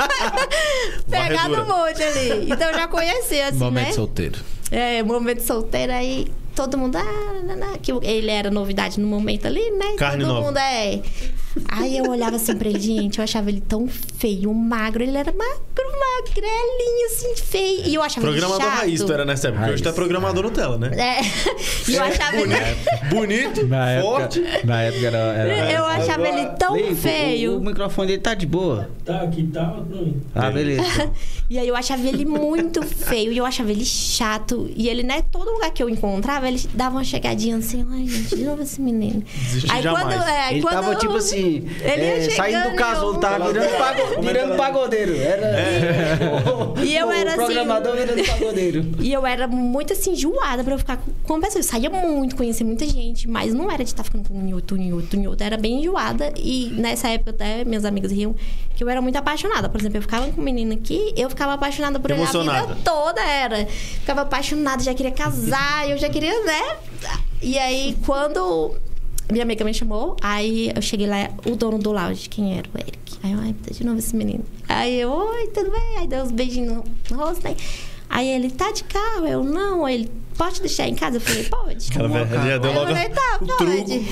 pegado Varredura. um monte ali. Então eu já conhecia, assim, Momento né? solteiro. É, momento solteiro, aí todo mundo, ah, não, não, que ele era novidade no momento ali, né? Carne todo nova. mundo é. Aí eu olhava assim pra ele, gente, eu achava ele tão feio, magro, ele era magro, magrelinho, assim, feio. E eu achava Programador ele chato. raiz, tu era nessa época. Raiz. Hoje tu é programador Nutella, né? É, e eu achava ele. Bonito, Na forte. época, na época era... era- Eu achava ele tão Limpo, feio. O, o microfone dele tá de boa. Tá aqui, tá. Ah, beleza. E aí eu achava ele muito feio e eu achava ele chato. E ele, né, todo lugar que eu encontrava, ele dava uma chegadinha assim, ai, gente, de novo esse menino. Desiste Aí jamais. quando, é, Ele quando tava eu- tipo assim, Ele ia é, saindo chegando do e casulo, eu- tava virando, pago, virando pagodeiro. Era, o, E eu o era assim- programador virando pagodeiro. E eu era muito assim, enjoada pra eu ficar com- com pessoas. Eu saía muito, conhecia muita gente, mas não era de estar ficando com um nhoto, um nhoto, um nhoto. Era bem enjoada. E nessa época até minhas amigas riam que eu era muito apaixonada. Por exemplo, eu ficava com um menino aqui, eu ficava apaixonada por ele a Emocionada. vida toda, era. Ficava apaixonada, já queria casar, eu já queria, né? E aí, quando minha amiga me chamou, aí eu cheguei lá, o dono do lounge, quem era? O Eric. Aí eu, ai, tá de novo esse menino. Aí eu, oi, tudo bem? Aí deu uns beijinhos no, no rosto, né? Aí ele, tá de carro? Eu, não. Aí ele, pode deixar em casa? Eu falei, pode. Aquela velha já deu Aí eu logo falei, tá, o pode. truco.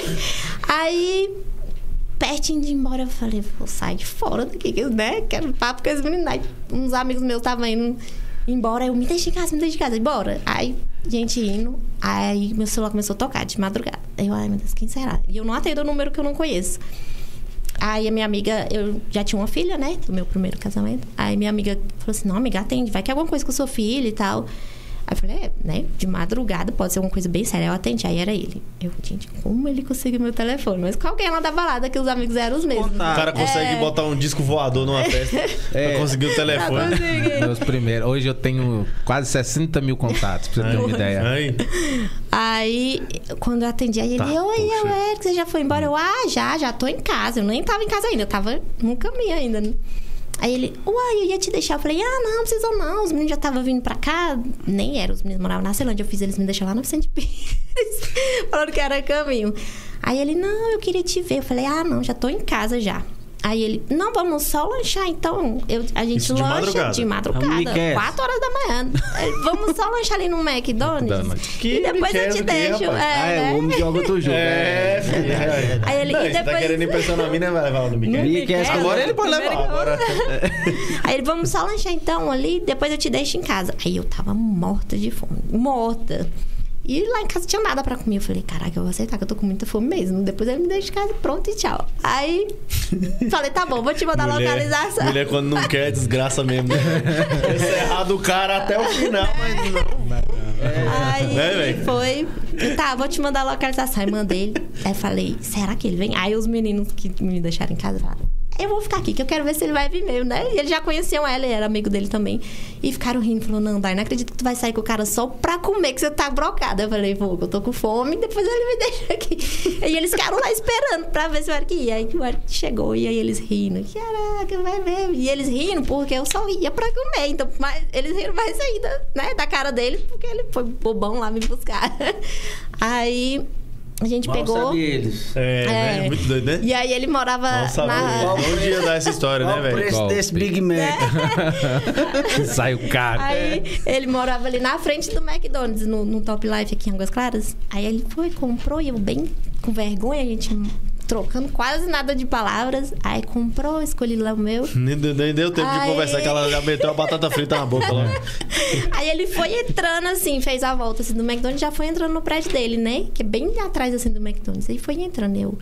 Aí, pertinho de ir embora, eu falei, vou sair fora daqui, que, né? Quero papo com esse menino. Aí uns amigos meus estavam indo embora. Eu, me deixa em casa, me deixa em casa. Bora. Aí, gente indo. Aí, meu celular começou a tocar de madrugada. Aí eu, ai, meu Deus, quem será? E eu não atendo o número que eu não conheço. Aí a minha amiga, eu já tinha uma filha, né? Do meu primeiro casamento. Aí minha amiga falou assim, não, amiga, atende. Vai que é alguma coisa com sua filha e tal. Aí eu falei, é, né? De madrugada, pode ser alguma coisa bem séria. Eu atendi. Aí era ele. Eu, gente, como ele conseguiu meu telefone? Mas com alguém lá da balada, que os amigos eram os mesmos. O cara consegue É. botar um disco voador numa festa É. pra conseguir o Pra telefone. conseguir. Meus primeiros. Hoje eu tenho quase sessenta mil contatos, pra você ter uma ideia. Aí, Aí, quando eu atendi, aí ele, Tá, oi, puxa. eu, Eric, você já foi embora? Eu, ah, já, já tô em casa. Eu nem tava em casa ainda, eu tava no caminho ainda. né? Aí ele, uai, eu ia te deixar. Eu falei, ah, não, não precisa não. Os meninos já estavam vindo pra cá. Nem eram, os meninos moravam na Ceilândia. Eu fiz eles me deixar lá no Vicente Pires. Falando que era caminho. Aí ele, não, eu queria te ver. Eu falei, ah, não, já tô em casa já. Aí ele, não, vamos só lanchar, então. Eu, a gente Isso de lancha madrugada. de madrugada, quatro horas da manhã. Aí, vamos só lanchar ali no McDonald's. Que e depois eu te que, deixo. rapaz? É, Ah, é, né? o homem joga outro jogo. É, filho. É. Aí ele, Não, e você tá depois... querendo impressionar a mim, né? Vai levar no Miguel. No Miguel, Miguel, agora ele pode levar. primeiro que- Agora... Aí ele, vamos só lanchar então ali, depois eu te deixo em casa. Aí eu tava morta de fome, morta. E lá em casa tinha nada pra comer. Eu falei, caraca, eu vou aceitar que eu tô com muita fome mesmo. Depois ele me deixa em casa, pronto e tchau. Aí, falei, tá bom, vou te mandar a localização. Mulher quando não quer, é desgraça mesmo. Encerrar do cara até o final, mas não. Aí Né, véi? foi, tá, vou te mandar a localização. Aí mandei ele. Aí falei, será que ele vem? Aí os meninos que me deixaram em casa falaram, eu vou ficar aqui, que eu quero ver se ele vai vir mesmo, né? E eles já conheciam ela, ele era amigo dele também. E ficaram rindo, falou, não, Dai, não acredito que tu vai sair com o cara só pra comer, que você tá brocada. Eu falei, pô, eu tô com fome, depois ele me deixa aqui. E eles ficaram lá esperando pra ver se o Eric ia. Aí o Eric chegou, e aí eles rindo, caraca, vai ver. E eles rindo porque eu só ia pra comer. Então, mas eles riram mais ainda, né, da cara dele, porque ele foi bobão lá me buscar. Aí... A gente Mal pegou... sabe eles. É, É. né? Muito doido, né? E aí ele morava Nossa, na... um dia dar essa história, Qual né, o velho? preço Qual? desse Big Mac? Saiu caro. Aí ele morava ali na frente do McDonald's, no, no Top Life aqui em Águas Claras. Aí ele foi, comprou, e eu bem com vergonha, a gente trocando quase nada de palavras. Aí comprou, escolhi lá o meu. Nem deu, nem deu tempo de Aí- conversar, que ela já meteu a batata frita na boca lá. Aí ele foi entrando assim, fez a volta assim, do McDonald's, já foi entrando no prédio dele, né? Que é bem atrás assim do McDonald's. Aí foi entrando, eu...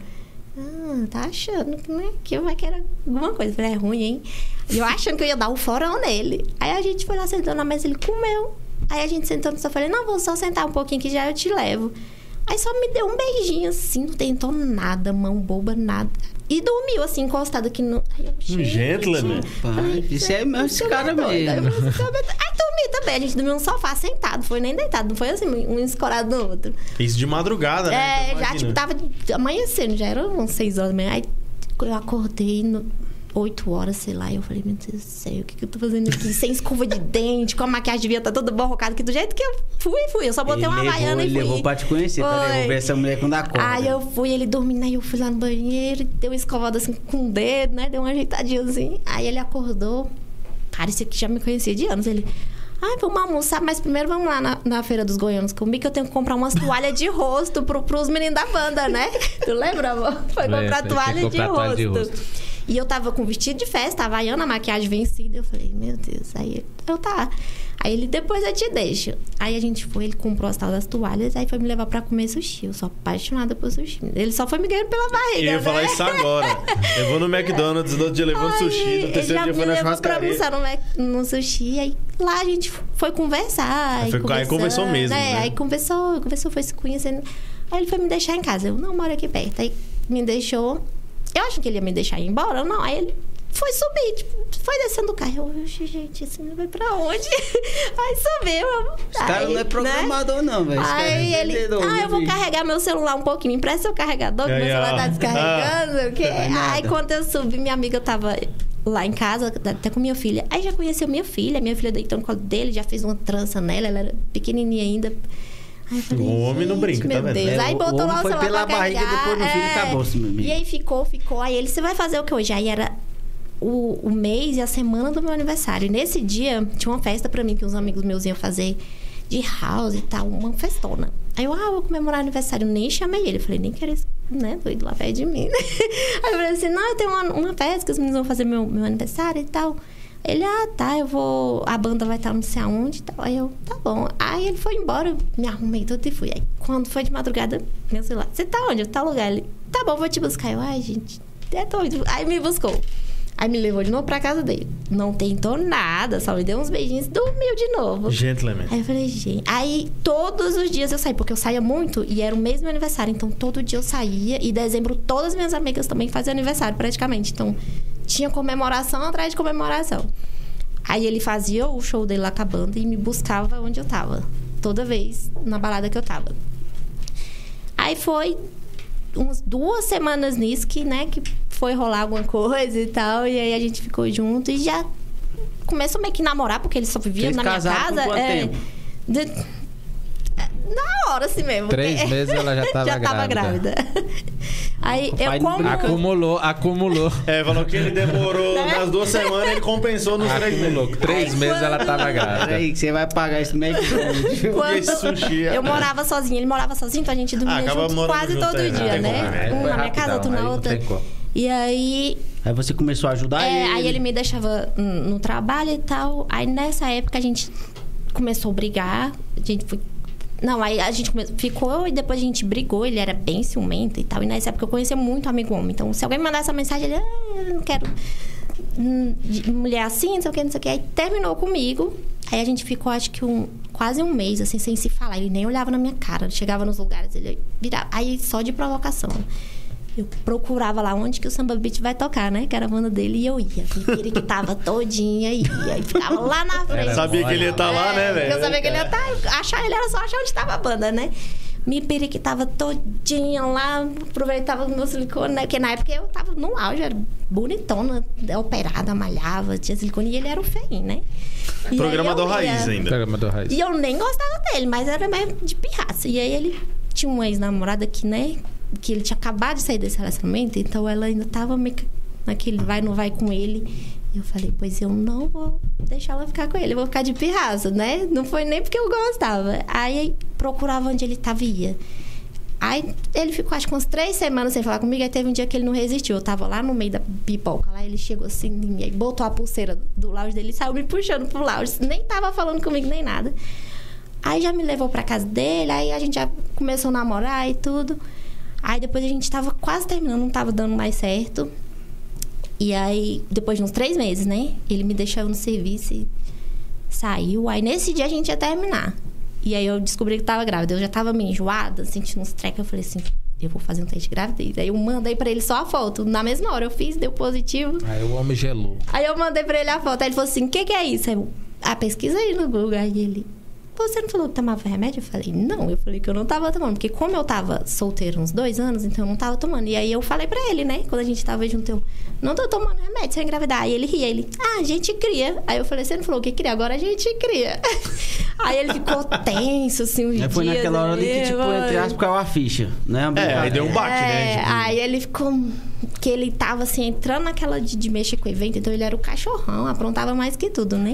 Ah, tá achando que, né, que eu vai querer alguma coisa. Eu falei, é ruim, hein? E eu achando que eu ia dar um forão nele. Aí a gente foi lá, sentou na mesa, ele comeu. Aí a gente sentou no sofá, falei, não, vou só sentar um pouquinho que já eu te levo. Aí só me deu um beijinho assim, não tentou nada, mão boba, nada. E dormiu assim, encostado aqui no... Aí eu, Um gentleman. Pai, isso é mesmo esse cara mesmo. Aí dormi também, a gente dormiu no sofá sentado, foi nem deitado, não foi assim, um escorado no outro. Isso de madrugada, né? É, Então, já imagina. tipo, tava amanhecendo, já era umas seis horas da manhã. Aí eu acordei no oito horas, sei lá, e eu falei, meu Deus do céu, o que, que eu tô fazendo aqui? Sem escova de dente, com a maquiagem devia estar toda borrocada, que do jeito que eu fui, fui. Eu só botei uma Ele levou, havaiana e ele fui. levou pra te conhecer, pra Foi. devolver essa mulher quando acorda. Aí eu fui, ele dormindo, aí eu fui lá no banheiro, deu uma escovada assim com o dedo, né? Deu uma ajeitadinha assim. Aí ele acordou, parecia que já me conhecia de anos. Ele, ai, vamos almoçar, mas primeiro vamos lá na, na Feira dos Goianos comigo, que eu tenho que comprar umas toalhas de rosto pro, pros meninos da banda, né? Tu lembra, amor? Foi Lembro, comprar tem que toalha, comprar de, toalha rosto. de rosto. E eu tava com vestido de festa, a havaiana, a maquiagem vencida. Eu falei, meu Deus. Aí eu, tá. Aí ele, depois eu te deixo. Aí a gente foi, ele comprou as tal das toalhas, aí foi me levar pra comer sushi. Eu sou apaixonada por sushi. Ele só foi me ganhando pela barriga, Eu ia né? falar isso agora. Levou no McDonald's, no outro dia levou no Ai, sushi, no ele terceiro já dia foi na me levou pra churrascaria. almoçar no, Mac- no sushi. Aí lá a gente foi conversar. Aí foi- aí conversou mesmo, É, né? aí conversou, conversou, foi se conhecendo. Aí ele foi me deixar em casa. Eu, não, moro aqui perto. Aí me deixou. Eu acho que ele ia me deixar ir embora. Não, aí ele foi subir, tipo, foi descendo do carro. Eu, "Oxe, gente, esse menino vai pra onde?" Aí subiu. Esse cara não é programador, não, velho. Esse cara é Aí ele, entendedor, ah, viu, eu vou bicho? carregar meu celular um pouquinho, me empresta seu carregador, que Aí, meu celular ó. tá descarregando, o quê? Vai nada. Aí quando eu subi, minha amiga tava lá em casa, até com minha filha. Aí já conheceu minha filha, minha filha deitou no colo dele, já fez uma trança nela, ela era pequenininha ainda. Aí eu falei, O homem não gente, brinca, tá meu vendo? Deus. É, Aí o- botou o lá homem o foi celular pela pra barriga, carregar, depois no filho é. acabou-se, meu amigo. E aí ficou, ficou. Aí ele, você vai fazer o que hoje? Aí era o, o mês e a semana do meu aniversário. E nesse dia, tinha uma festa pra mim que uns amigos meus iam fazer de house e tal, uma festona. Aí eu, ah, vou comemorar aniversário. Nem chamei ele. Eu falei, nem quero esse, né, doido lá perto de mim. Aí eu falei assim, não, eu tenho uma, uma festa que os meninos vão fazer meu, meu aniversário e tal. Ele, ah, tá, eu vou... A banda vai estar não sei aonde e tal. Aí eu, tá bom. Aí ele foi embora, eu me arrumei tudo e fui. Aí quando foi de madrugada, meu celular, você tá onde? Tá lugar? Ele, tá bom, vou te buscar. Eu, ai, gente, é doido. Aí me buscou. Aí me levou de novo pra casa dele. Não tentou nada, só me deu uns beijinhos, dormiu de novo. Gentleman. Aí eu falei, gente... Aí todos os dias eu saía, porque eu saía muito e era o mesmo aniversário. Então todo dia eu saía. E em dezembro todas as minhas amigas também faziam aniversário, praticamente. Então tinha comemoração atrás de comemoração. Aí ele fazia o show dele lá com a banda e me buscava onde eu tava. Toda vez, na balada que eu tava. Aí foi umas duas semanas nisso que, né, que foi rolar alguma coisa e tal. E aí a gente ficou junto e já começou meio que namorar, porque ele só vivia Vocês na minha casaram casa. por quanto é, tempo? de- na hora assim mesmo. Três porque- meses ela já tava já tava grávida. grávida. Aí pai eu não como. brinca. Acumulou, acumulou. É, falou que ele demorou Né? nas duas semanas, ele compensou nos três meses. Acumulou. Três Aí, meses ela quando- tava grávida. Peraí, que você vai pagar esse McDonald's. Quando E esse sushi é- eu morava sozinha, ele morava sozinho, então a gente dormia Ah, acaba junto morando quase junto, todo é, não dia, tem né? como, é. Um Foi na minha casa, rapidão, outro na aí não outra. tem como. E aí Aí você começou a ajudar É, ele. aí ele me deixava no trabalho e tal. Aí nessa época a gente começou a brigar. A gente foi... Não, aí a gente come... ficou e depois a gente brigou. Ele era bem ciumento e tal. E nessa época eu conhecia muito amigo homem. Então, se alguém me mandasse essa mensagem, ele... Ah, eu não quero hum, de mulher assim, não sei o que, não sei o que. Aí terminou comigo. Aí a gente ficou, acho que um... quase um mês, assim, sem se falar. Ele nem olhava na minha cara. Ele chegava nos lugares, ele virava. Aí só de provocação. Eu procurava lá onde que o Samba Beat vai tocar, né? Que era a banda dele, e eu ia. Ele que tava todinha e ia. E ficava lá na frente. Sabia que ele ia estar lá, né, velho? Eu sabia que ele ia estar. Achar ele era só achar onde tava a banda, né? Me periquitava todinha lá, aproveitava o meu silicone, né? Porque na época eu tava no auge, era bonitona, operada, malhava, tinha silicone, e ele era o feinho, né? E Programa aí eu do Raiz ia- ainda. Programa do Raiz. E eu nem gostava dele, mas era mesmo de pirraça. E aí ele tinha uma ex-namorada que, né? Que ele tinha acabado de sair desse relacionamento, então ela ainda tava meio que naquele vai, não vai com ele. E eu falei, pois eu não vou deixar ela ficar com ele, eu vou ficar de pirraça, né? Não foi nem porque eu gostava. Aí procurava onde ele tava e ia. Aí ele ficou acho que umas três semanas sem falar comigo, aí teve um dia que ele não resistiu. Eu tava lá no meio da pipoca, lá ele chegou assim em mim, aí botou a pulseira do lounge dele e saiu me puxando pro lounge. Nem tava falando comigo nem nada. Aí já me levou pra casa dele, aí a gente já começou a namorar e tudo. Aí depois a gente tava quase terminando, não tava dando mais certo. E aí, depois de uns três meses, né? Ele me deixava no serviço e saiu. Aí nesse dia a gente ia terminar. E aí eu descobri que tava grávida. Eu já tava meio enjoada, sentindo uns trecos. Eu falei assim, eu vou fazer um teste de gravidez. Aí eu mandei pra ele só a foto. Na mesma hora eu fiz, deu positivo. Aí o homem gelou. Aí eu mandei pra ele a foto. Aí ele falou assim, o que que é isso? Aí eu, ah, pesquisa aí no Google. Aí ele... Você não falou que tomava remédio? Eu falei, não. Eu falei que eu não tava tomando. Porque como eu tava solteira uns dois anos, então eu não tava tomando. E aí eu falei pra ele, né? Quando a gente tava junto, eu... Não tô tomando remédio sem engravidar. Aí ele ria. Ele, ah, a gente cria. Aí eu falei, você não falou que cria? Agora a gente cria. Aí ele ficou tenso, assim, uns Aí dias. foi naquela hora ali que, tipo, aí, entre aspas, caiu a ficha, né? É, aí deu um baque, é, né? Tipo, Aí ele ficou... Que ele tava, assim, entrando naquela de, de mexer com o evento. Então ele era o cachorrão, aprontava mais que tudo, né?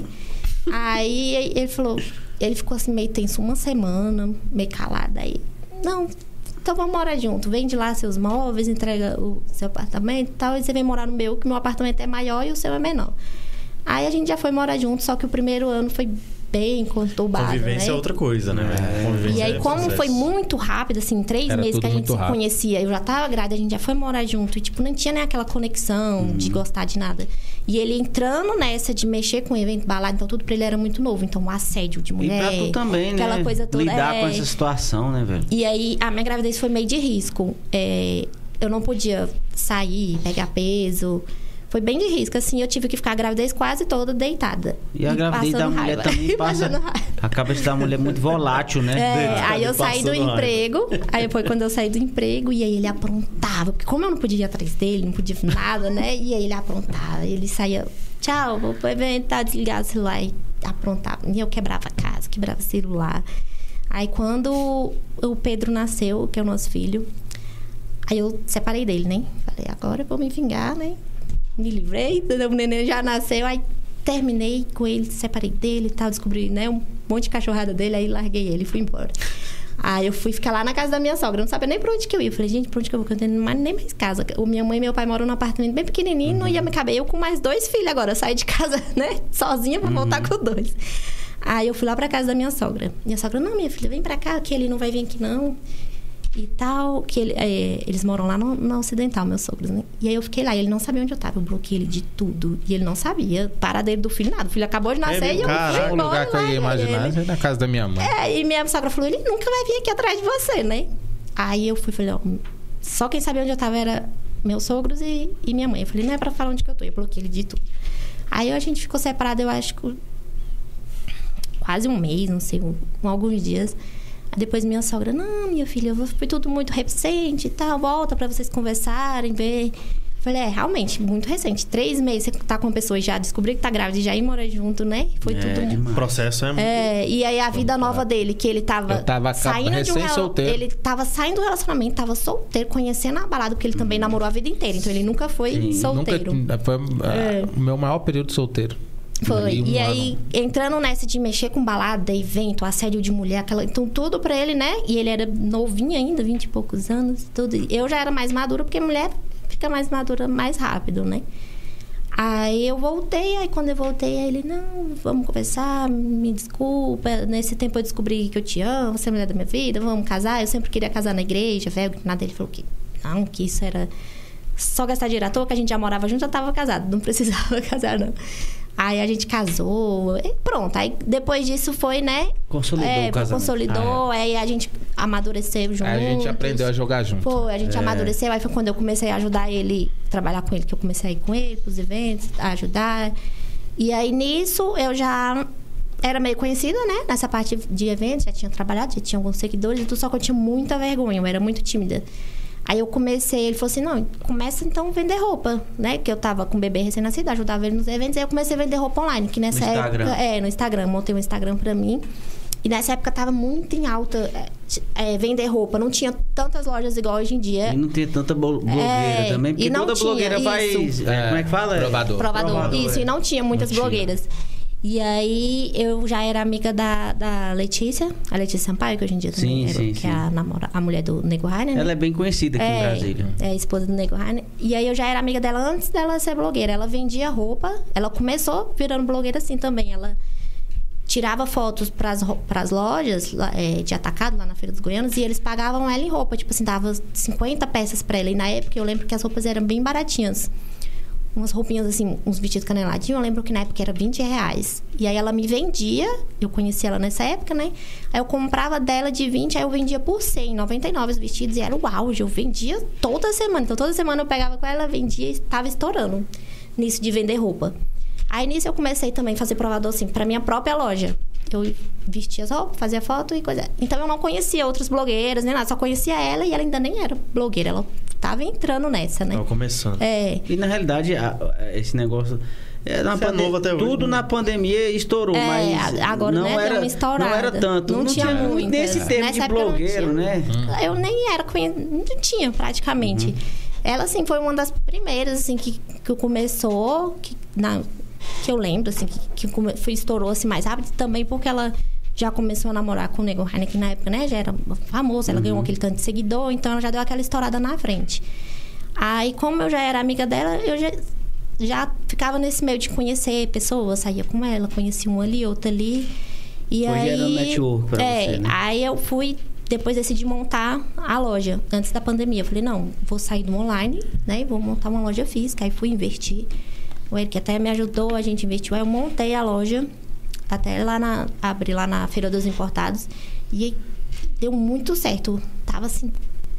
Aí ele falou... Ele ficou assim, meio tenso uma semana, meio calado. Aí, não, então vamos morar junto. Vende lá seus móveis, entrega o seu apartamento e tal. E você vem morar no meu, que meu apartamento é maior e o seu é menor. Aí a gente já foi morar junto, só que o primeiro ano foi bem conturbado, convivência né? é outra coisa, né? velho? Convivência E aí, é como processo. foi muito rápido, assim, três Era meses tudo que a gente muito se rápido. conhecia, eu já tava grávida, a gente já foi morar junto. E, tipo, não tinha nem aquela conexão Uhum. de gostar de nada. E ele entrando nessa de mexer com evento, balada, então tudo pra ele era muito novo. Então, o assédio de E mulher... pra tu também, né? Aquela coisa toda. Lidar é... com essa situação, né, velho? E aí, a minha gravidez foi meio de risco. É, eu não podia sair, pegar peso... Foi bem de risco, assim, eu tive que ficar a gravidez quase toda deitada. E a gravidez da passando mulher raiva. também E passa... passando raiva. A cabeça da mulher é muito volátil, né? É, Deitada aí eu e saí do passando raiva. emprego. Aí foi quando eu saí do emprego e aí ele aprontava. Porque como eu não podia ir atrás dele, não podia nada, né? E aí ele aprontava. Ele saía, tchau, vou pro evento, tá desligado o celular. E aprontava. E eu quebrava a casa, quebrava o celular. Aí quando o Pedro nasceu, que é o nosso filho, aí eu separei dele, né? Falei, agora eu vou me vingar, né? Me livrei, o neném já nasceu, aí terminei com ele, separei dele e tal, descobri, né, um monte de cachorrada dele, aí larguei ele e fui embora. Aí eu fui ficar lá na casa da minha sogra, eu não sabia nem pra onde que eu ia. Eu falei, gente, pra onde que eu vou? Porque eu não tenho mais, nem mais casa. O minha mãe e meu pai moram num apartamento bem pequenininho, uhum. Não ia me caber. Eu com mais dois filhos agora, eu saí de casa, né, sozinha pra uhum. voltar com dois. Aí eu fui lá pra casa da minha sogra. Minha sogra, não, minha filha, vem pra cá, que ele não vai vir aqui não. E tal, que ele, é, eles moram lá no, no Ocidental, meus sogros, né? E aí eu fiquei lá, e ele não sabia onde eu tava. Eu bloqueei ele de tudo. E ele não sabia, paradeiro do filho, nada. O filho acabou de nascer É, e eu caraca, fui O embora lugar que eu ia lá, imaginar ele. é na casa da minha mãe. É, e minha sogra falou, ele nunca vai vir aqui atrás de você, né? Aí eu fui, falei, ó, só quem sabia onde eu tava era meus sogros e, e minha mãe. Eu falei, não é pra falar onde que eu tô. Eu bloqueei ele de tudo. Aí a gente ficou separado, eu acho que quase um mês, não sei, um, alguns dias. Depois minha sogra, não, minha filha, foi tudo muito reticente e tal, volta pra vocês conversarem, ver. Falei, é, realmente, muito recente. Três meses você tá com uma pessoa e já descobriu que tá grávida e já ir morar junto, né? Foi É, tudo... demais. O processo é muito... É, e aí a vida nova dele, que ele tava, Eu tava saindo de um rela- recém-solteiro. ele tava saindo do relacionamento, tava solteiro, conhecendo a balada, porque ele também namorou a vida inteira, então ele nunca foi Sim, solteiro. Nunca, foi ah, É. o meu maior período solteiro. Foi. Ali, um E ano. aí, entrando nessa de mexer com balada, evento, assédio de mulher, aquela, então tudo pra ele, né? E ele era novinho ainda, vinte e poucos anos, tudo. Eu já era mais madura, porque mulher fica mais madura mais rápido, né? Aí eu voltei, aí quando eu voltei, aí ele, não, vamos conversar, me desculpa. Nesse tempo eu descobri que eu te amo, você é a mulher da minha vida, vamos casar. Eu sempre queria casar na igreja, velho, nada. Ele falou que não, que isso era só gastar dinheiro à toa, que a gente já morava junto, já tava casado, não precisava casar, não. Aí a gente casou, e pronto. Aí depois disso foi, né? Consolidou é, o casamento. Consolidou, aí a gente amadureceu juntos. Aí a gente aprendeu a jogar junto. Foi, a gente É. amadureceu. Aí foi quando eu comecei a ajudar ele, trabalhar com ele, que eu comecei a ir com ele pros eventos, a ajudar. E aí nisso eu já era meio conhecida, né? Nessa parte de eventos, já tinha trabalhado, já tinha alguns seguidores e tudo, só que eu tinha muita vergonha, eu era muito tímida. Aí eu comecei, ele falou assim, não, começa então a vender roupa, né? Que eu tava com o bebê recém-nascido, ajudava ele nos eventos, aí eu comecei a vender roupa online, que nessa No Instagram. época... É, no Instagram, montei um Instagram pra mim. E nessa época tava muito em alta é, é, vender roupa, não tinha tantas lojas igual hoje em dia. E não tem tanta blo- blogueira É, também, e porque não toda tinha blogueira faz... isso. é, como é que fala? Provador. Provador, Provador, isso, é. e não tinha muitas Não tinha. blogueiras. E aí eu já era amiga da, da Letícia, a Letícia Sampaio, que hoje em dia também Sim, é, sim, que sim. é a, namora, a mulher do Nego Rainer, né? Ela é bem conhecida aqui é, em Brasília. É a esposa do Nego Rainer. E aí eu já era amiga dela antes dela ser blogueira. Ela vendia roupa, ela começou virando blogueira assim também. Ela tirava fotos pras, ro- pras lojas lá, é, de atacado lá na Feira dos Goianos e eles pagavam ela em roupa. Tipo assim, dava cinquenta peças pra ela. E na época eu lembro que as roupas eram bem baratinhas. Umas roupinhas assim, uns vestidos caneladinhos. Eu lembro que na época era vinte reais. E aí ela me vendia, eu conheci ela nessa época, né? Aí eu comprava dela de vinte, aí eu vendia por cem, noventa e nove os vestidos. E era o auge, eu vendia toda semana. Então toda semana eu pegava com ela, vendia e tava estourando nisso de vender roupa. Aí nisso eu comecei também a fazer provador assim, pra minha própria loja. Eu vestia as roupas, fazia foto e coisa. Então eu não conhecia outras blogueiras, nem nada. Só conhecia ela e ela ainda nem era blogueira. Ela tava entrando nessa, né? Tava começando. É. E na realidade, a- a- esse negócio... É, na Isso é pande- novo até hoje, Tudo né? na pandemia estourou, É, mas a- agora, não né, deu era, uma estourada. não era tanto. Não tinha muitas. Nesse tempo Nessa de época não blogueiro, tinha. né? Eu nem era conhecida, não tinha praticamente. Ela, assim, foi uma das primeiras, assim, que, que começou, que, na, que eu lembro, assim, que, que come, foi, estourou, assim, mais rápido. Também porque ela já começou a namorar com o Nego Rainer, que na época, né, já era famosa. Ela ganhou aquele tanto de seguidor, então ela já deu aquela estourada na frente. Aí, como eu já era amiga dela, eu já... já ficava nesse meio de conhecer pessoas, saía com ela, conhecia um ali, outro ali. E Hoje aí, era um network pra é, você, né? aí eu fui, depois decidi montar a loja, antes da pandemia. Eu falei, não, vou sair do online, né, e vou montar uma loja física. Aí fui investir. O Eric até me ajudou, a gente investiu. Aí eu montei a loja, até lá na... abri lá na Feira dos Importados. E deu muito certo. Tava assim...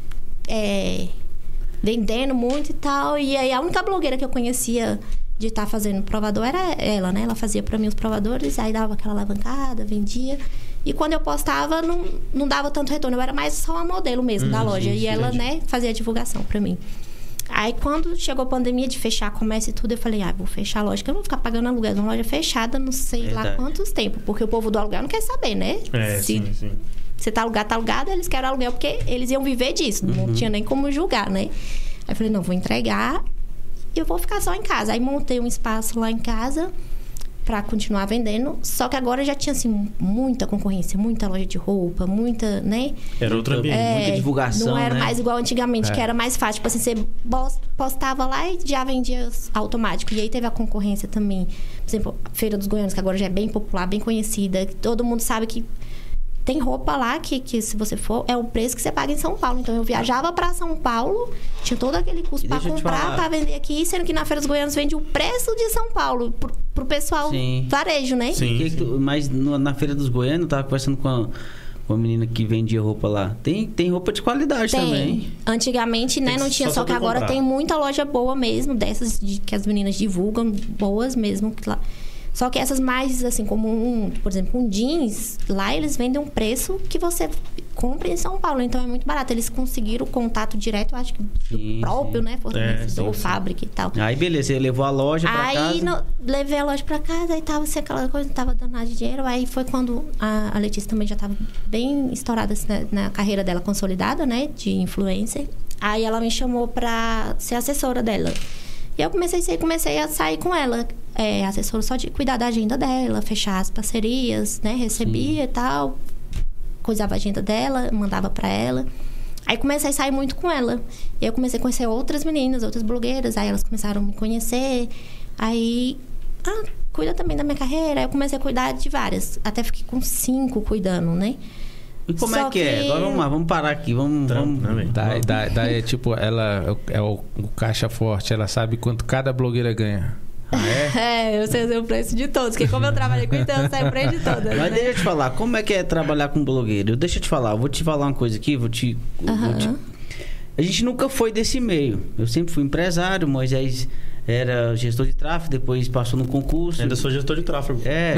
É... vendendo muito e tal. E aí a única blogueira que eu conhecia de estar fazendo provador era ela, né? Ela fazia pra mim os provadores, aí dava aquela alavancada, vendia. E quando eu postava, não, não dava tanto retorno. Eu era mais só uma modelo mesmo Hum, da loja. sim, e sim, ela, entendi. né, fazia a divulgação pra mim. Aí quando chegou a pandemia de fechar comércio e tudo, eu falei, ah, vou fechar a loja, que eu não vou ficar pagando aluguel de uma loja fechada, não sei lá Verdade. quantos tempos. Porque o povo do aluguel não quer saber, né? É, Se sim, sim. você tá alugado, tá alugado, eles querem aluguel, porque eles iam viver disso. Não tinha nem como julgar, né? Aí eu falei, não, vou entregar e eu vou ficar só em casa. Aí montei um espaço lá em casa pra continuar vendendo. Só que agora já tinha, assim, muita concorrência. Muita loja de roupa, muita, né? Era outro ambiente. É. Muita divulgação, Não era né? mais igual antigamente, É. que era mais fácil. Tipo assim, você bos- postava lá e já vendia automático. E aí teve a concorrência também. Por exemplo, a Feira dos Goianos, que agora já é bem popular, bem conhecida. Que todo mundo sabe que tem roupa lá que, que, se você for, é o preço que você paga em São Paulo. Então, eu viajava pra São Paulo, tinha todo aquele custo E pra deixa eu te comprar, falar. pra vender aqui, sendo que na Feira dos Goianos vende o preço de São Paulo pro, pro pessoal Sim. varejo, né? Sim. Que que tu- mas no- na Feira dos Goianos, eu tava conversando com a, com a menina que vendia roupa lá. Tem, tem roupa de qualidade Tem. também. Antigamente, né, Tem que não tinha, só só que saber agora comprar. tem muita loja boa mesmo, dessas de- que as meninas divulgam, boas mesmo. que lá- Só que essas mais, assim, como um, por exemplo, um jeans, lá eles vendem um preço que você compra em São Paulo, então é muito barato. Eles conseguiram o contato direto, eu acho que do Sim, próprio, sim. né? Fornecedor, É, sim, fábrica e tal. Aí, beleza, você levou a loja pra Aí casa. no- levei a loja pra casa, aí tava assim, aquela coisa, não tava dando nada de dinheiro. Aí foi quando a, a Letícia também já tava bem estourada assim, na, na carreira dela consolidada, né? De influencer. Aí ela me chamou pra ser assessora dela. E eu comecei a sair, comecei a sair com ela. É, assessora só de cuidar da agenda dela, fechar as parcerias, né? Recebia e tal. Coisava a agenda dela, mandava pra ela. Aí comecei a sair muito com ela. E eu comecei a conhecer outras meninas, outras blogueiras. Aí elas começaram a me conhecer. Aí, ah, cuida também da minha carreira. Aí eu comecei a cuidar de várias. Até fiquei com cinco cuidando, né? E como Só é que, é? que- Agora vamos lá, vamos parar aqui. Vamos. Trampo, vamos... né, velho? Daí, daí, daí é tipo, ela é o, o caixa forte, ela sabe quanto cada blogueira ganha. Ah, é? É, eu sei o preço de todos. Porque como eu trabalhei com então, eu sei o preço de todas, Mas né? deixa eu te falar, como é que é trabalhar com blogueiro? Deixa eu te falar, eu vou te falar uma coisa aqui, vou te, vou Aham. te... A gente nunca foi desse meio. Eu sempre fui empresário, Moisés era gestor de tráfego, depois passou no concurso. Ainda sou gestor de tráfego. É,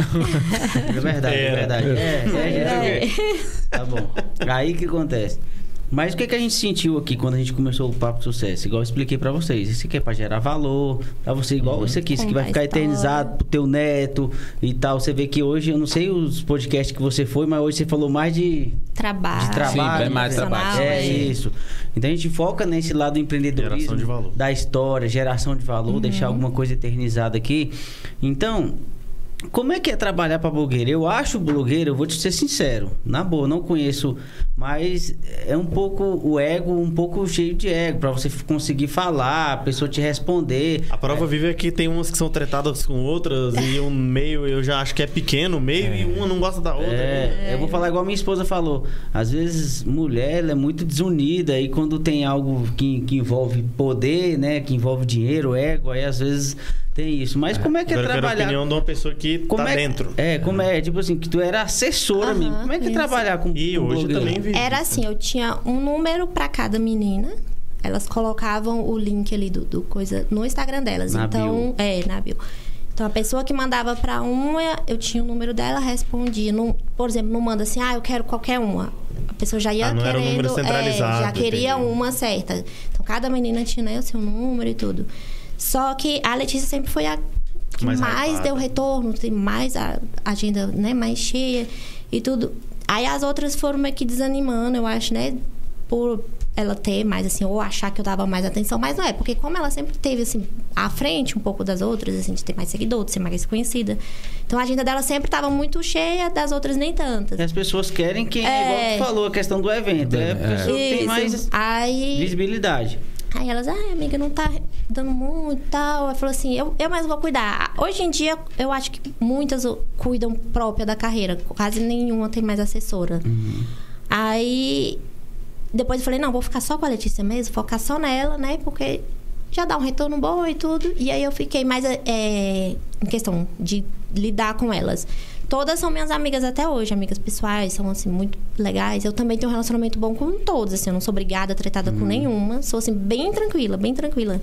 é verdade, é Era. verdade. É, é, é, Tá bom. Aí o que acontece? Mas o que, que a gente sentiu aqui quando a gente começou o Papo de Sucesso? Igual eu expliquei pra vocês. Isso aqui é pra gerar valor, pra você, igual isso aqui. Isso aqui vai Contar ficar história. eternizado pro teu neto e tal. Você vê que hoje, eu não sei os podcasts que você foi, mas hoje você falou mais de, Trabalho. de trabalho. Sim, bem mais profissional, trabalho. É isso. Então a gente foca nesse lado do empreendedorismo, Geração de valor. da história, geração de valor, deixar alguma coisa eternizada aqui. Então, como é que é trabalhar para blogueiro? Eu acho blogueiro, eu vou te ser sincero, na boa, não conheço, mas é um pouco o ego, um pouco cheio de ego, para você conseguir falar, a pessoa te responder. A prova viva é que tem umas que são tratadas com outras e um meio eu já acho que é pequeno, o meio, e uma não gosta da outra. É, eu vou falar igual minha esposa falou. Às vezes, mulher ela é muito desunida e quando tem algo que, que envolve poder, né? Que envolve dinheiro, ego, aí às vezes tem isso. Mas como é que é Agora eu quero a trabalhar... opinião de uma pessoa que Como tá é, dentro. É, como é, tipo assim, que tu era assessora Aham, mesmo. Como é que é isso. trabalhar com E com hoje blogueiro? também vive. Era assim, eu tinha um número pra cada menina. Elas colocavam o link ali do, do coisa no Instagram delas. Na então, bio. é, na bio. Então, a pessoa que mandava pra uma, eu tinha o número dela, respondia. Não, por exemplo, não manda assim, ah, eu quero qualquer uma. A pessoa já ia Ah, não querendo... era um número centralizado, é, já queria entendi. uma certa. Então, cada menina tinha, né, o seu número e tudo. Só que a Letícia sempre foi a que Mais mais, hypada. deu retorno, tem mais a agenda, né, mais cheia e tudo. Aí as outras foram meio que desanimando, eu acho, né? Por ela ter mais, assim, ou achar que eu dava mais atenção. Mas não é, porque como ela sempre teve, assim, à frente um pouco das outras, assim, de ter mais seguidor, de ser mais conhecida. Então a agenda dela sempre estava muito cheia, das outras nem tantas. E as pessoas querem quem, É. igual tu falou, a questão do evento. É, a pessoa que tem Isso. mais Aí... visibilidade. Aí elas, ah, amiga, não tá dando muito e tal. Ela falou assim, eu, eu mais vou cuidar. Hoje em dia, eu acho que muitas cuidam própria da carreira. Quase nenhuma tem mais assessora. Aí, depois eu falei, não, vou ficar só com a Letícia mesmo. Focar só nela, né? Porque já dá um retorno bom e tudo. E aí, eu fiquei mais é, em questão de lidar com elas. Todas são minhas amigas até hoje, amigas pessoais, são, assim, muito legais. Eu também tenho um relacionamento bom com todas, assim, eu não sou obrigada, tretada com nenhuma. Sou, assim, bem tranquila, bem tranquila.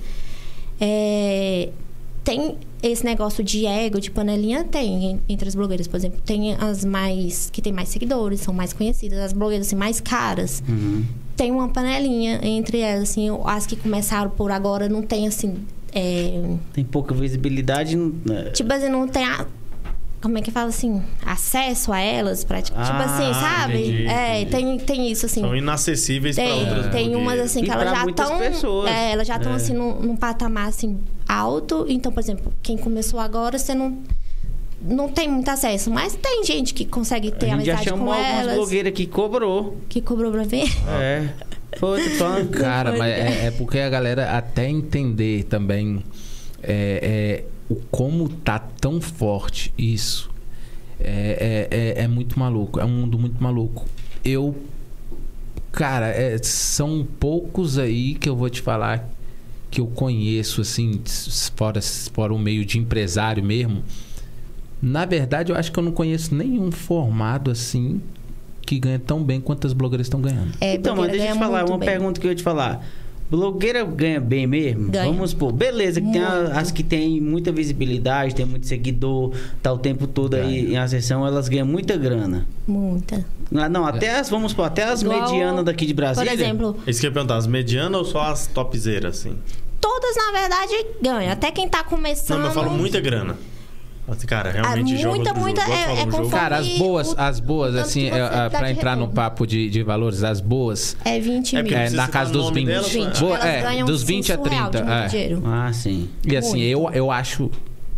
É... Tem esse negócio de ego, de panelinha? Tem, entre as blogueiras, por exemplo. Tem as mais... que tem mais seguidores, são mais conhecidas. As blogueiras, assim, mais caras. Uhum. Tem uma panelinha entre elas, assim. As que começaram por agora não tem, assim... É... Tem pouca visibilidade. né? Tipo assim, não tem a... Como é que fala assim? Acesso a elas, pra, tipo Ah, assim, sabe? entendi, é, entendi. tem, tem isso, assim. São inacessíveis para Tem, outras tem umas blogueiras. assim E que elas pra já muitas estão. pessoas. É, elas já estão É. assim num, num patamar assim alto. Então, por exemplo, quem começou agora, você não. Não tem muito acesso, mas tem gente que consegue ter A gente já amizade chamou com algumas elas. blogueiras que cobrou. Que cobrou pra ver. É. Foi, tô falando. Cara, foi. mas é, é porque a galera até entender também é, é, o como tá tão forte isso. É, é, é, é muito maluco. É um mundo muito maluco. Eu... Cara, é, são poucos aí que eu vou te falar que eu conheço, assim, fora, fora o meio de empresário mesmo. Na verdade, eu acho que eu não conheço nenhum formado assim que ganha tão bem quanto as blogueiras estão ganhando. É, Então, mas blogueira deixa eu te ganha falar, muito uma bem. pergunta que eu ia te falar. Blogueira ganha bem mesmo? Ganha. Vamos supor, beleza, que tem a- Muito. as que tem muita visibilidade, tem muito seguidor, tá o tempo todo aí em ascensão, elas ganham muita grana. Muita. Ah, não, até as, vamos supor, até as Igual, medianas daqui de Brasília. Por exemplo, Isso que eu ia perguntar, as medianas ou só as topzeiras, assim? todas, na verdade, ganham. Até quem tá começando... Não, mas eu falo muita grana. Assim, cara, realmente Ah, joga muita, outro muita, jogo. Igual é- tu falou, é um jogo. conforme- Cara, as boas, o- as boas, tanto assim, que você é, é, dá pra de entrar no retorno. papo de, de valores, as boas, É vinte É mil. porque é, precisa na citar casa o dos nome vinte. delas, vinte. Boa, Elas é, ganham dos vinte a surreal de trinta. muito É. dinheiro. Ah, sim. E assim, Muito. eu, eu acho.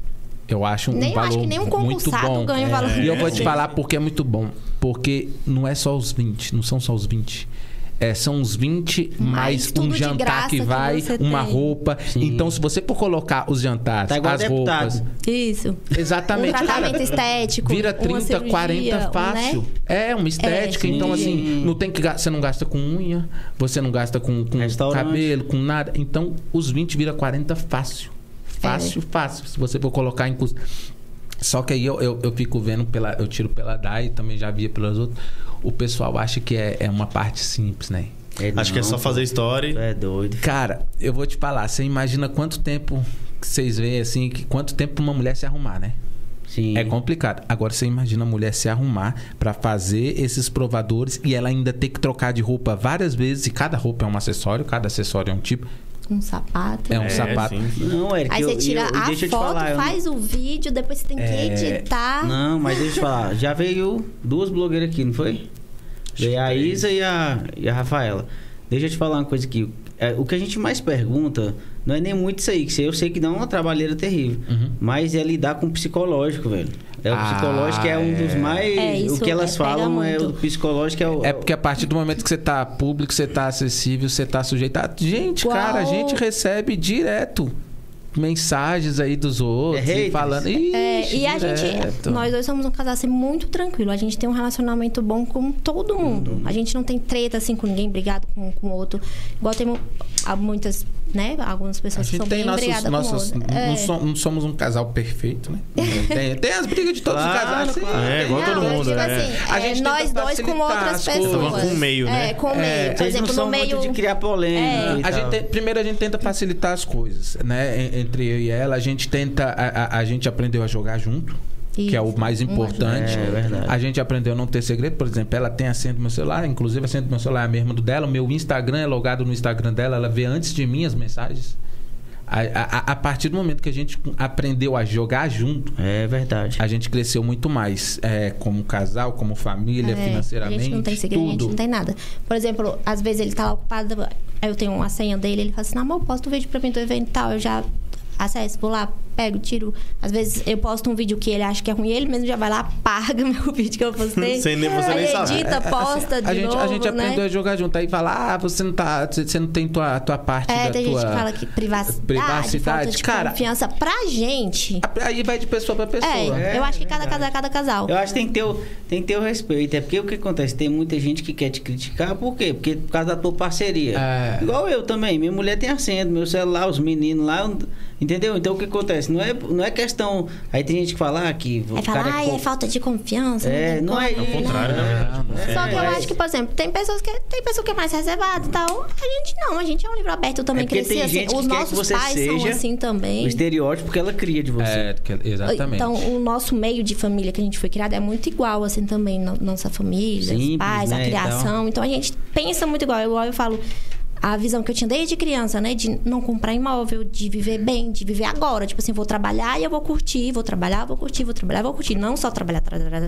Eu acho um Nem eu valor acho que nem um muito concursado bom. ganha o valor. E eu vou É, te sim. falar porque é muito bom. Porque não é só os vinte, não são só os vinte. É, são os vinte Mais mais um tudo de jantar graça que que vai, você uma tem. roupa. Sim. Então, se você for colocar os jantares, Tá igual as deputado. roupas. Isso. Exatamente, Um tratamento cara. estético. Vira uma trinta, cirurgia, quarenta um, fácil. né? É, uma estética. É, então, sim. assim, não tem que, ga- você não gasta com unha, você não gasta com, com Restaurante. cabelo, com nada. Então, os vinte vira quarenta fácil. Fácil, fácil. Se você for colocar em custo. Só que aí eu, eu, eu fico vendo, pela, eu tiro pela D A I, também já via pelas outras. O pessoal acha que é, é uma parte simples, né? É, Acho que é não, só fazer pô. story. Tu é doido. Cara, eu vou te falar, você imagina quanto tempo que vocês veem assim, que quanto tempo uma mulher se arrumar, né? Sim. É complicado. Agora você imagina a mulher se arrumar pra fazer esses provadores e ela ainda ter que trocar de roupa várias vezes, e cada roupa é um acessório, cada acessório é um tipo. Um sapato. É um É, sapato. sim. Não, Eric, Aí eu, você tira eu, eu, a deixa eu te foto, falar, eu não- faz o vídeo, depois você tem que É. editar. Não, mas deixa eu te falar. Já veio duas blogueiras aqui, não foi? Veio a Isa e a, e a Rafaela. Deixa eu te falar uma coisa aqui. É, o que a gente mais pergunta não é nem muito isso aí, que eu sei que dá uma trabalheira terrível. Uhum. Mas é lidar com o psicológico, velho. É o Ah, psicológico que é um dos é. mais. É, o isso que elas é, pega falam é o muito. psicológico é o. É porque a partir do momento que você tá público, você tá acessível, você tá sujeito a... Gente, Igual- cara, a gente recebe direto mensagens aí dos outros É e haters? falando. É, Ixi, e a gente, direto. nós dois somos um casal assim muito tranquilo. A gente tem um relacionamento bom com todo mundo. Uhum. A gente não tem treta assim com ninguém, brigado com com o outro. Igual tem mu- há muitas, né? Algumas A pessoas que gente são tem bem nossos. brigadas nossos com o outro. não, É. so- não somos um casal perfeito, né? Tem, tem as brigas de todos Claro, os casais. né? claro. É, igual todo Não, eu mundo, digo né? assim, A é, gente nós tenta dois com facilitar outras as pessoas. coisas. Você tá falando com o meio, né? É, com o É. meio. Por Vocês exemplo, não são no meio. muito de criar polêmica. É. e A tal. gente tem- primeiro a gente tenta facilitar as coisas, né? En- Entre eu e ela, a gente tenta. A, a- a gente aprendeu a jogar junto, que é o Isso, mais um importante. ajuda o outro. É verdade. A gente aprendeu a não ter segredo. Por exemplo, ela tem a senha do meu celular, inclusive a senha do meu celular é a mesma do dela. O meu Instagram é logado no Instagram dela, ela vê antes de mim as mensagens. A, a- a partir do momento que a gente aprendeu a jogar junto, É verdade. a gente cresceu muito mais, é, como casal, como família, É, financeiramente. A gente não tem segredo, a tudo. gente não tem nada. Por exemplo, às vezes ele tá lá ocupado, aí eu tenho uma senha dele, ele fala assim, amor, posta um vídeo pra mim do evento e tal, eu já acesso, vou lá, pego, tiro. Às vezes eu posto um vídeo que ele acha que é ruim, ele mesmo já vai lá, apaga meu vídeo que eu postei. Sem nem- você aí nem sabe. edita, posta de a gente, novo, a gente né? aprendeu a jogar junto. Aí fala, ah, você não tá. Você não tem tua, tua parte É, da tem tua. gente que fala que privacidade, privacidade. falta de Cara, confiança pra gente. aí vai de pessoa pra pessoa. É, É, eu acho que é cada verdade. casal é cada casal. Eu acho que tem que, ter o, tem que ter o respeito. É porque o que acontece? Tem muita gente que quer te criticar. Por quê? Porque por causa da tua parceria. É. Igual eu também. Minha mulher tem a senha do meu celular, os meninos lá. eu- Entendeu? Então o que acontece? Não é, não é questão. Aí tem gente que fala ah, que. o Aí fala, cara ai, co- é falta de confiança. É, tem não é como, isso. Ao contrário, não. né? Não, não. Só que eu É, acho que, por exemplo, tem pessoas que tem pessoa que é mais reservada e tal. A gente não, a gente é um livro aberto, eu também É porque cresci tem assim. gente que Os quer que nossos você pais são seja assim também. o estereótipo que ela cria de você. É, que- exatamente. Então, o nosso meio de família que a gente foi criado é muito igual, assim, também. no- Nossa família, Simples, os pais, né, a e criação. Então, a gente pensa muito igual. Igual eu falo, a visão que eu tinha desde criança, né? De não comprar imóvel, de viver bem, de viver agora. Tipo assim, vou trabalhar e eu vou curtir. Vou trabalhar, vou curtir, vou trabalhar, vou curtir. Não só trabalhar,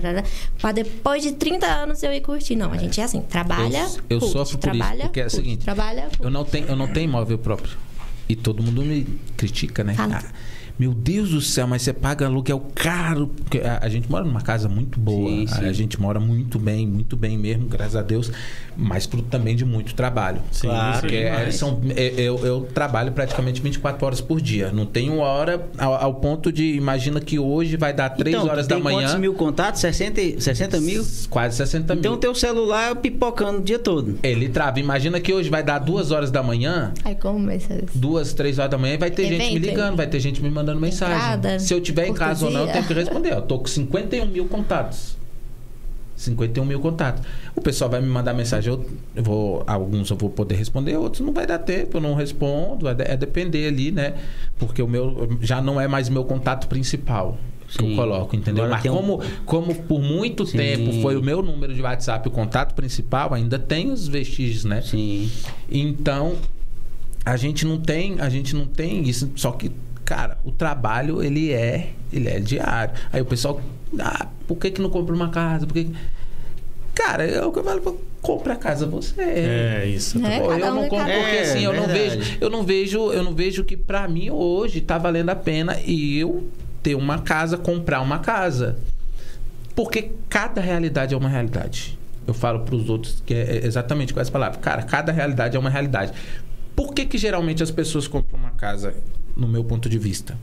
para depois de trinta anos eu ir curtir. Não, a gente é assim, trabalha, Eu- eu curte, sofro por isso, trabalha, porque é o curte, seguinte, trabalha, curte. Eu não tenho, eu não tenho imóvel próprio. E todo mundo me critica, né? Fala. Ah, meu Deus do céu, mas você paga aluguel caro. Porque a, a gente mora numa casa muito boa. Sim, a, sim. a gente mora muito bem, muito bem mesmo, graças a Deus. Mas fruto também de muito trabalho. Sim, Claro, Porque é, demais. são, é, eu, eu trabalho praticamente vinte e quatro horas por dia. Não tenho hora ao, ao ponto de... Imagina que hoje vai dar três Então, horas tem da manhã. quantos mil contatos? sessenta, e- sessenta mil? Quase sessenta Então mil. teu celular pipocando o dia todo. Ele trava. Imagina que hoje vai dar duas horas da manhã... Aí começa isso. Duas, três horas da manhã, vai ter gente me Evento, ligando, hein? vai ter gente me mandando mensagem. Entrada, Se eu tiver em casa ou não, eu tenho que cortesia. responder. Eu tô com cinquenta e um mil contatos. cinquenta e um mil contatos. O pessoal vai me mandar mensagem, eu, eu vou, alguns eu vou poder responder, outros não vai dar tempo, eu não respondo, é, é depender ali, né? Porque o meu já não é mais meu contato principal. Que Sim. eu coloco, entendeu? Agora Mas tem um- como, como por muito Sim. tempo foi o meu número de WhatsApp o contato principal, ainda tem os vestígios, né? Sim. Então, a gente não tem, a gente não tem isso, só que, cara, o trabalho, ele é, ele é diário. Aí o pessoal, ah, por que que não compra uma casa? Por que que... Cara, eu, eu falo, compra a casa você. É, isso. Né? Pô, Cada eu um não de compro cada porque um. assim, eu É, não verdade. vejo, eu não vejo, eu não vejo que pra mim hoje tá valendo a pena e eu ter uma casa, comprar uma casa. Porque cada realidade é uma realidade. Eu falo pros outros que é exatamente com essa palavra. Cara, cada realidade é uma realidade. Por que que geralmente as pessoas compram uma casa, no meu ponto de vista?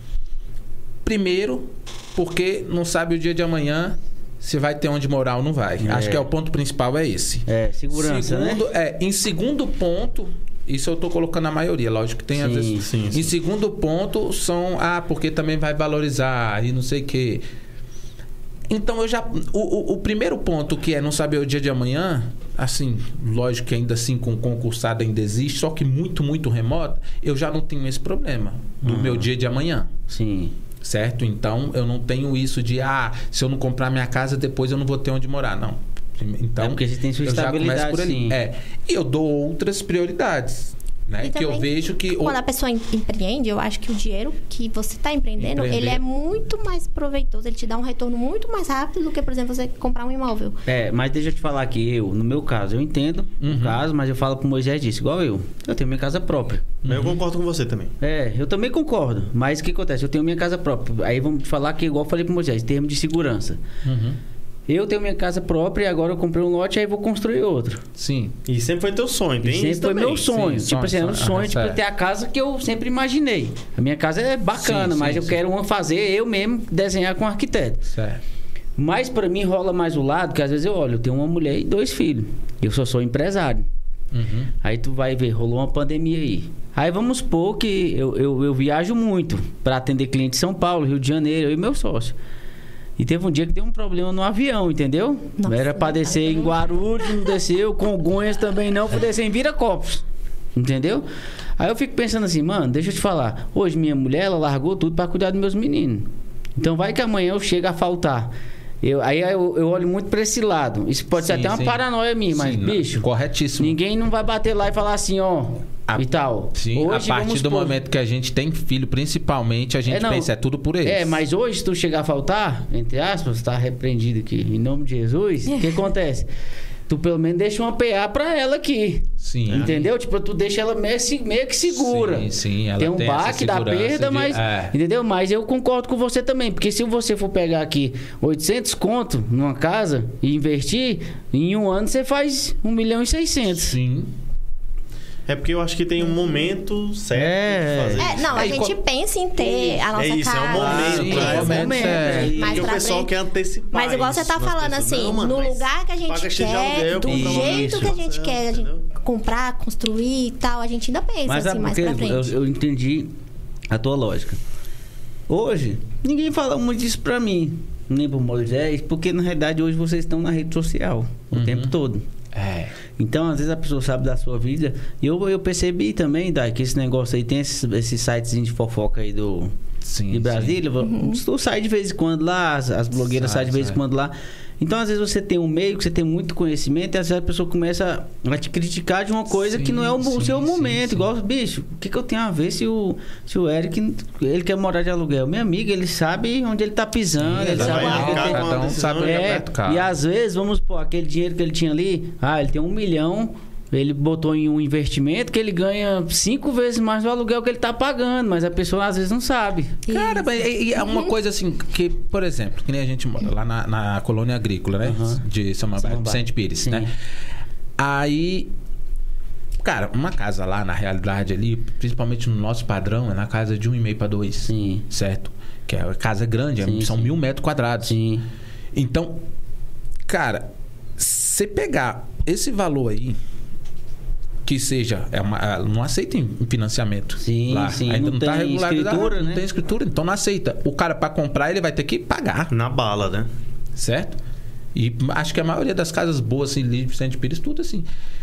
Primeiro, porque não sabe o dia de amanhã se vai ter onde morar ou não vai. É. Acho que é o ponto principal, é esse. É, segurança, segundo, né? É, em segundo ponto, isso eu tô colocando a maioria, lógico que tem às Sim, vezes. sim, sim. Em segundo ponto, são, ah, porque também vai valorizar e não sei o quê. Então eu já. O, o, o primeiro ponto, que é não saber o dia de amanhã, assim, lógico que ainda assim com concursado ainda existe, só que muito, muito remoto, eu já não tenho esse problema do Uhum. meu dia de amanhã. Sim. Certo? Então, eu não tenho isso de, ah, se eu não comprar minha casa, depois eu não vou ter onde morar. Não. Então, É porque você tem sua eu já estabilidade, começo por ali. sim. É. E eu dou outras prioridades, né? E Que eu também, vejo que... Quando a pessoa em- empreende, eu acho que o dinheiro que você está empreendendo, Empreender. ele é muito mais proveitoso, ele te dá um retorno muito mais rápido do que, por exemplo, você comprar um imóvel. É, mas deixa eu te falar que eu, no meu caso, eu entendo Uhum. o caso, mas eu falo pro Moisés disso, igual eu. Eu tenho minha casa própria. Eu concordo com você também. É, eu também concordo. Mas o que acontece? Eu tenho minha casa própria. Aí vamos te falar que, igual eu falei pro Moisés, em termos de segurança. Uhum. Eu tenho minha casa própria e agora eu comprei um lote e aí vou construir outro. Sim. E sempre foi teu sonho, tem E sempre isso foi também. meu sonho. Sim, tipo sonho, assim, era um sonho. sonho Aham, tipo, certo. ter a casa que eu sempre imaginei. A minha casa é bacana, Sim, mas sim, eu sim. quero uma fazer eu mesmo, desenhar com um arquiteto. Certo. Mas pra mim rola mais o lado, que às vezes eu olho, eu tenho uma mulher e dois filhos. Eu só sou empresário. Uhum. Aí tu vai ver, rolou uma pandemia aí. Aí vamos supor que eu, eu, eu viajo muito para atender cliente de São Paulo, Rio de Janeiro, eu e meu sócio. E teve um dia que deu um problema no avião, entendeu? Nossa, Era pra descer em Guarulhos, não desceu, Congonhas também não, fui descer em Viracopos. Entendeu? Aí eu fico pensando assim, mano, deixa eu te falar. Hoje minha mulher, ela largou tudo pra cuidar dos meus meninos. Então vai que amanhã eu chego a faltar. Eu, aí eu, eu olho muito pra esse lado. Isso pode ser Sim, até uma sim. paranoia minha, mas, Sim, não, bicho, corretíssimo. ninguém não vai bater lá e falar assim, ó, A- e tal. Sim, Hoje, a partir vamos do supor- momento que a gente tem filho, principalmente, a gente É, não. pensa, é tudo por eles. É, mas hoje, se tu chegar a faltar, entre aspas, tá repreendido aqui, em nome de Jesus, o que acontece? Tu pelo menos deixa uma P A pra ela aqui. Sim. Entendeu? Tipo, tu deixa ela meio, se- meio que segura. Sim, sim, ela tem um tem essa baque da segurança perda, de- mas. é. Entendeu? Mas eu concordo com você também. Porque se você for pegar aqui oitocentos conto numa casa e investir, em um ano você faz um milhão e seiscentos. Sim. É porque eu acho que tem um momento certo É. de fazer É, isso. não, a É, e gente co- pensa em ter a nossa É isso, é casa. um momento, sim, pra- é um momento, é. E- Mais Porque o pra pessoal frente. quer antecipar. Mas igual você isso tá nas falando pessoas. assim, Não, mano, no mas lugar que a gente paga X de quer, aluguel, do compra uma- jeito que a gente Isso, quer a gente entendeu? comprar, construir e tal, a gente ainda pensa Mas assim, sabe por mais quê? pra frente. Eu, eu entendi a tua lógica. Hoje, ninguém fala muito disso pra mim, nem pro Moisés, porque na realidade hoje vocês estão na rede social o Uhum. tempo todo. É. Então, às vezes a pessoa sabe da sua vida. E eu, eu percebi também, Dai, que esse negócio aí tem esses, esses sites de fofoca aí do, Sim, de Brasília. Tu sai de vez em quando lá, as, as blogueiras Sai, saem de vez em sai. quando lá. Então, às vezes você tem um meio que você tem muito conhecimento e às vezes a pessoa começa a te criticar de uma coisa Sim, que não é o, sim, seu sim, momento. sim. Igual, bicho, o que, que eu tenho a ver se o, se o Eric ele quer morar de aluguel? Meu amigo, ele sabe onde ele tá pisando, ele Cada sabe um- onde ele tem... cada um sabe onde É, aperta o carro. e às vezes, vamos pôr, aquele dinheiro que ele tinha ali, ah, ele tem um milhão, ele botou em um investimento que ele ganha cinco vezes mais do aluguel que ele tá pagando, mas a pessoa às vezes não sabe. Cara, mas é, e é uma coisa assim, que, por exemplo, que nem a gente mora lá na, na colônia agrícola, né? Aham. De Samambaia, Samambaia. Vicente Pires, Sim. né? Aí, cara, uma casa lá, na realidade ali, principalmente no nosso padrão, é na casa de um e meio para dois. Sim. Certo? Que é uma casa grande, é- Sim, são sim. mil metros quadrados. Sim. Então, cara, você pegar esse valor aí, que seja, é uma, ela não aceita em em financiamento. Sim, lá. sim, Ainda não não, tá tem regularizado, escritura, não né? tem escritura, então não aceita. O cara, para comprar, ele vai ter que pagar, Na bala, né? certo? E acho que a maioria das casas boas, assim, de Vicente Pires, tudo assim.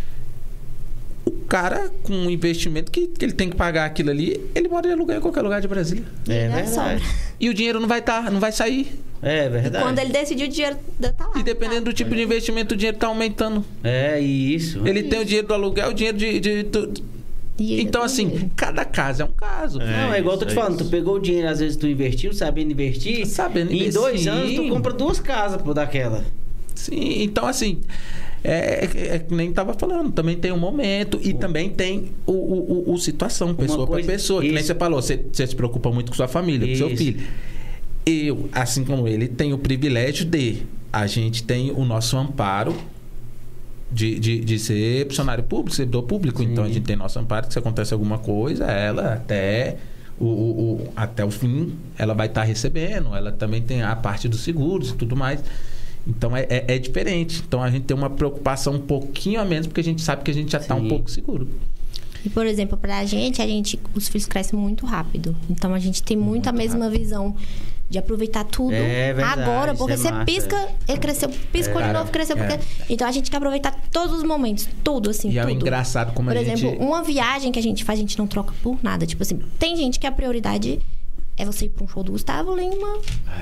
O cara, com um investimento que, que ele tem que pagar aquilo ali, ele mora de aluguel em qualquer lugar de Brasília. É Não verdade. sobra. E o dinheiro não vai tá, não vai sair. É verdade. Quando ele decidir, o dinheiro tá lá. E dependendo do tipo de investimento, o dinheiro tá aumentando. É isso. Ele tem o dinheiro do aluguel, o dinheiro de... de, de- E Então, ele- assim, cada caso é um caso. Não, é igual eu tô te isso, é falando, isso. tu pegou o dinheiro, às vezes tu investiu, sabendo investir. Sabendo Em investir. dois anos tu compra duas casas por daquela. Sim, então assim, é, é, é que nem tava falando, também tem um momento e também tem o, o, o, o situação, pessoa coisa- para pessoa. Que nem isso. você falou, você, você se preocupa muito com sua família, com seu Isso. filho. Eu, assim como ele, tenho o privilégio de a gente tem o nosso amparo de, de, de ser funcionário público, servidor público. Sim. Então a gente tem nosso amparo que se acontece alguma coisa, ela até o, o, o- até o fim ela vai estar recebendo. Ela também tem a parte dos seguros e tudo mais. Então é, é, é diferente. Então a gente tem uma preocupação um pouquinho a menos, porque a gente sabe que a gente já está um Sim. pouco seguro. E, por exemplo, pra gente, a gente, os filhos crescem muito rápido. Então, a gente tem muito, a mesma visão de aproveitar tudo É verdade, agora. isso Porque é você massa. pisca, ele cresceu, piscou de Cara, novo, cresceu. é. Porque... Então, a gente quer aproveitar todos os momentos, tudo, assim, E é tudo. engraçado como Por a exemplo, gente... uma viagem que a gente faz, a gente não troca por nada. Tipo assim, tem gente que a prioridade é você ir pra um show do Gustavo Lima...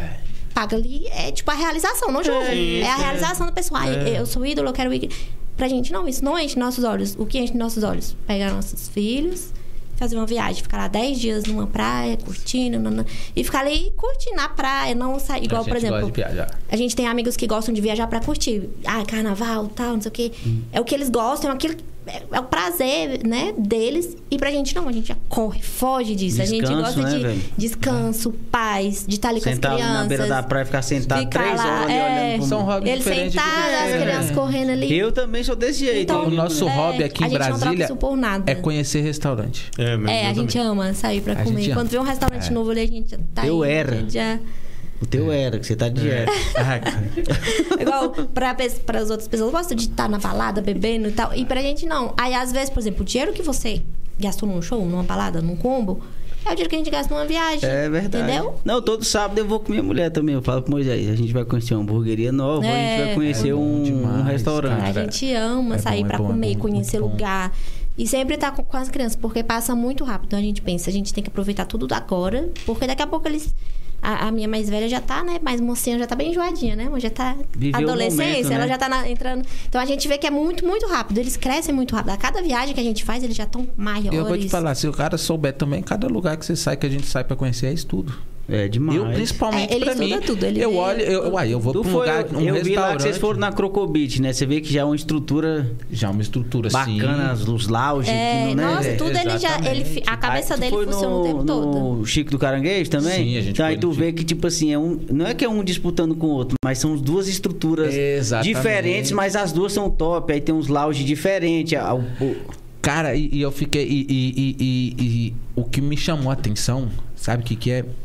Paga ali, é tipo a realização, não jogo. É, isso, a é. realização da pessoa. Ah, É. eu sou ídolo, eu quero ir. Pra gente, não, isso não enche nossos olhos. O que enche nossos olhos? Pegar nossos filhos, fazer uma viagem, ficar lá dez dias numa praia, curtindo, nanã, e ficar ali curtindo na praia, não sair. Igual, a gente por exemplo, gosta de viajar. a gente tem amigos que gostam de viajar pra curtir. Ah, carnaval, tal, não sei o quê. Hum. É o que eles gostam, é aquilo. É é o prazer, né, deles. E pra gente não, a gente já corre, foge disso. a gente Descanso, gosta né, de velho? descanso, paz, de estar ali com Sentar as ali crianças. na beira da praia, ficar sentado Ficar três lá, horas ali é. olhando pro São mundo. hobbies Ele diferentes de sentado, as viver. crianças correndo ali. Eu também sou desse jeito. Então, O nosso É, hobby aqui a em gente não troca Brasília isso por nada. é conhecer restaurante. É, mesmo, É, a eu gente também. ama sair pra A comer. gente Quando ama. vê um restaurante É. novo ali, a gente já tá Eu aí, era. a gente já... O teu era, que você tá de dieta. Ah, cara. Igual pra, para as outras pessoas, gostam de estar na balada, bebendo e tal. E pra gente, não. Aí, às vezes, por exemplo, o dinheiro que você gastou num show, numa balada, num combo, é o dinheiro que a gente gasta numa viagem. É verdade. Entendeu? Não, todo sábado eu vou com minha mulher também. Eu falo pro Moisés, a gente vai conhecer uma hamburgueria nova, a gente É. vai conhecer É bom um, demais, um restaurante. cara. A gente ama É sair bom, é pra bom, é comer, bom, conhecer muito bom. lugar. E sempre tá com, com as crianças, porque passa muito rápido. Então a gente pensa, a gente tem que aproveitar tudo agora, porque daqui a pouco eles. A, a minha mais velha já tá, né? Mais mocinha, já tá bem enjoadinha, né? Mas já tá Viveu o adolescência, momento, ela né? já tá na- entrando. Então a gente vê que é muito, muito rápido. Eles crescem muito rápido. A cada viagem que a gente faz, eles já estão maiores. Eu vou te falar, se o cara souber também, cada lugar que você sai, que a gente sai pra conhecer, é estudo. É demais. Eu, principalmente É, ele pra estuda mim, tudo, ele eu vê- olho, eu, uai, eu vou Tu pra um foi, lugar, um eu vi lá restaurante. que vocês foram na Crocobit, né? Você vê que já é uma estrutura Já uma estrutura assim. bacana, os lounge, É, que não, né? nossa, É. tudo ele já. Ele, fi- a Aí cabeça tu dele foi funciona no, o tempo todo. no Chico do Caranguejo também? Sim, a gente Então aí foi tu no vê que, tipo assim, é um, não é que é um disputando com o outro, mas são duas estruturas Exatamente. diferentes, mas as duas são top. Aí tem uns lounge diferentes. a- o- Cara, e, e eu fiquei. E, e- e- e- e o que me chamou a atenção, sabe o que, que é?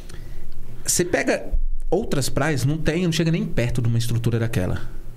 Você pega outras praias, não tem, não chega nem perto de uma estrutura daquela.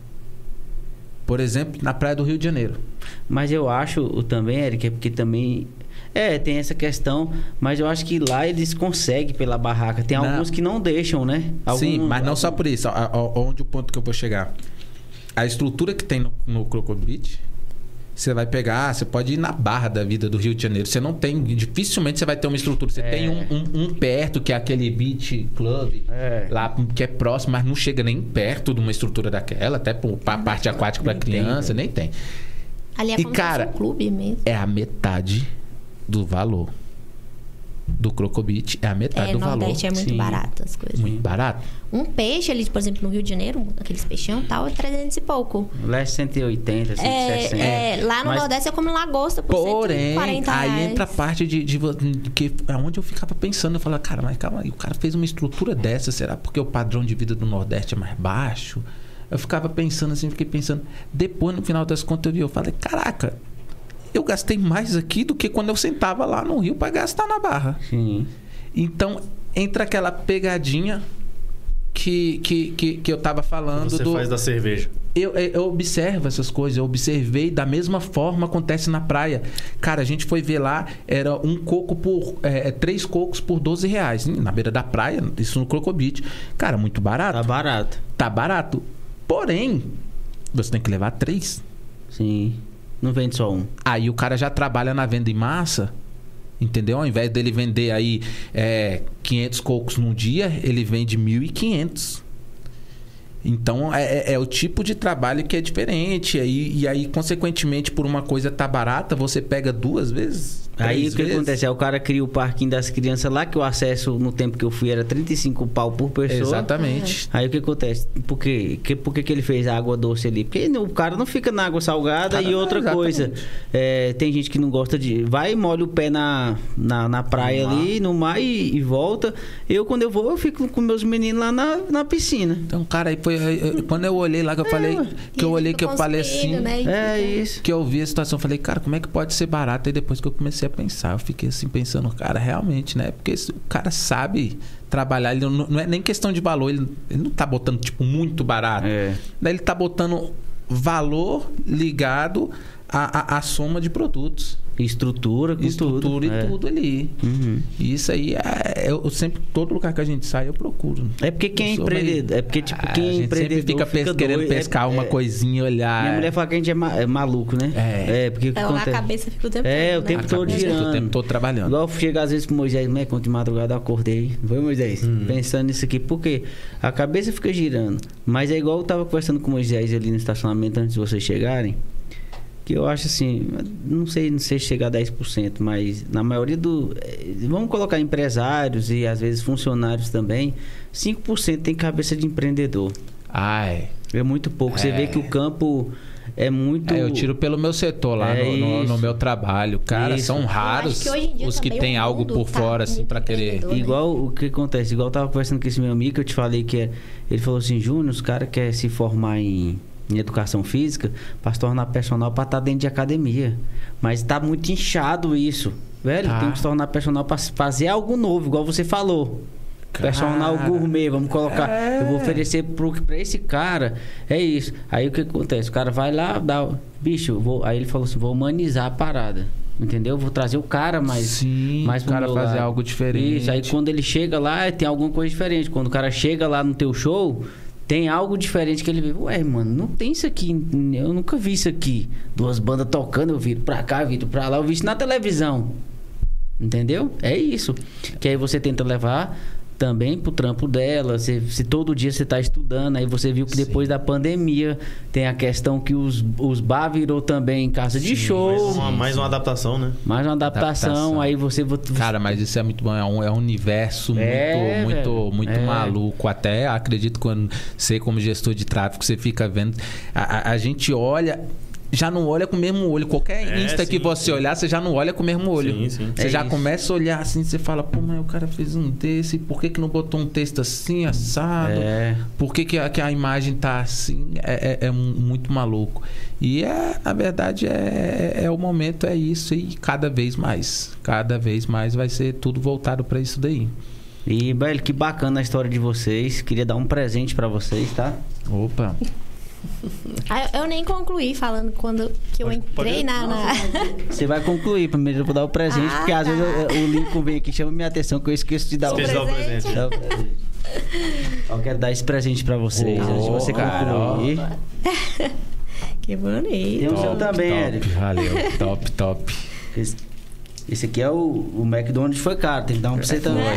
Por exemplo, na praia do Rio de Janeiro. Mas eu acho o também, Eric, é porque também. É, tem essa questão, mas eu acho que lá eles conseguem pela barraca. Tem Não. alguns que não deixam, né? Sim, Algum- mas não só por isso. A- a- Onde o ponto que eu vou chegar? A estrutura que tem no, no Croco Beach, você vai pegar, você pode ir na barra da vida do Rio de Janeiro. Você não tem, dificilmente você vai ter uma estrutura. Você É. tem um, um- um perto, que é aquele Beach Club, É. lá que é próximo, mas não chega nem perto de uma estrutura daquela, até para a parte aquática para Nem tem, criança, né? nem tem. Ali é E, como cara, se fosse um clube mesmo. É a metade do valor do Croco Beach, é a metade É, do no valor. Nordeste é muito Sim. barato as coisas. Muito barato. Um peixe ali, por exemplo, no Rio de Janeiro, aqueles peixão e tal, é trezentos e pouco. Lá é cento e oitenta, cento e sessenta. É, é, lá no Mas- Nordeste eu como lagosta por cento e Porém, quarenta aí reais. entra a parte de, de, vo- de que é onde eu ficava pensando, eu falava, cara, mas calma aí, o cara fez uma estrutura dessa, será porque o padrão de vida do Nordeste é mais baixo? Eu ficava pensando assim, fiquei pensando. Depois, no final das contas, eu vi, eu falei, caraca, eu gastei mais aqui do que quando eu sentava lá no Rio para gastar na Barra. Sim. Então, entra aquela pegadinha que, que, que, que eu tava falando Você do... faz da cerveja. Eu, eu eu observo essas coisas, eu observei da mesma forma acontece na praia. Cara, a gente foi ver lá, era um coco por. É, é, três cocos por doze reais. Na beira da praia, isso no Croco Beach. Cara, muito barato. Tá barato. Tá barato. Porém, você tem que levar três. Sim. Não vende só um. Aí o cara já trabalha na venda em massa, entendeu? Ao invés dele vender aí é, quinhentos cocos num dia, ele vende mil e quinhentos. Então, é, é, é o tipo de trabalho que é diferente. Aí, e aí, consequentemente, por uma coisa tá barata, você pega duas vezes. Aí o que vezes. acontece? Aí o cara cria o parquinho das crianças lá, que o acesso no tempo que eu fui era trinta e cinco pau por pessoa. Exatamente. Aí o que acontece? Por quê? Que, por que, que ele fez a água doce ali? Porque o cara não fica na água salgada. Cara, e outra não, coisa, é, tem gente que não gosta de... Vai e molha o pé na, na, na praia no ali, no mar e, e volta. Eu, quando eu vou, eu fico com meus meninos lá na, na piscina. Então, cara, aí foi... Eu, quando eu olhei lá, que eu falei... Que eu olhei, que eu falei assim... Né? É isso. Que eu vi a situação, eu falei, cara, como é que pode ser barato? Aí depois que eu comecei a pensar, eu fiquei assim, pensando, cara, realmente, né? Porque o cara sabe trabalhar, ele não, não é nem questão de valor, ele, ele não tá botando, tipo, muito barato. É. Daí ele tá botando valor ligado à, à, à soma de produtos. Estrutura, com Estrutura tudo. e é. tudo ali. Uhum. E isso aí, é, eu sempre, todo lugar que a gente sai, eu procuro. É porque quem é Eu sou empreendedor... meio- É porque, tipo, Ah, quem a é gente empreendedor sempre fica, pes- fica querendo doido, é- pescar uma é- coisinha, olhar. Minha mulher fala que a gente é, ma- é maluco, né? É. É, porque o que É, a acontece? cabeça fica o tempo É, todo, o né? tempo A todo cabeça girando. o tempo todo trabalhando. Igual chega às vezes pro Moisés, né? Quando de madrugada eu acordei. Foi, Moisés? Hum. Pensando nisso aqui. Por quê? A cabeça fica girando. Mas é igual eu tava conversando com o Moisés ali no estacionamento antes de vocês chegarem. Que eu acho assim, não sei, não sei chegar a dez por cento, mas na maioria do... Vamos colocar empresários e às vezes funcionários também. cinco por cento tem cabeça de empreendedor. Ai. É muito pouco. Você É. vê que o campo é muito... É, eu tiro pelo meu setor lá, É no, no- no isso. meu trabalho. Cara, Isso. são Eu raros acho que hoje em dia os que também tem o algo mundo por tá fora, assim, muito pra querer. empreendedor, né? Igual o que acontece, igual eu tava conversando com esse meu amigo que eu te falei que é, ele falou assim, Júnior, os caras querem se formar em, em educação física para se tornar personal para estar dentro de academia. Mas tá muito inchado isso. Velho, Tá. tem que se tornar personal para fazer algo novo, igual você falou. Personal Cara. gourmet, vamos colocar. É. Eu vou oferecer pro, pra esse cara. É isso. Aí o que acontece? O cara vai lá, dá. Bicho, eu vou, aí ele falou assim: vou humanizar a parada. Entendeu? Vou trazer o cara mais. Sim, mais o pro cara meu fazer lado. algo diferente. Isso. Aí quando ele chega lá, tem alguma coisa diferente. Quando o cara chega lá no teu show, tem algo diferente que ele vê. Ué, mano, não tem isso aqui. Eu nunca vi isso aqui. Duas bandas tocando, eu viro pra cá, eu viro pra lá, eu vi isso na televisão. Entendeu? É isso. Que aí você tenta levar também pro trampo dela. Se, se todo dia você tá estudando, aí você viu que depois Sim. da pandemia tem a questão que os, os bar virou também casa de Sim, show. Mais uma, mais uma adaptação, né? Mais uma adaptação, Adaptação. aí você... vo- Cara, mas isso é muito bom. É um, é um universo É, muito, velho. muito, muito É. maluco. Até acredito quando você, como gestor de tráfego, você fica vendo. A, a- a gente olha. Já não olha com o mesmo olho. Qualquer É, Insta que sim, você sim. olhar, você já não olha com o mesmo olho. Sim, sim. Você É já isso. começa a olhar assim, você fala, pô, mas o cara fez um desse, por que, que não botou um texto assim, assado? É. Por que, que, a, que a imagem tá assim? É, é- é mu- muito maluco. E é, na verdade, é, é o momento, é isso, e cada vez mais. Cada vez mais vai ser tudo voltado para isso daí. E, velho, que bacana a história de vocês. Queria dar um presente pra vocês, tá? Opa! Ah, eu nem concluí falando quando que eu Pode- entrei pode- na... na... Você vai concluir. Primeiro eu vou dar o presente, Ah, porque às tá. vezes eu- eu- o Lincoln vem aqui e chama minha atenção que eu esqueço de dar o Esqueci de dar o presente. presente. Dá o presente. Eu quero dar esse presente pra vocês. Oh, antes de você cara, concluir. Que bonito. Tem o seu também, top, Érico. valeu. Top, top. Esse, esse aqui é o, o McDonald's, foi caro. Tem que dar um pra você também.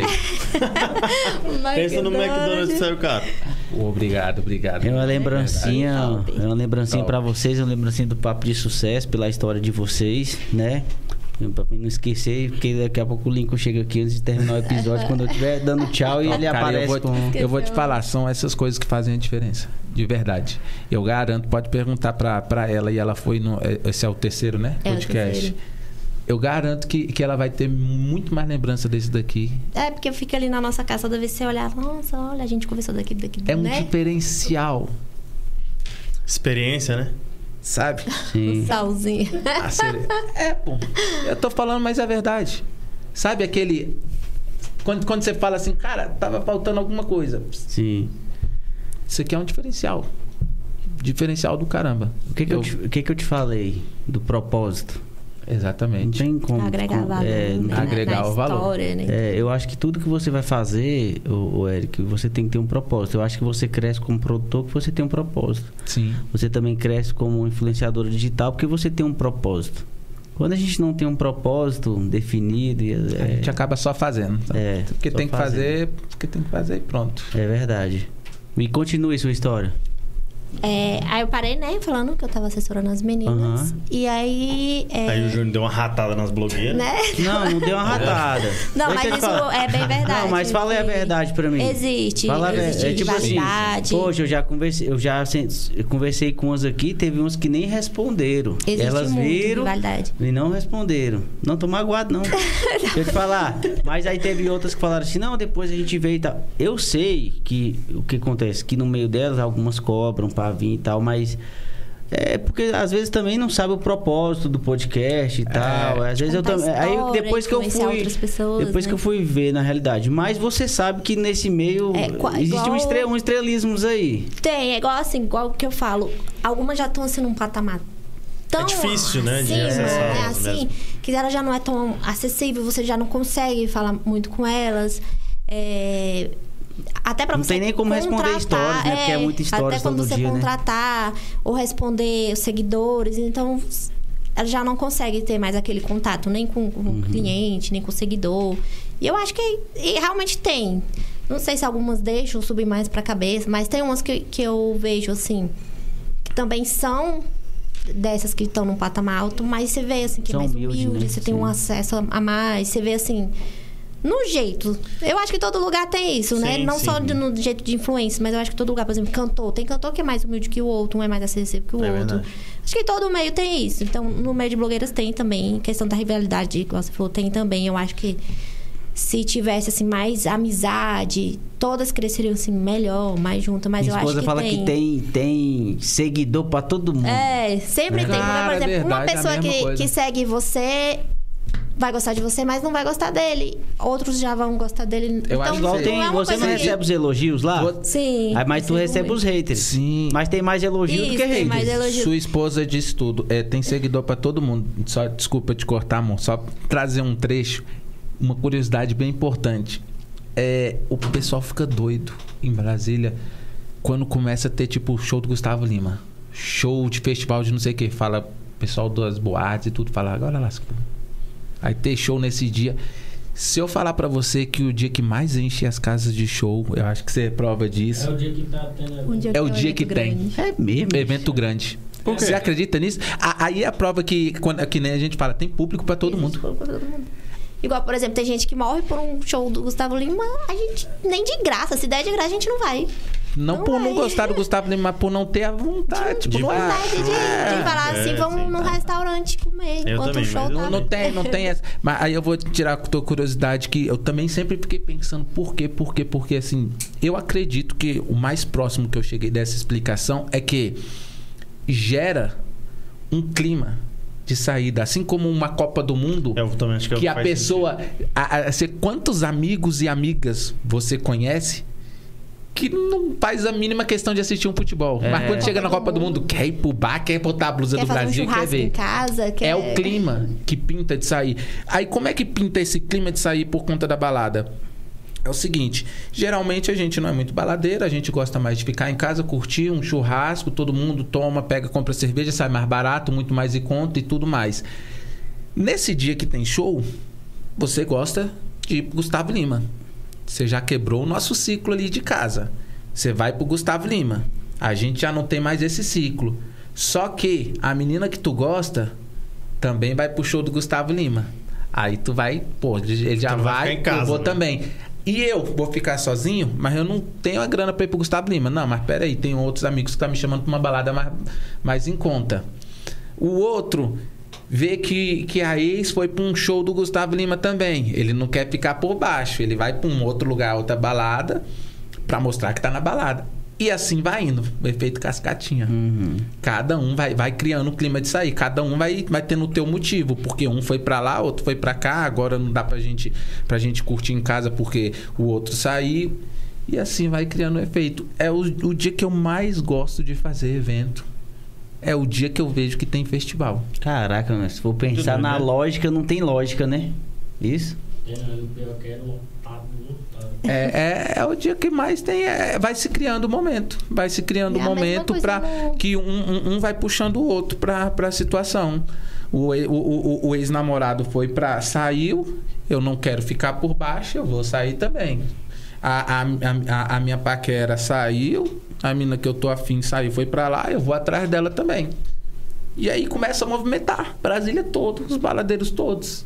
Pensa no McDonald's que saiu caro. Obrigado, obrigado. É uma lembrancinha, Top. é uma lembrancinha Top. pra vocês, é uma lembrancinha do Papo de Sucesso, pela história de vocês, né? Pra mim não esquecer, porque daqui a pouco o Lincoln chega aqui antes de terminar o episódio, quando eu estiver dando tchau e ele Cara, aparece eu vou, com... eu vou te falar, são essas coisas que fazem a diferença. De verdade. Eu garanto, pode perguntar pra, pra ela, e ela foi no. Esse é o terceiro, né? É o Podcast. terceiro. Eu garanto que, que ela vai ter muito mais lembrança desse daqui. É, porque fica ali na nossa casa, toda vez que você olhar, nossa, olha, a gente conversou daqui, daqui, É um né? diferencial, Experiência, né? sabe? Sim. Salzinho. A cere- É, pô. Eu tô falando, mas é verdade. Sabe aquele. Quando, quando você fala assim, cara, tava faltando alguma coisa. Sim. Isso aqui é um diferencial. Diferencial do caramba. O que que eu, Eu- te, o que que eu te falei do propósito? Exatamente. Não tem como. Agregar com- valor, é, não né? tem- agregar na o valor. história, né? É, eu acho que tudo que você vai fazer, o, Eric, você tem que ter um propósito. Eu acho que você cresce como produtor porque você tem um propósito. Sim. Você também cresce como influenciador digital porque você tem um propósito. Quando a gente não tem um propósito definido, A é, gente acaba só fazendo. é, Porque só tem que fazendo. fazer, porque tem que fazer e pronto. É verdade. E continue sua história. É, aí eu parei, né, falando que eu tava assessorando as meninas. Aham. E aí. É, Aí o Júnior deu uma ratada nas blogueiras. né? Não, não deu uma ratada. Não, Deixa mas eu te isso falar. é bem verdade. Não, mas fala aí a que verdade pra mim. Existe, Fala a ver- existe é tipo assim, rivalidade. poxa, eu já conversei, eu já sen- eu conversei com umas aqui, teve uns que nem responderam. Existe Elas muito viram rivalidade. e não responderam. Não tô magoado, não. Deixa eu te falar. Mas aí teve outras que falaram assim, não, depois a gente vê e tal. Eu sei que o que acontece, que no meio delas algumas cobram pra vir e tal, mas é porque às vezes também não sabe o propósito do podcast e tal. Às vezes eu contar também. Aí história, depois que eu influenciar fui. outras pessoas, Depois né? que eu fui ver na realidade. Mas você sabe que nesse meio É, qua- existe igual- um, estre, um estrelismos aí. Tem, é igual assim, igual o que eu falo. Algumas já estão assim num patamar tão É difícil, né, de acima, acessá-las né, assim, mesmo. que ela já não é tão acessível, você já não consegue falar muito com elas. É, até pra Não você tem nem como responder contratar, stories, né? Porque é muita stories até quando todo você dia, né? contratar ou responder os seguidores, então ela já não consegue ter mais aquele contato nem com, com Uhum. o cliente, nem com o seguidor. E eu acho que e realmente tem. Não sei se algumas deixam subir mais pra cabeça, mas tem umas que, que eu vejo assim, que também são dessas que estão num patamar alto, mas você vê assim que São é mais humildes, humilde, né? você tem Sim. um acesso a mais, você vê assim, no jeito. Eu acho que todo lugar tem isso, né? Sim, Não sim. só de- no jeito de influência, mas eu acho que todo lugar, por exemplo, cantor. Tem cantor que é mais humilde que o outro, um é mais acessível que o É outro. verdade. Acho que todo meio tem isso. Então, no meio de blogueiras tem também. Questão da rivalidade, que você falou, tem também. Eu acho que se tivesse, assim, mais amizade, todas cresceriam, assim, melhor, mais juntas. Mas Minha eu acho esposa que fala tem. que tem, tem seguidor pra todo mundo. É, sempre tem. Cara, Por exemplo, uma verdade, é a pessoa mesma que, coisa. que segue você vai gostar de você, mas não vai gostar dele. Outros já vão gostar dele. Eu então, acho que Igual Sim. tem, não é uma você não coisa que- recebe os elogios lá? Vou- Sim. Aí, mas tu recebo recebe muito. os haters. Sim. Mas tem mais elogio do Isso, que tem haters. mais elogio. Sua esposa disse tudo. É, tem seguidor pra todo mundo. Só desculpa te cortar, amor. Só trazer um trecho. Uma curiosidade bem importante. É, o pessoal fica doido em Brasília quando começa a ter tipo show do Gustavo Lima, show de festival de não sei o que. Fala pessoal das boates e tudo. Fala agora lasca. Aí ter show nesse dia. Se eu falar pra você que o dia que mais enche as casas de show, eu acho que você é prova disso. É o dia que tá tendo. Um dia É o tem um dia evento que tem. grande. É mesmo. Evento grande. Por quê? Você acredita nisso? A- Aí é a prova que, quando, que nem a gente fala, tem público pra todo mundo. Pra todo mundo. Igual, por exemplo, tem gente que morre por um show do Gustavo Lima, a gente nem de graça. Se der de graça, a gente não vai. Não, Não por não vai. gostar do Gustavo Lima, mas por não ter a vontade. Tipo, De não, é- Vontade de, de É. falar assim, É, vamos sim, num tá. restaurante comer Eu enquanto também, o show mas eu tá. Não tem, não tem essa. Mas aí eu vou tirar a tua curiosidade que eu também sempre fiquei pensando por quê, por quê, porque assim, eu acredito que o mais próximo que eu cheguei dessa explicação é que gera um clima de saída, assim como uma Copa do Mundo. Eu também acho que, Que a faz pessoa. A, a, você, quantos amigos e amigas você conhece que não faz a mínima questão de assistir um futebol? É. Mas quando chega na Copa do Copa do Mundo, quer ir pro bar, quer botar a blusa Quer do fazer Brasil, um quer churrasco ver. em casa, quer... É o clima que pinta de sair. Aí como é que pinta esse clima de sair por conta da balada? É o seguinte, geralmente a gente não é muito baladeira, a gente gosta mais de ficar em casa, curtir um churrasco, todo mundo toma, pega, compra cerveja, sai mais barato, muito mais em conta e tudo mais. Nesse dia que tem show, você gosta de Gustavo Lima. Você já quebrou o nosso ciclo ali de casa. Você vai pro Gustavo Lima. A gente já não tem mais esse ciclo. Só que a menina que tu gosta também vai pro show do Gustavo Lima. Aí tu vai, pô, ele já Tu não vai vai, ficar em casa, eu vou né? também. E eu vou ficar sozinho, mas eu não tenho a grana pra ir pro Gustavo Lima. Não, mas peraí, tem outros amigos que tá me chamando pra uma balada mais, mais em conta. O outro vê que, que a ex foi pra um show do Gustavo Lima também. Ele não quer ficar por baixo. Ele vai pra um outro lugar, outra balada, pra mostrar que tá na balada. E assim vai indo. O efeito cascatinha. Uhum. Cada um vai, vai criando o clima de sair. Cada um vai, vai tendo o teu motivo. Porque um foi pra lá, outro foi pra cá. Agora não dá pra gente, pra gente curtir em casa porque o outro saiu. E assim vai criando o efeito. É o, o dia que eu mais gosto de fazer evento. é o dia que eu vejo que tem festival. Caraca, mas se for pensar Tudo, na né? lógica, não tem lógica, né? Isso? O pior que é lotado, lotado. É, é, é o dia que mais tem. É, vai se criando o momento. Vai se criando o É a mesma momento coisa para no- que um, um, um vai puxando o outro para a situação. O, e- o, o, o ex-namorado foi para. Saiu, eu não quero ficar por baixo, eu vou sair também. A, a, a, a minha paquera saiu, a mina que eu tô afim saiu, foi para lá, eu vou atrás dela também. E aí começa a movimentar Brasília todo, os baladeiros todos.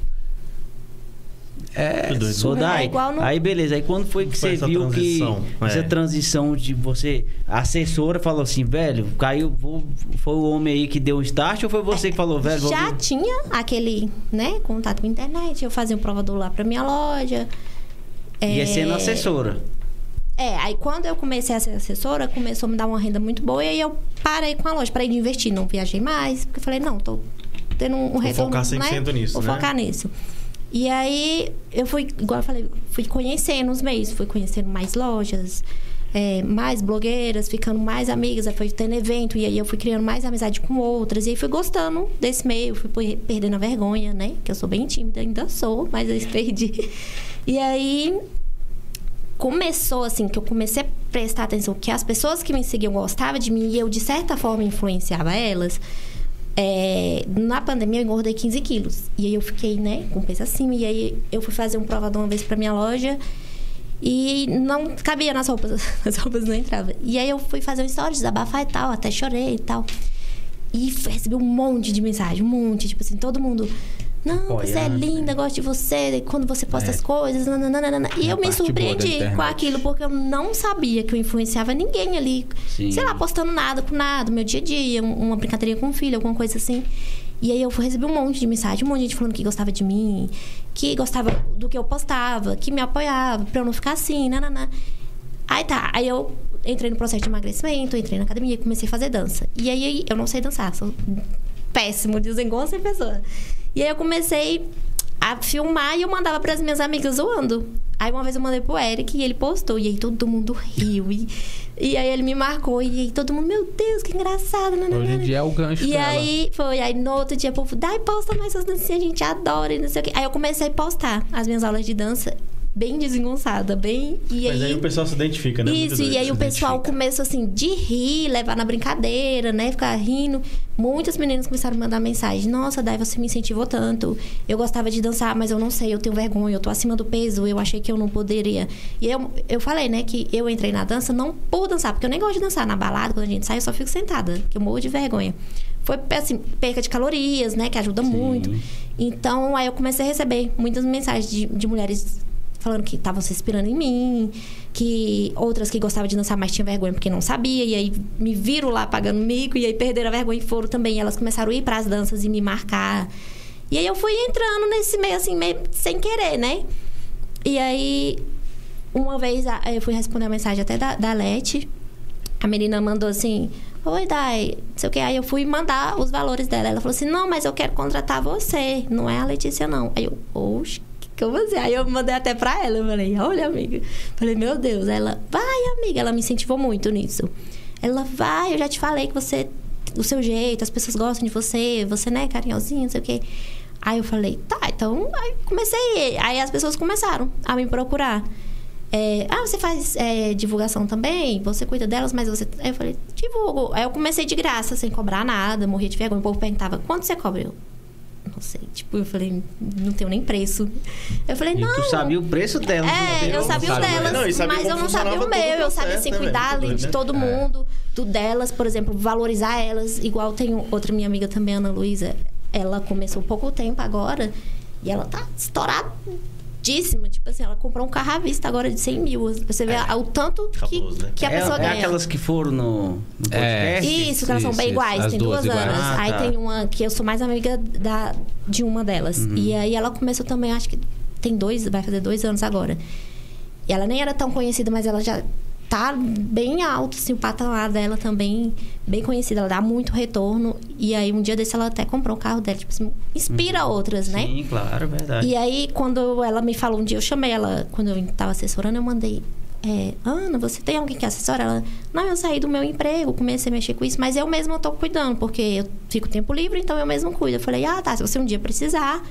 É, Que doido. Ô, Dai, É igual no- aí beleza, aí quando foi que Foi você essa viu transição? que essa É. transição de você, a assessora falou assim, velho, caiu, vou- foi o homem aí que deu o start ou foi você que falou, velho, vou Já vir? tinha aquele, né, contato com a internet. Eu fazia um provador lá pra minha loja. Ia sendo assessora. É, aí quando eu comecei a ser assessora, começou a me dar uma renda muito boa. E aí eu parei com a loja, parei de investir. Não viajei mais, porque eu falei, não, tô tendo um retorno, focar cem por cento né? nisso, Vou né? focar nisso. E aí eu fui, igual eu falei, fui conhecendo os meios. Fui conhecendo mais lojas, é, mais blogueiras, ficando mais amigas. Aí foi tendo evento, e aí eu fui criando mais amizade com outras. E aí fui gostando desse meio, fui per- perdendo a vergonha, né? Que eu sou bem tímida, ainda sou, mas eu perdi. E aí começou assim, que eu comecei a prestar atenção que as pessoas que me seguiam gostavam de mim e eu, de certa forma, influenciava elas. É, na pandemia eu engordei quinze quilos. E aí eu fiquei, né, com peso acima. E aí eu fui fazer um provador uma vez pra minha loja e não cabia nas roupas. As roupas não entravam. E aí eu fui fazer um story, desabafar e tal, até chorei e tal. E recebi um monte de mensagem, um monte, tipo assim, todo mundo... Não, você é Apoiando, linda, gosto de você, quando você posta É. as coisas, nananana. E É a eu me parte boa da surpreendi internet. com aquilo, porque eu não sabia que eu influenciava ninguém ali. Sim. Sei lá, postando nada com nada, meu dia a dia, um- uma brincadeirinha com o filho, alguma coisa assim. E aí eu recebi um monte de mensagem, um monte de gente falando que gostava de mim, que gostava do que eu postava, que me apoiava, pra eu não ficar assim, nananã. Aí tá, aí eu entrei no processo de emagrecimento, entrei na academia, comecei a fazer dança. E aí eu não sei dançar, sou péssimo, dizem igual essa pessoa. E aí eu comecei a filmar e eu mandava pras minhas amigas zoando. Aí uma vez eu mandei pro Eric e ele postou. E aí todo mundo riu. E, e aí ele me marcou. E aí todo mundo, meu Deus, que engraçado. Nananana. Hoje em dia é o gancho E dela. aí foi. Aí no outro dia o povo, dai, posta mais suas dancinhas, a gente adora e não sei o quê. Aí eu comecei a postar as minhas aulas de dança bem desengonçada, bem... E Mas aí o pessoal se identifica, né? Muito Isso, doido, e aí se o pessoal identifica. começou assim, de rir, levar na brincadeira, né? Ficar rindo. Muitas meninas começaram a mandar mensagem. Nossa, Dai, você me incentivou tanto. Eu gostava de dançar, mas eu não sei, eu tenho vergonha, eu tô acima do peso, eu achei que eu não poderia. E eu, eu falei, né, que eu entrei na dança não por dançar, porque eu nem gosto de dançar na balada, quando a gente sai, eu só fico sentada, que eu morro de vergonha. Foi, assim, perca de calorias, né, que ajuda muito. Então, aí eu comecei a receber muitas mensagens de, de mulheres falando que estavam se inspirando em mim, que outras que gostavam de dançar, mas tinham vergonha porque não sabia, e aí me viram lá pagando mico, e aí perderam a vergonha e foram também. E elas começaram a ir para as danças e me marcar. E aí eu fui entrando nesse meio, assim, meio sem querer, né? E aí, uma vez, a- eu fui responder a mensagem até da, da Leti. A menina mandou assim... Oi, Dai, não sei o que. Aí eu fui mandar os valores dela. Ela falou assim, não, mas eu quero contratar você. Não é a Letícia, não. Aí eu, oxe, como assim? Aí eu mandei até pra ela. Eu falei, olha, amiga. Falei, meu Deus. Aí ela, vai, amiga. Ela me incentivou muito nisso. Ela, vai, eu já te falei que você... Do seu jeito, as pessoas gostam de você. Você, né, carinhosinha, não sei o que. Aí eu falei, tá, então... Aí comecei. Aí as pessoas começaram a me procurar. É, ah, você faz é, divulgação também? Você cuida delas, mas você... Aí eu falei, divulgo. Aí eu comecei de graça, sem cobrar nada, morria de vergonha. O povo perguntava, quanto você cobra? Eu, não sei. Tipo, eu falei, não tenho nem preço. Eu falei, E não... tu sabia o preço delas. É, né? eu sabia o sabia. delas, Não, e sabia mas eu como não sabia o funcionava todo meu. o Eu sabia, processo, assim, né, cuidar velho? ali Muito de doido, todo né? mundo, do delas, por exemplo, valorizar elas. Igual tem outra minha amiga também, Ana Luísa. Ela começou pouco tempo agora e ela tá estouradíssima. Tipo assim, ela comprou um carro à vista agora de cem mil. Você vê a- o tanto que, Cabuloso, né? que a é, pessoa é ganha. aquelas que foram no, no É. podcast? Isso, que elas são Isso, bem isso. iguais, As tem duas duas, iguais. anos. Ah, Aí tá. tem uma que eu sou mais amiga da, de uma delas. Uhum. E aí ela começou também, acho que tem dois, vai fazer dois anos agora. E ela nem era tão conhecida, mas ela já tá bem alto, assim, o patamar dela também, bem conhecida. Ela dá muito retorno. E aí um dia desse ela até comprou o carro dela, tipo assim, inspira outras, né? Sim, claro, é verdade. E aí, quando ela me falou um dia, eu chamei ela, quando eu tava assessorando, eu mandei é, Ana, você tem alguém que assessora? Ela, não, eu saí do meu emprego, comecei a mexer com isso, mas eu mesma tô cuidando, porque eu fico tempo livre, então eu mesma cuido. Eu falei, ah, tá, se você um dia precisar...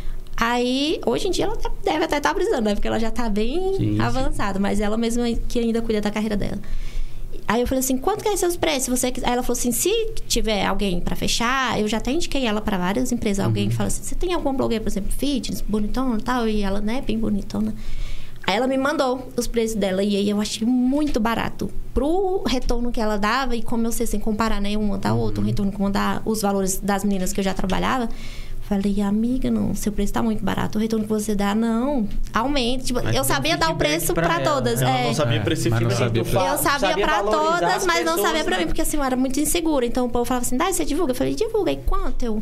Aí, hoje em dia, ela deve até estar precisando, né? Porque ela já tá bem sim, avançada, sim. Mas ela mesma que ainda cuida da carreira dela. Aí eu falei assim, quanto que é seus preços? Você... Aí ela falou assim, se tiver alguém pra fechar, eu já até indiquei ela pra várias empresas. Uhum. Alguém fala assim, você tem algum blogueiro, por exemplo, fitness, bonitona e tal? E ela, né, bem bonitona. Aí ela me mandou os preços dela e aí eu achei muito barato. Pro retorno que ela dava, e como eu sei, sem comparar, né, uma da outra, uhum. um retorno com dá os valores das meninas que eu já trabalhava... Falei, amiga, não, seu preço tá muito barato. O retorno que você dá, não, aumenta. Tipo, eu sabia dar o preço pra, pra todas. Ela é. não sabia precificar. Eu sabia, sabia pra todas, mas não sabia pra mim, porque assim, eu era muito insegura. Então o povo falava assim, dá, você divulga? Eu falei, divulga. E quanto? Eu...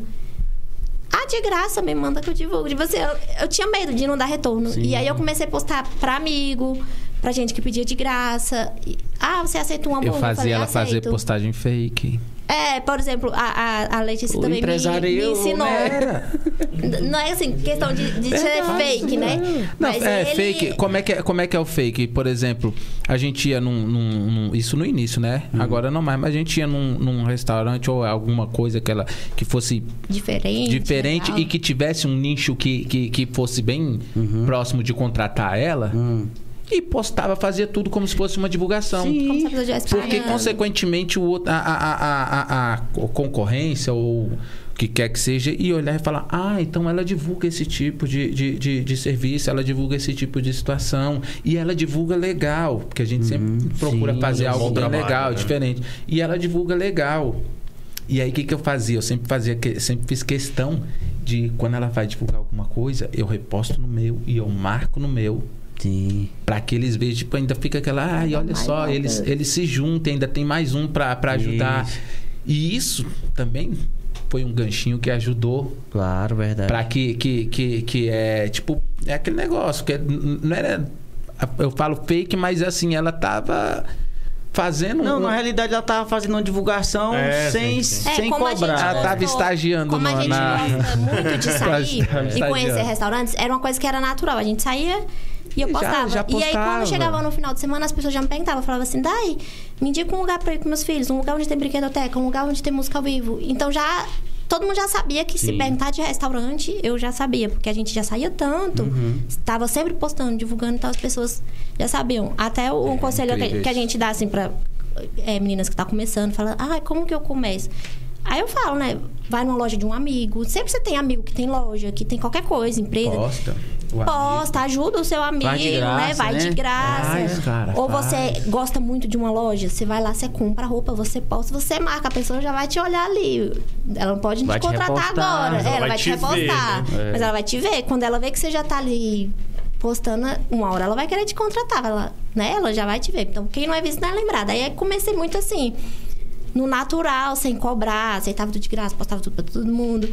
Ah, de graça, me manda que eu divulgo. Tipo assim, eu, eu tinha medo de não dar retorno. Sim. E aí eu comecei a postar pra amigo, pra gente que pedia de graça. E, ah, você aceita um hambúrguer? Eu fazia eu falei, ela aceito. fazer postagem fake. É, por exemplo, a, a, a Letícia o também me, me ensinou. Né? Não é assim, questão de, de ser fake, né? Não, mas é ele... fake. Como é, que é, como é que é o fake? Por exemplo, a gente ia num... num, num isso no início, né? Hum. Agora não mais, mas a gente ia num, num restaurante ou alguma coisa que, ela, que fosse... Diferente. Diferente legal. E que tivesse um nicho que, que, que fosse bem uhum. próximo de contratar ela... Hum. E postava, fazia tudo como se fosse uma divulgação. Sim. Como se fosse de porque, consequentemente, o outro, a, a, a, a, a concorrência ou o que quer que seja, ia olhar e falar, ah, então ela divulga esse tipo de, de, de, de serviço, ela divulga esse tipo de situação. E ela divulga legal, porque a gente uhum, sempre procura sim, fazer algo bem trabalho, legal, né? Diferente. E ela divulga legal. E aí, o que, que eu fazia? Eu sempre fazia, sempre fiz questão de, quando ela vai divulgar alguma coisa, eu reposto no meu e eu marco no meu. Sim. Pra que eles vejam, tipo, ainda fica aquela... Ai, olha mais só, eles, eles se juntam, ainda tem mais um pra, pra ajudar. Isso. E isso também foi um ganchinho que ajudou. Claro, verdade. Pra que, que, que, que é, tipo... É aquele negócio, que não era... Eu falo fake, mas assim, ela tava... Fazendo... Não, um... na realidade ela tava fazendo uma divulgação é, sem, sim, sim. sem é, cobrar. Ela tava estagiando. Como no, a gente na... gosta muito de sair e conhecer restaurantes, era uma coisa que era natural. A gente saía e eu postava. Já, já postava. E aí, quando chegava no final de semana, as pessoas já me perguntavam. Falavam assim, Dai, me indica um lugar pra ir com meus filhos. Um lugar onde tem brinquedoteca, um lugar onde tem música ao vivo. Então, já... Todo mundo já sabia que sim. Se perguntar de restaurante, eu já sabia. Porque a gente já saía tanto. Uhum. Estava sempre postando, divulgando. Então, as pessoas já sabiam. Até o um é, conselho que, que a gente dá, assim, pra... É, meninas que tá começando, falando, ah, como que eu começo? Aí eu falo, né? Vai numa loja de um amigo. Sempre você tem amigo que tem loja, que tem qualquer coisa, empresa. Posta. Posta, ajuda o seu amigo, vai de graça, né? Vai né? de graça. Ai, cara, Ou faz. Você gosta muito de uma loja, você vai lá, você compra roupa, você posta, você marca, a pessoa já vai te olhar ali. Ela não pode vai te contratar te agora. Ela, ela vai, vai te repostar. Ver, né? Mas ela vai te ver. Quando ela vê que você já tá ali postando, uma hora ela vai querer te contratar. Ela, né? Ela já vai te ver. Então, quem não é visto não é lembrado. Aí comecei muito assim, no natural, sem cobrar, aceitava tudo de graça, postava tudo pra todo mundo.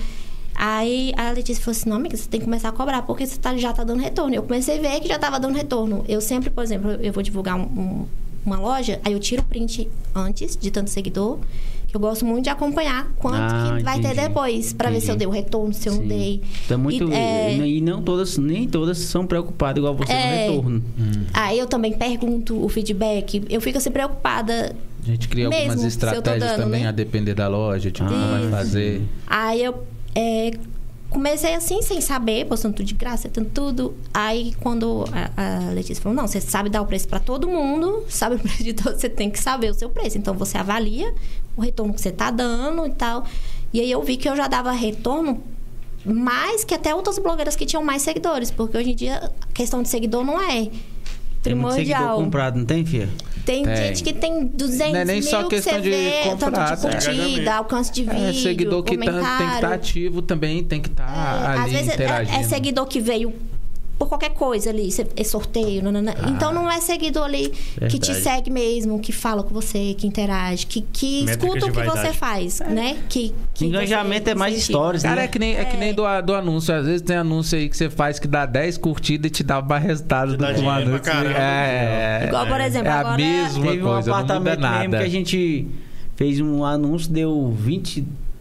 Aí a Letícia falou assim, não, amiga, você tem que começar a cobrar, porque você tá, já tá dando retorno. Eu comecei a ver que já tava dando retorno. Eu sempre, por exemplo, eu vou divulgar um, um, uma loja, aí eu tiro o print antes de tanto seguidor, que eu gosto muito de acompanhar quanto ah, que vai entendi. Ter depois, pra entendi. Ver se eu dei o retorno, se eu Sim. Não dei. Então, muito, e, é... e não todas, nem todas são preocupadas igual você é... no retorno. Hum. Aí eu também pergunto o feedback, eu fico assim preocupada. A gente cria mesmo, algumas estratégias dando, também, né? A depender da loja, de como vai fazer. Aí eu é, comecei assim, sem saber, postando tudo de graça, tendo tudo. Aí, quando a, a Letícia falou, não, você sabe dar o preço pra todo mundo, sabe o preço de todo, você tem que saber o seu preço. Então, você avalia o retorno que você tá dando e tal. E aí, eu vi que eu já dava retorno mais que até outras blogueiras que tinham mais seguidores. Porque, hoje em dia, a questão de seguidor não é primordial. Tem muito seguidor comprado, não tem, filha? Tem, tem gente que tem duzentos não é nem mil só que questão você de vê, comprar, tanto de curtida, é, alcance de vídeo, é, seguidor que tá, tem que estar ativo também, tem que estar tá é, ali às vezes interagindo. É, é seguidor que veio por qualquer coisa ali, é sorteio, nanana. Ah, então não é seguidor ali verdade. Que te segue mesmo, que fala com você, que interage, que, que escuta o que você faz, é. Né? Que, que engajamento você, é mais stories, cara, né? é que nem, é. É que nem do, do anúncio. Às vezes tem anúncio aí que você faz que dá dez curtidas e te dá mais resultado do que um anúncio. Caramba, é, igual, por exemplo, é agora... a mesma teve coisa, um apartamento não muda nada. mesmo que a gente fez um anúncio, deu vinte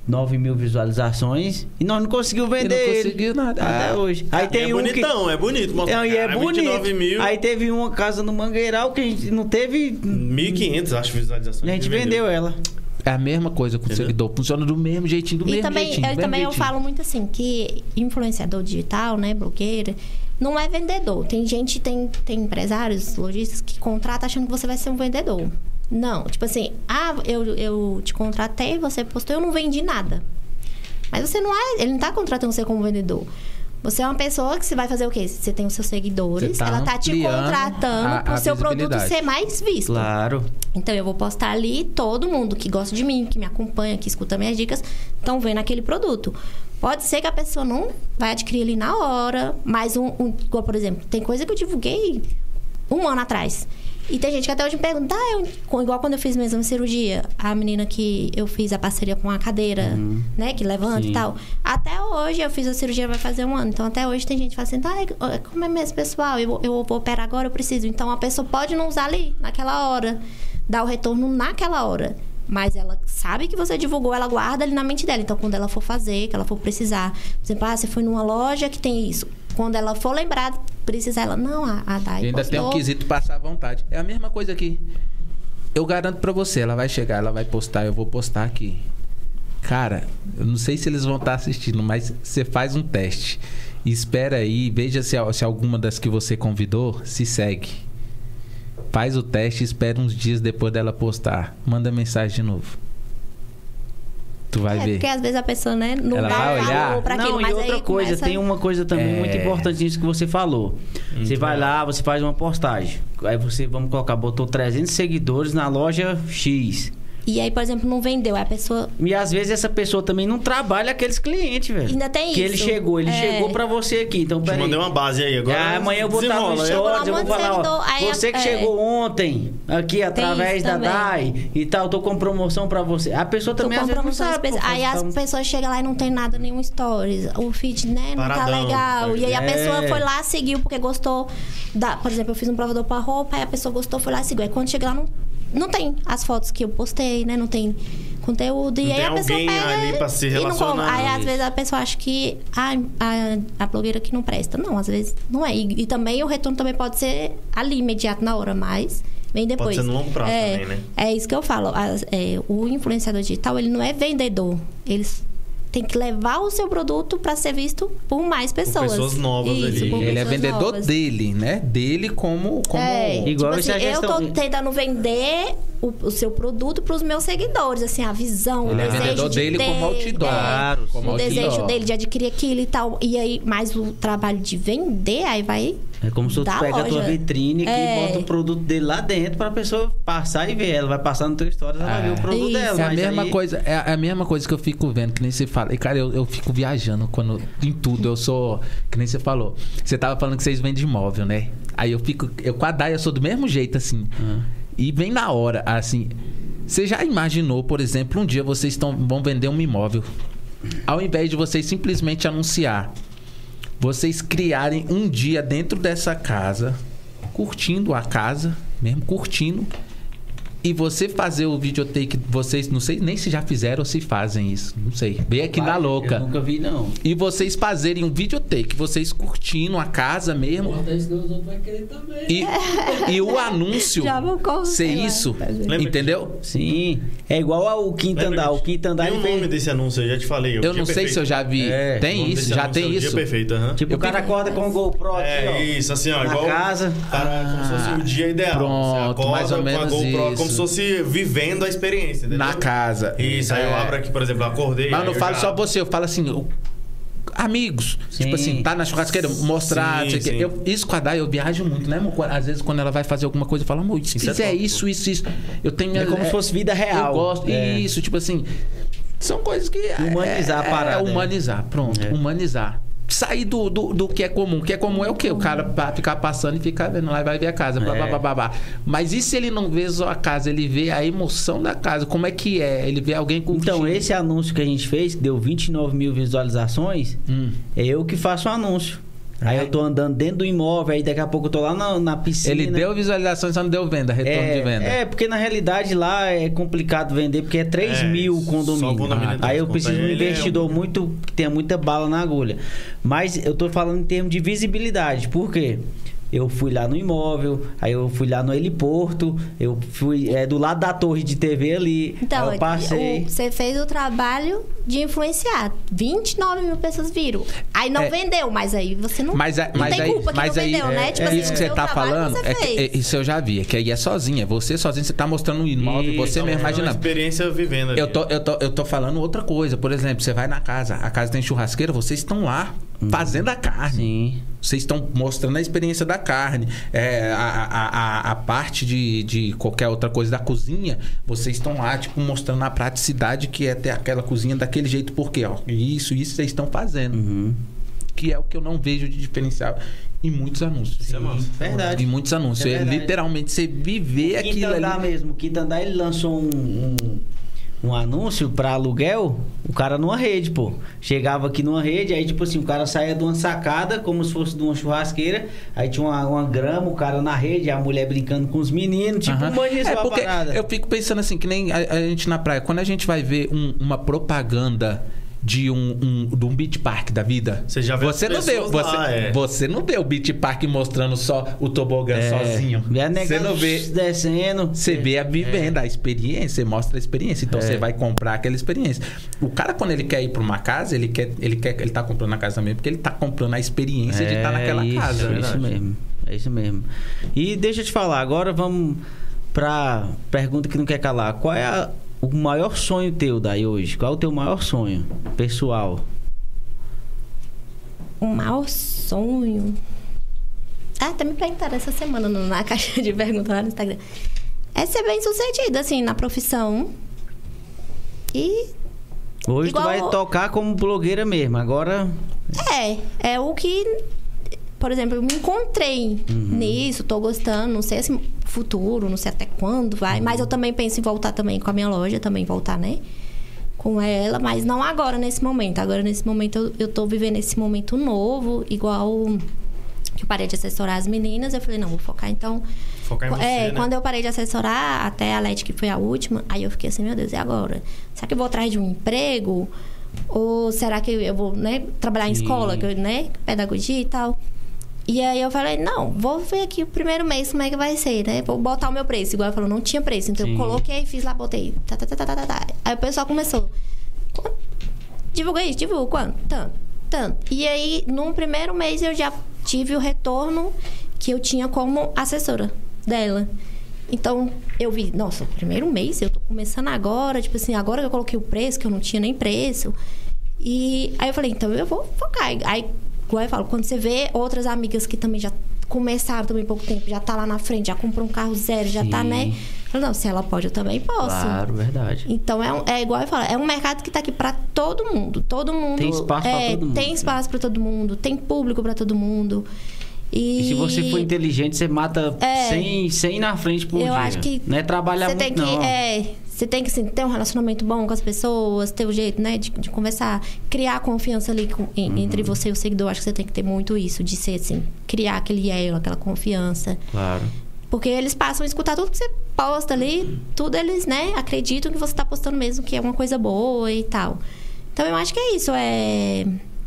nove mil visualizações e nós não conseguimos vender E não ele. conseguiu nada. Até Ah. hoje. Aí tem é um bonitão, que... é bonito. Mostra, É, e é cara, bonito. vinte e nove mil, Aí teve uma casa no Mangueiral que a gente não teve... mil e quinhentos, acho, visualizações. A gente vendeu ela. É a mesma coisa com o Entendeu? seguidor. Funciona do mesmo jeitinho, do E mesmo também, jeitinho. eu, do mesmo também eu jeitinho. falo muito assim, que influenciador digital, né, blogueira, não é vendedor. Tem gente, tem, tem empresários, lojistas que contratam achando que você vai ser um vendedor. Não, tipo assim, ah, eu, eu te contratei, você postou, eu não vendi nada. Mas você não é, ele não tá contratando você como vendedor. Você é uma pessoa que você vai fazer o quê? Você tem os seus seguidores, Você tá ela tá te ampliando contratando a- pro a seu produto visibilidade. ser mais visto. Claro. Então, eu vou postar ali, todo mundo que gosta de mim, que me acompanha, que escuta minhas dicas, estão vendo aquele produto. Pode ser que a pessoa não vai adquirir ali na hora, mas um, um igual, por exemplo, tem coisa que eu divulguei um ano atrás. E tem gente que até hoje me pergunta, ah, eu, igual quando eu fiz mesmo a cirurgia, a menina que eu fiz a parceria com a cadeira, Uhum. né, que levanta Sim. e tal. Até hoje eu fiz a cirurgia, vai fazer um ano. Então, até hoje tem gente que fala assim, ah, como é mesmo, pessoal? Eu, eu vou operar agora, eu preciso. Então, a pessoa pode não usar ali, naquela hora, dar o retorno naquela hora. Mas ela sabe que você divulgou, ela guarda ali na mente dela. Então, quando ela for fazer, que ela for precisar. Por exemplo, ah, você foi numa loja que tem isso. Quando ela for lembrar, precisar, ela... Não, a, a Dai E ainda tem um postou. quesito passar à vontade. É a mesma coisa aqui. Eu garanto pra você, ela vai chegar, ela vai postar, eu vou postar aqui. Cara, eu não sei se eles vão estar assistindo, mas você faz um teste. E espera aí, veja se, se alguma das que você convidou se segue. Faz o teste e espera uns dias depois dela postar. Manda mensagem de novo. Tu vai É, ver. porque às vezes a pessoa, né, não Ela dá vai olhar? valor pra aquilo. Não, Mas e outra aí coisa, começa... tem uma coisa também É. muito importante nisso que você falou. Você vai lá, você faz uma postagem. Aí você, vamos colocar, botou trezentos seguidores na loja X. E aí, por exemplo, não vendeu. Aí a pessoa... E às vezes essa pessoa também não trabalha aqueles clientes, velho. Ainda tem Que isso. ele chegou, ele É. chegou pra você aqui. Então, Te peraí. mandei uma base aí. Agora Ah, amanhã eu vou estar no desenrola, stories, né? eu Chegou vou um falar, ó, seguidor, aí você que é- chegou ontem aqui através isso da também. Dai e tal, tô com promoção pra você. A pessoa Tô também às vezes não comprando sabe. coisas. pô, Aí tá- as pessoas chegam lá e não tem nada, nenhum stories. O feed, né, não tá Paradão. legal. E aí a É. pessoa foi lá, seguiu, porque gostou da... Por exemplo, eu fiz um provador pra roupa, aí a pessoa gostou, foi lá e seguiu. Aí quando chega lá, não, não tem as fotos que eu postei, né? Não tem conteúdo. E Não aí tem a pessoa alguém pega ali pra se e não relacionar. compra. Aí às Isso. vezes a pessoa acha que ah, a, a blogueira que não presta. Não, às vezes não é. E, e também o retorno também pode ser ali, imediato, na hora, mas vem depois. ser no longo prazo é, também, né? É isso que eu falo. As- é, o influenciador digital, ele não é vendedor. Ele tem que levar o seu produto para ser visto por mais pessoas. pessoas novas Isso, ali. por Ele é pessoas vendedor novas. dele, né? Dele como... como... É, Igual tipo essa assim, eu questão tô de- tentando vender o, o seu produto para os meus seguidores, assim, a visão, Ele o é desejo vendedor de dele ter, como outdoor. é, Claro, como o outdoor. desejo dele de adquirir aquilo e tal. E aí, mais o trabalho de vender, aí vai... É como se tu da pega a tua loja. vitrine aqui É. e bota o produto dele lá dentro pra pessoa passar e ver. Ela vai passar no teu stories, ela vai ver o produto Isso. dela. É a mas mesma aí- coisa, é a mesma coisa que eu fico vendo, que nem você fala. E, cara, eu, eu fico viajando quando, em tudo. Eu sou, que nem você falou. Você tava falando que vocês vendem imóvel, né? Aí eu fico, eu com a Dai eu sou do mesmo jeito, assim. Ah. E vem na hora, assim. Você já imaginou, por exemplo, um dia vocês tão, vão vender um imóvel. Ao invés de vocês simplesmente anunciar, vocês criarem um dia dentro dessa casa, curtindo a casa, mesmo curtindo, e você fazer o videotake, vocês, não sei nem se já fizeram ou se fazem isso, não sei, bem aqui na Eu louca. nunca vi, não. E vocês fazerem um videotake, vocês curtindo a casa mesmo, Bota isso, senão os outros vão querer também. e, e o anúncio Já vou correr ser lá, isso, fazer. Lembra entendeu? Sim. É igual ao Quinto Lembra, Andar. O gente? Quinto Andar Tem ele um fez- nome desse anúncio, eu já te falei. Eu não sei se eu já vi. É, O Tem nome isso, desse já anúncio tem é o isso. Dia perfeito, aham. Tipo, o cara acorda com o GoPro aqui, ó. É isso, assim, ó, na igual casa. Para, como se fosse o dia ideal. Pronto, Você acorda mais ou com a menos GoPro, isso. como se fosse vivendo a experiência, entendeu? Na casa. Isso, aí eu É. abro aqui, por exemplo, eu acordei. Mas aí eu não eu falo já- só você, eu falo assim, eu- amigos. Sim. Tipo assim, tá na churrasqueira, mostrar, Sim, não sei o quê. sim. Eu, isso com a Dai, eu viajo muito, né, amor? Às vezes, quando ela vai fazer alguma coisa, eu falo, amor, se Isso é fizer top, isso, isso, isso. Eu tenho É como se fosse vida real. Eu gosto. É. Isso, tipo assim. São coisas que. Humanizar é, a parada, É, humanizar, pronto. É. Humanizar. Sair do, do, do que é comum. O que é comum é o quê? O cara pra ficar passando e ficar vendo lá e vai ver a casa. Blá, É. blá, blá, blá, blá. Mas e se ele não vê só a casa? Ele vê a emoção da casa. Como é que é? Ele vê alguém curtindo. Então, esse anúncio que a gente fez, que deu vinte e nove mil visualizações, Hum. é eu que faço o anúncio. Aí É. eu tô andando dentro do imóvel, aí daqui a pouco eu tô lá na, na piscina. Ele deu visualizações, só não deu venda, retorno é, de venda. É, porque na realidade lá é complicado vender, porque é três É, mil o só condomínio. o condomínio aí eu desconta preciso de um ele, é investidor um- muito que tenha muita bala na agulha. Mas eu tô falando em termos de visibilidade. Por quê? Eu fui lá no imóvel, aí eu fui lá no heliporto, eu fui é, do lado da torre de T V ali, Então, aí eu passei. o- você fez o trabalho de influenciar. vinte e nove mil pessoas viram. Aí não É. vendeu, mas aí você não, Mas, a- não mas tem aí, culpa que mas não aí vendeu, né? Tipo é assim, isso o que você seu tá trabalho falando, você é que- fez. é- isso eu já vi, é que aí é sozinha, é você sozinho, você tá mostrando um imóvel, Isso, você Então, mesmo é uma imaginando. experiência vivendo ali. Eu tô, eu, tô, eu tô falando outra coisa, por exemplo, você vai na casa, a casa tem churrasqueira, vocês estão lá fazendo a carne. Sim. Vocês estão mostrando a experiência da carne, é, a, a, a, a parte de, de qualquer outra coisa da cozinha, vocês estão lá, tipo, mostrando a praticidade que é ter aquela cozinha daquele jeito, porque, ó, isso, isso vocês estão fazendo. Uhum. Que é o que eu não vejo de diferencial em muitos anúncios. Isso é massa. Verdade. Em muitos anúncios. É É verdade. literalmente você viver Quinta aquilo Andar ali. mesmo, Quinta Andar ele lançou um, um, um anúncio pra aluguel, o cara numa rede, pô. Chegava aqui numa rede, aí tipo assim, o cara saía de uma sacada, como se fosse de uma churrasqueira, aí tinha uma, uma grama, o cara na rede, a mulher brincando com os meninos, tipo, Aham. humanizou É a porque parada. eu fico pensando assim, que nem a, a gente na praia, quando a gente vai ver um- uma propaganda de um, um, de um beach park da vida, Você já vê você as não vê, pessoas você, lá, é. você não vê o beach park mostrando só o tobogã É, sozinho. e a Você nega não vê. descendo. Você vê a vivenda, a experiência, você mostra a experiência. Então É. você vai comprar aquela experiência. O cara, quando ele quer ir para uma casa, ele quer, ele quer, ele tá comprando a casa também, porque ele tá comprando a experiência de estar naquela isso, casa. É isso mesmo. É isso mesmo. E deixa eu te falar, agora vamos pra pergunta que não quer calar. Qual é a- o maior sonho teu daí hoje? Qual é o teu maior sonho pessoal? O maior sonho. Ah, até me perguntaram essa semana no- na caixa de perguntas lá no Instagram. É ser bem sucedido, assim, na profissão. E Hoje Igual tu vai o- tocar como blogueira mesmo. Agora é, é o que, por exemplo, eu me encontrei nisso, tô gostando, não sei assim, futuro, não sei até quando vai, mas eu também penso em voltar também com a minha loja, também voltar, né? Com ela, mas não agora, nesse momento. Agora, nesse momento, eu, eu tô vivendo esse momento novo, igual que eu parei de assessorar as meninas, eu falei, não, vou focar, então... Focar em você, é, né? quando eu parei de assessorar, até a Leti, que foi a última, aí eu fiquei assim, meu Deus, e agora? Será que eu vou atrás de um emprego? Ou será que eu vou, né, trabalhar em Sim. escola, que eu, né, pedagogia e tal? E aí eu falei, não, vou ver aqui o primeiro mês como é que vai ser, né? Vou botar o meu preço. Igual eu falou, não tinha preço. Então Sim. eu coloquei, fiz lá, botei. Tá, tá, tá, tá, tá, tá. Aí o pessoal começou. "Qu- Divulga isso, divulga. Quanto? Tanto, tanto. E aí, num primeiro mês, eu já tive o retorno que eu tinha como assessora dela. Então, eu vi, nossa, o primeiro mês, eu tô começando agora, tipo assim, agora que eu coloquei o preço, que eu não tinha nem preço. E aí eu falei, então eu vou focar. Aí, igual eu falo, quando você vê outras amigas que também já começaram também há pouco tempo, já tá lá na frente, já comprou um carro zero, já tá, Sim. né? Eu falei, não, se ela pode, eu também posso. Claro, verdade. Então, é, um- é igual eu falo, é um mercado que tá aqui pra todo mundo. Todo mundo. Tem espaço pra é, todo mundo. Tem espaço pra todo mundo, tem público pra todo mundo. E, E se você for inteligente, você mata É. cem, cem na frente por Eu dia. acho que Não é trabalhar você muito, tem que, não. é, você tem que assim, ter um relacionamento bom com as pessoas, ter o jeito, né, de, de conversar, criar confiança ali com- em- Uhum. entre você e o seguidor. Acho que você tem que ter muito isso, de ser assim, criar aquele elo, aquela confiança. Claro. Porque eles passam a escutar tudo que você posta ali, tudo eles, né, acreditam que você tá postando mesmo, que é uma coisa boa e tal. Então eu acho que é isso, é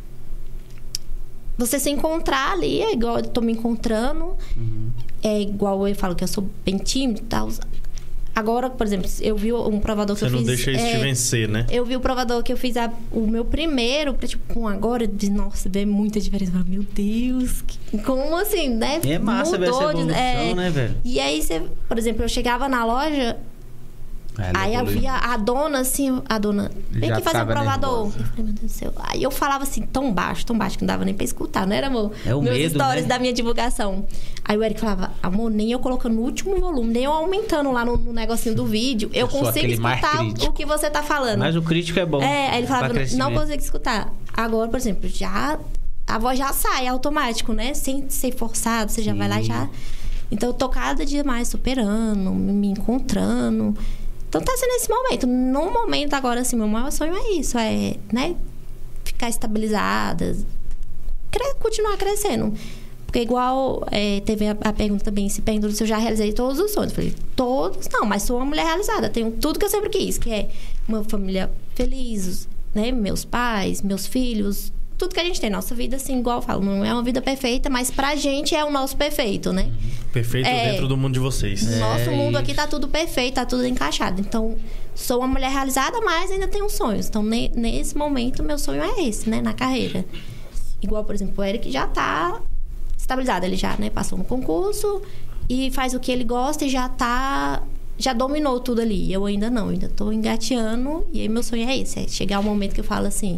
você se encontrar ali, é igual eu tô me encontrando, Uhum. é igual eu falo que eu sou bem tímido e tal. Agora, por exemplo, eu vi um provador que Você eu não fiz... deixa isso é, te vencer, né? Eu vi o provador que eu fiz a- o meu primeiro, pra, tipo, com agora, eu disse, nossa, vê muita diferença. Eu falo, meu Deus, que- como assim, né? E é massa ver essa Mudou de- evolução, é. né, velho? E aí, você, por exemplo, eu chegava na loja, Ela aí eu evoluiu. via a dona, assim, a dona, vem Já aqui fazer um ficava provador. nervosa. Eu falei, meu Deus do céu. Aí eu falava assim, tão baixo, tão baixo, que não dava nem pra escutar, não era, amor? É o Meus medo, stories né? da minha divulgação. Aí o Eric falava, amor, nem eu colocando no último volume, nem eu aumentando lá no, no negocinho do vídeo, eu, Eu sou consigo aquele mais escutar crítico. o que você tá falando. Mas o crítico é bom. É, aí ele falava, pra não crescimento. consigo escutar. Agora, por exemplo, já a voz já sai automático, né? Sem ser forçado, você já vai lá e já. Então eu tô cada dia mais superando, me encontrando. Então tá sendo esse momento. No momento agora, assim, meu maior sonho é isso, é, né? Ficar estabilizada, cre- continuar crescendo. Porque igual é, teve a, a pergunta também, se perguntou se eu já realizei todos os sonhos. Eu falei, todos? Não, mas sou uma mulher realizada. Tenho tudo que eu sempre quis, que é uma família feliz, né? Meus pais, meus filhos, tudo que a gente tem. Nossa vida, assim, igual eu falo, não é uma vida perfeita, mas pra gente é o nosso perfeito, né? Perfeito É. dentro do mundo de vocês. No nosso É mundo isso. aqui tá tudo perfeito, tá tudo encaixado. Então, sou uma mulher realizada, mas ainda tenho sonhos. Então, ne- nesse momento, meu sonho é esse, né? Na carreira. Igual, por exemplo, o Eric já tá estabilizado. Ele já, né, passou no concurso e faz o que ele gosta e já tá... Já dominou tudo ali. Eu ainda não, ainda tô engateando. E aí, meu sonho é esse. É chegar um momento que eu falo assim...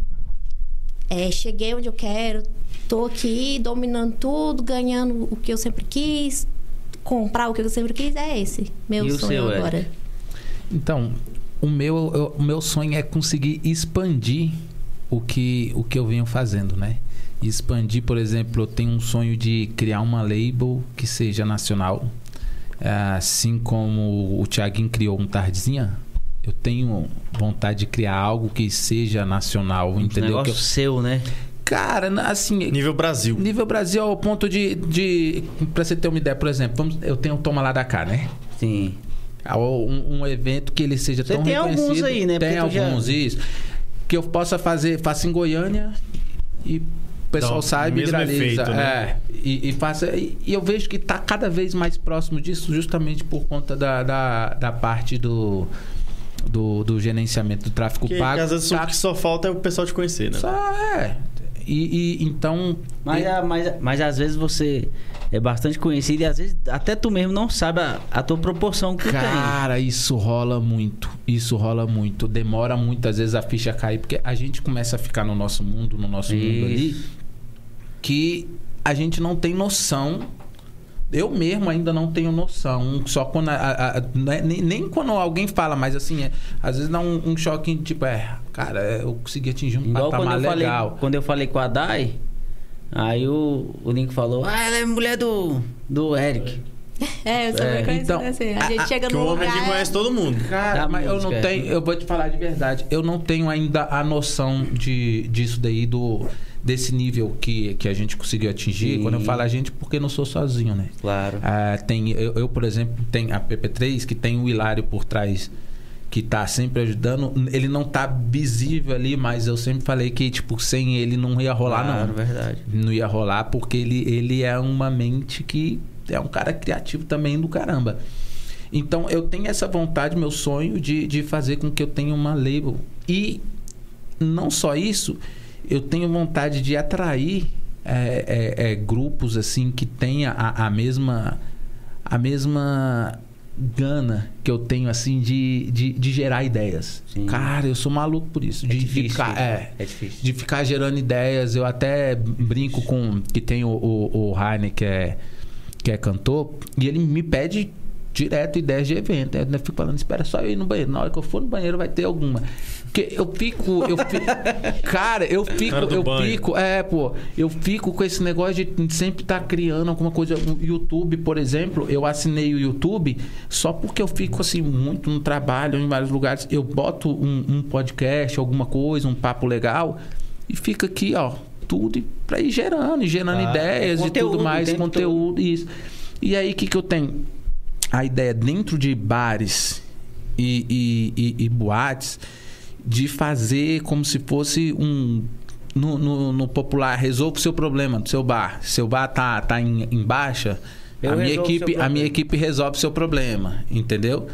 É, cheguei onde eu quero. Tô aqui dominando tudo, ganhando o que eu sempre quis. Comprar o que eu sempre quis. É esse. Meu E o sonho seu, agora. Eric? Então, o meu, eu- o meu sonho é conseguir expandir o que, o que eu venho fazendo, né? Expandir, por exemplo, eu tenho um sonho de criar uma label que seja nacional. Assim como o Thiaguinho criou um Tardezinha, eu tenho vontade de criar algo que seja nacional, Um entendeu? negócio Que eu- seu, né? Cara, assim, Nível Brasil. nível Brasil ao ponto de, de... Pra você ter uma ideia, por exemplo, vamos, eu tenho o Toma Lá da Cá, né? Sim. Um, um evento que ele seja Você tão tem reconhecido. alguns aí, né? Tem Porque tu já- alguns, isso. Que eu possa fazer, faça em Goiânia e o pessoal Dá o saiba e mesmo viraliza. efeito, né? É, e, e faça. E, e eu vejo que tá cada vez mais próximo disso, justamente por conta da, da, da parte do, do, do gerenciamento do tráfego Porque pago. às vezes Tá- o que só falta é o pessoal te conhecer, né? só é. E, e então. Mas, e- a- mas, mas às vezes você é bastante conhecido e às vezes até tu mesmo não sabe a, a tua proporção que tu tem. Cara, isso rola muito. Isso rola muito. Demora muitas vezes a ficha cair, porque a gente começa a ficar no nosso mundo, no nosso mundo ali, que a gente não tem noção. Eu mesmo ainda não tenho noção. Só quando. A, a- a- não é- nem, nem quando alguém fala, mas assim, é, às vezes dá um, um choque, tipo, é, cara, eu consegui atingir um Igual quando patamar eu, falei, legal. quando eu falei com a Dai, aí o, o Link falou, ah, ela é mulher do, do Eric. É, eu sou É, bem conhecida então, assim. a- A gente a- chega Que no o homem lugar... aqui conhece todo mundo. Cara, Da mas eu não música, tenho, é. eu vou te falar de verdade, eu não tenho ainda a noção de, disso daí, do, desse nível que, que a gente conseguiu atingir. Sim. Quando eu falo a gente, porque não sou sozinho, né? Claro. Ah, tem, eu, eu, por exemplo, tem a P P três, que tem o Hilário por trás, que tá sempre ajudando. Ele não tá visível ali, mas eu sempre falei que, tipo, sem ele não ia rolar, Claro, não. verdade. Não ia rolar, porque ele, ele é uma mente que é um cara criativo também do caramba. Então, eu tenho essa vontade, meu sonho de, de fazer com que eu tenha uma label. E não só isso, eu tenho vontade de atrair é, é, é, grupos assim que tenha a, a mesma a mesma gana que eu tenho assim de, de, de gerar ideias. Sim. Cara, eu sou maluco por isso. É de difícil. ficar, é, É difícil. de ficar gerando ideias. Eu até brinco com que tem o, o, o Heine, que é, que é cantor, e ele me pede direto ideias de evento. Eu fico falando, espera só eu ir no banheiro. Na hora que eu for no banheiro vai ter alguma. Porque eu fico, eu fico cara, eu fico, Cara do eu banho. fico, é, pô, eu fico com esse negócio de sempre estar criando alguma coisa. O YouTube, por exemplo, eu assinei o YouTube só porque eu fico assim muito no trabalho, em vários lugares. Eu boto um, um podcast, alguma coisa, um papo legal e fica aqui, ó, tudo pra ir gerando, e gerando Ah, ideias é e conteúdo tudo o mais, tempo conteúdo, isso. E aí, o que que eu tenho? A ideia dentro de bares e, e, e, e boates de fazer como se fosse um no, no, no popular, resolva o seu problema do seu bar. Seu bar tá, tá em, em baixa, Eu a minha resolvo equipe seu a minha problema. equipe resolve o seu problema, entendeu?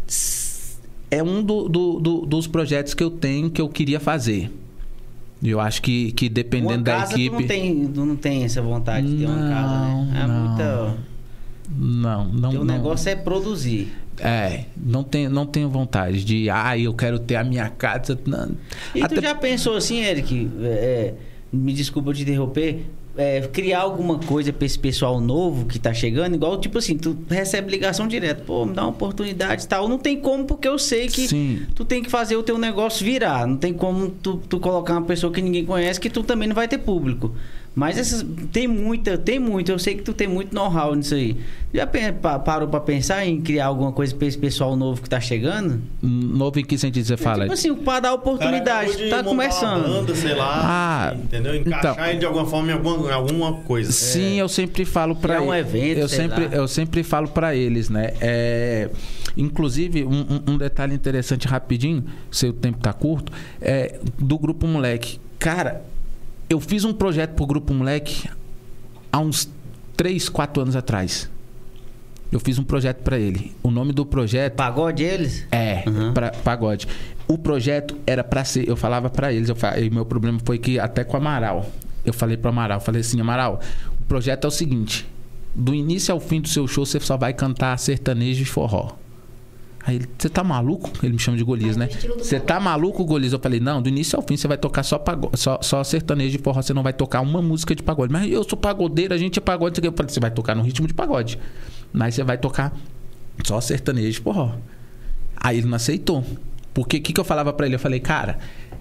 É um do, do, do- dos projetos que eu tenho que eu queria fazer. Eu acho que, que dependendo Uma da casa equipe tu não tem, tu não tem essa vontade de ter uma casa, né? É Não, muita... não, não, Teu não. negócio é produzir. É, não tenho, não tenho vontade de, ah, eu quero ter a minha casa. Não. E Até- tu já pensou assim, Eric? é, é, me desculpa te interromper. é, criar alguma coisa pra esse pessoal novo que tá chegando, igual, tipo assim, tu recebe ligação direto, pô, me dá uma oportunidade e tal. Não tem como, porque eu sei que Sim. tu tem que fazer o teu negócio virar. Não tem como tu, tu colocar uma pessoa que ninguém conhece, que tu também não vai ter público. Mas essas, tem muita, tem muito. Eu sei que tu tem muito know-how nisso aí. Já pe- pa- parou pra pensar em criar alguma coisa pra esse pessoal novo que tá chegando? Novo em que sentido você fala? Tipo assim, pra dar oportunidade. Tá começando. Uma banda, sei lá, Ah, entendeu? Encaixar então. ele de alguma forma em alguma, em alguma coisa. Sim, eu sempre falo pra Criar um eles. evento, eu sei sempre, lá. eu sempre falo pra eles, né? É, inclusive, um, um- um detalhe interessante rapidinho, se o tempo tá curto, é do Grupo Moleque. Cara, eu fiz um projeto pro Grupo Moleque há uns três, quatro anos atrás. Eu fiz um projeto pra ele. O nome do projeto Pagode eles? é, Uhum. pra, pagode. O projeto era pra ser, eu falava pra eles, eu fa- e meu problema foi que até com o Amaral, eu falei pro Amaral, eu falei assim, Amaral, o projeto é o seguinte, do início ao fim do seu show você só vai cantar sertanejo e forró. Aí ele, você tá maluco? Ele me chama de Golias, Mas né? no estilo do Você tá pagode. maluco, Golias? Eu falei, não, do início ao fim você vai tocar só, pago, só, só sertanejo e forró, você não vai tocar uma música de pagode. Mas eu sou pagodeiro, a gente é pagode. Eu falei, você vai tocar no ritmo de pagode. Mas você vai tocar só sertanejo e forró. Aí ele não aceitou. Porque o que, que eu falava pra ele? Eu falei, cara,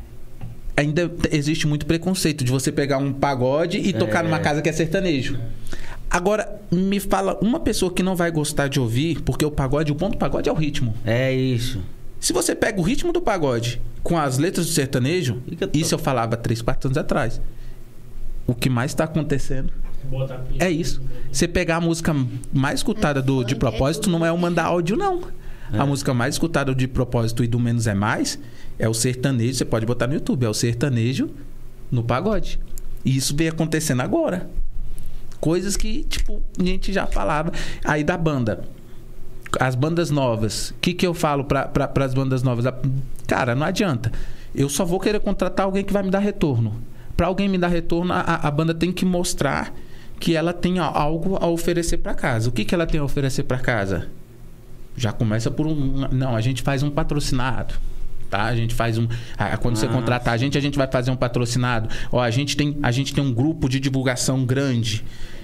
ainda existe muito preconceito de você pegar um pagode e tocar numa casa que é sertanejo. Agora, me fala uma pessoa que não vai gostar de ouvir, porque o pagode, o bom do pagode é o ritmo. É isso. Se você pega o ritmo do pagode com as letras do sertanejo, Fica top. isso eu falava três, quatro anos atrás. O que mais está acontecendo Bota aqui. é isso. Você pegar a música mais escutada do De Propósito não é o Mandar Áudio, não. A música mais escutada de Propósito e do Menos é Mais é o sertanejo. Você pode botar no YouTube, é o sertanejo no pagode. E isso vem acontecendo agora. Coisas que, tipo, a gente já falava. Aí da banda. As bandas novas. O que, que eu falo para pra, as bandas novas? Cara, não adianta. Eu só vou querer contratar alguém que vai me dar retorno. Para alguém me dar retorno, a, a banda tem que mostrar que ela tem algo a oferecer para casa. O que, que ela tem a oferecer para casa? Já começa por um... Não, a gente faz um patrocinado. Tá? A gente faz um... Ah, quando você Ah, contratar a gente, a gente vai fazer um patrocinado. Ó, a gente tem, a gente tem um grupo de divulgação grande.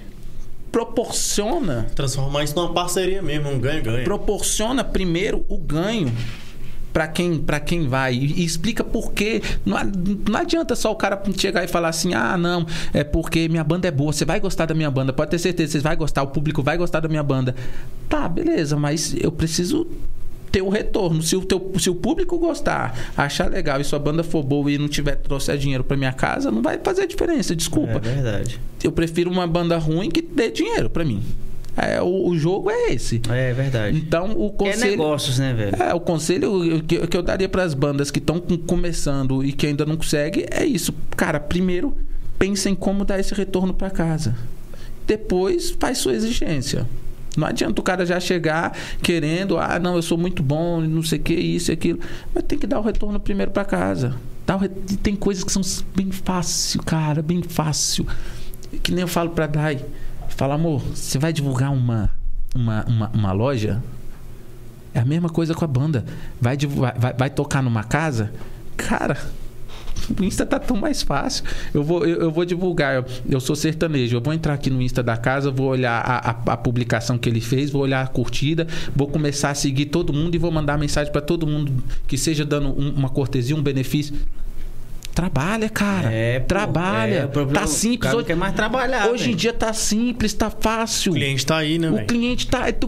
Proporciona... Transformar isso numa parceria mesmo, um ganha-ganha. Proporciona primeiro o ganho para quem, pra quem vai. E, e explica por quê. Não, não adianta só o cara chegar e falar assim, ah, não, é porque minha banda é boa. Você vai gostar da minha banda. Pode ter certeza, você vai gostar. O público vai gostar da minha banda. Tá, beleza, mas eu preciso... ter o retorno. Se o, teu, se o público gostar, achar legal e sua banda for boa e não tiver trouxer dinheiro pra minha casa, não vai fazer diferença, desculpa. É verdade. Eu prefiro uma banda ruim que dê dinheiro pra mim. É, o, o jogo é esse. É verdade. Então, o É conselho... negócios, né, velho? É, o conselho que, que eu daria pras bandas que estão começando e que ainda não conseguem é isso. Cara, primeiro, pensa em como dar esse retorno pra casa. Depois, faz sua exigência. Não adianta o cara já chegar querendo, ah, não, eu sou muito bom, não sei o que, isso e aquilo. Mas tem que dar o retorno primeiro pra casa. Dá o re... Tem coisas que são bem fácil, cara, bem fácil. Que nem eu falo pra Dai. Fala, amor, você vai divulgar uma, uma, uma, uma loja? É a mesma coisa com a banda. Vai, divulgar, vai, vai tocar numa casa? Cara... O Insta tá tão mais fácil. Eu vou, eu, eu vou divulgar. Eu, eu sou sertanejo. Eu vou entrar aqui no Insta da casa, vou olhar a, a, a publicação que ele fez, vou olhar a curtida, vou começar a seguir todo mundo e vou mandar mensagem para todo mundo que seja dando um, uma cortesia, um benefício. Trabalha, cara. É, pô, Trabalha. é, o problema- Tá o simples. cara não Hoje, quer mais trabalhar, hoje em velho. dia tá simples, tá fácil. O cliente tá aí, né, O velho? cliente tá. é tu-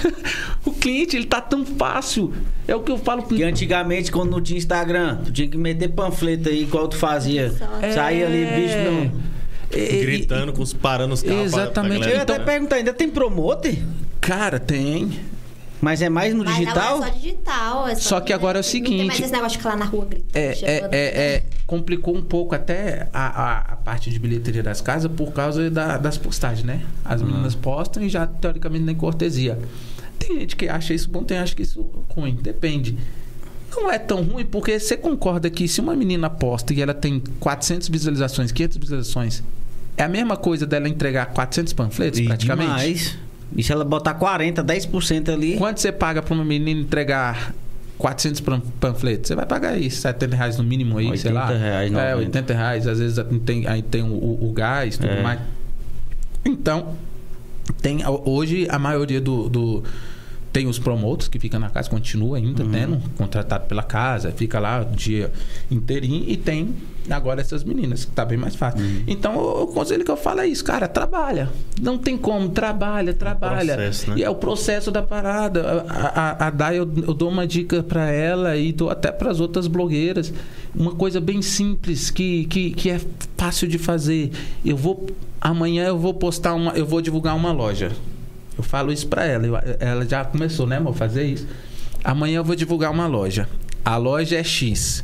o cliente, ele tá tão fácil. É o que eu falo. Porque antigamente, quando não tinha Instagram, tu tinha que meter panfleto aí, igual tu fazia. É. Saía ali, bicho, não. É, Gritando, com os parando os carros. pra- pra Exatamente. Eu ia galera. até Então- perguntar, ainda tem promoter? Cara, tem. Mas é mais no Mas digital? não é só digital. É só, Só que agora é o Não tem mais seguinte, esse negócio de ficar lá na rua gritando. É, chamando, é, é, é, complicou um pouco até a, a, a parte de bilheteria das casas por causa da- das postagens, né? As meninas postam e já, teoricamente, nem cortesia. Tem gente que acha isso bom, tem gente que acha isso ruim. Depende. Não é tão ruim, porque você concorda que se uma menina posta e ela tem quatrocentas visualizações, quinhentas visualizações, é a mesma coisa dela entregar quatrocentos panfletos, E praticamente? demais. E se ela botar quarenta, dez por cento ali... Quanto você paga pra uma menina entregar quatrocentos pan- panfletos? Você vai pagar aí setenta reais no mínimo aí, sei lá. oitenta reais, É, noventa. oitenta reais. Às vezes tem, aí tem o, o, o gás, tudo É. mais. Então, tem, hoje a maioria do, do Tem os promotores que ficam na casa, continua ainda uhum. tendo, contratado pela casa, fica lá o dia inteirinho. E tem agora essas meninas, que tá bem mais fácil. Uhum. Então, o, o conselho que eu falo é isso, cara, trabalha. Não tem como, trabalha, trabalha. É processo, né? E é o processo da parada. A, a, a Dai, eu, eu dou uma dica pra ela e dou até pras outras blogueiras. Uma coisa bem simples, que, que, que é fácil de fazer. Eu vou... Amanhã eu vou postar uma... Eu vou divulgar uma loja. Eu falo isso pra ela. Eu, ela já começou, né, amor? Fazer isso. Amanhã eu vou divulgar uma loja. A loja é X.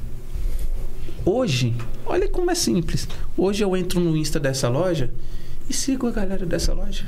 Hoje, olha como é simples. Hoje eu entro no Insta dessa loja e sigo a galera dessa loja.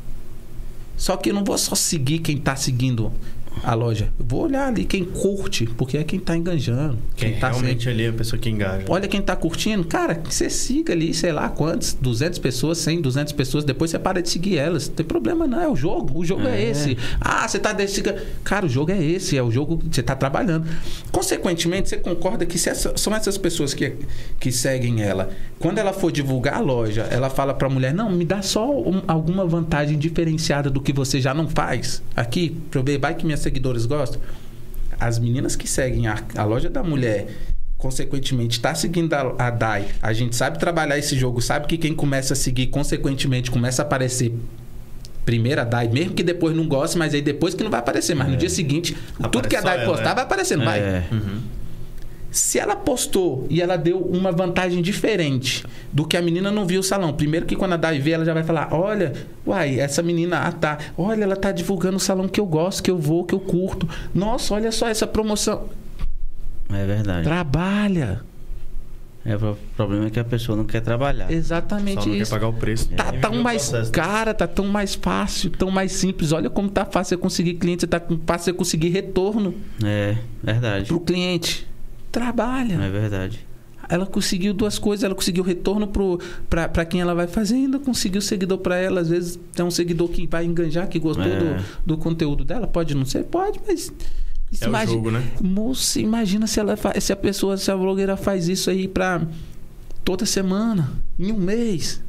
Só que eu não vou só seguir quem tá seguindo a loja. Eu vou olhar ali quem curte, porque é quem tá enganjando. Quem, quem tá realmente sempre... ali é a pessoa que engaja. Olha quem tá curtindo. Cara, você siga ali, sei lá quantos, duzentas pessoas, cem, duzentas pessoas. Depois você para de seguir elas. Não tem problema não, é o jogo. O jogo é, é esse. Ah, você tá... Desse... Cara, o jogo é esse. É o jogo que você tá trabalhando. Consequentemente, você concorda que se essa... são essas pessoas que, que seguem ela. Quando ela for divulgar a loja, ela fala pra mulher, não, me dá só um, alguma vantagem diferenciada do que você já não faz. Aqui, pra eu ver, vai que minha seguidores gostam. As meninas que seguem a, a loja da mulher, consequentemente, está seguindo a, a Dai. A gente sabe trabalhar esse jogo, sabe que quem começa a seguir, consequentemente, começa a aparecer primeiro a Dai, mesmo que depois não goste, mas aí depois que não vai aparecer. Mas é. no dia seguinte, Aparece tudo que a Dai ela, postar é. vai aparecer, não é. vai? Uhum. Se ela postou e ela deu uma vantagem diferente do que a menina não viu o salão. Primeiro que quando a Dai vê, ela já vai falar, olha, uai, essa menina, ah tá, olha, ela tá divulgando o salão que eu gosto, que eu vou, que eu curto. Nossa, olha só essa promoção. É verdade. Trabalha. É, o problema é que a pessoa não quer trabalhar. Exatamente Só não isso. quer pagar o preço. Tá é. tão mais cara, tá tão mais fácil, tão mais simples. Olha como tá fácil você conseguir cliente, tá fácil você conseguir retorno. É, verdade. Pro cliente. Trabalha. É verdade. Ela conseguiu duas coisas. Ela conseguiu retorno para pra quem ela vai fazer. Ainda conseguiu seguidor para ela. Às vezes tem um seguidor que vai enganjar, que gostou é. do, do conteúdo dela. Pode não ser? Pode, mas... É imagina, o jogo, né? Moça, imagina se, ela faz, se a pessoa, se a blogueira faz isso aí pra toda semana, em um mês.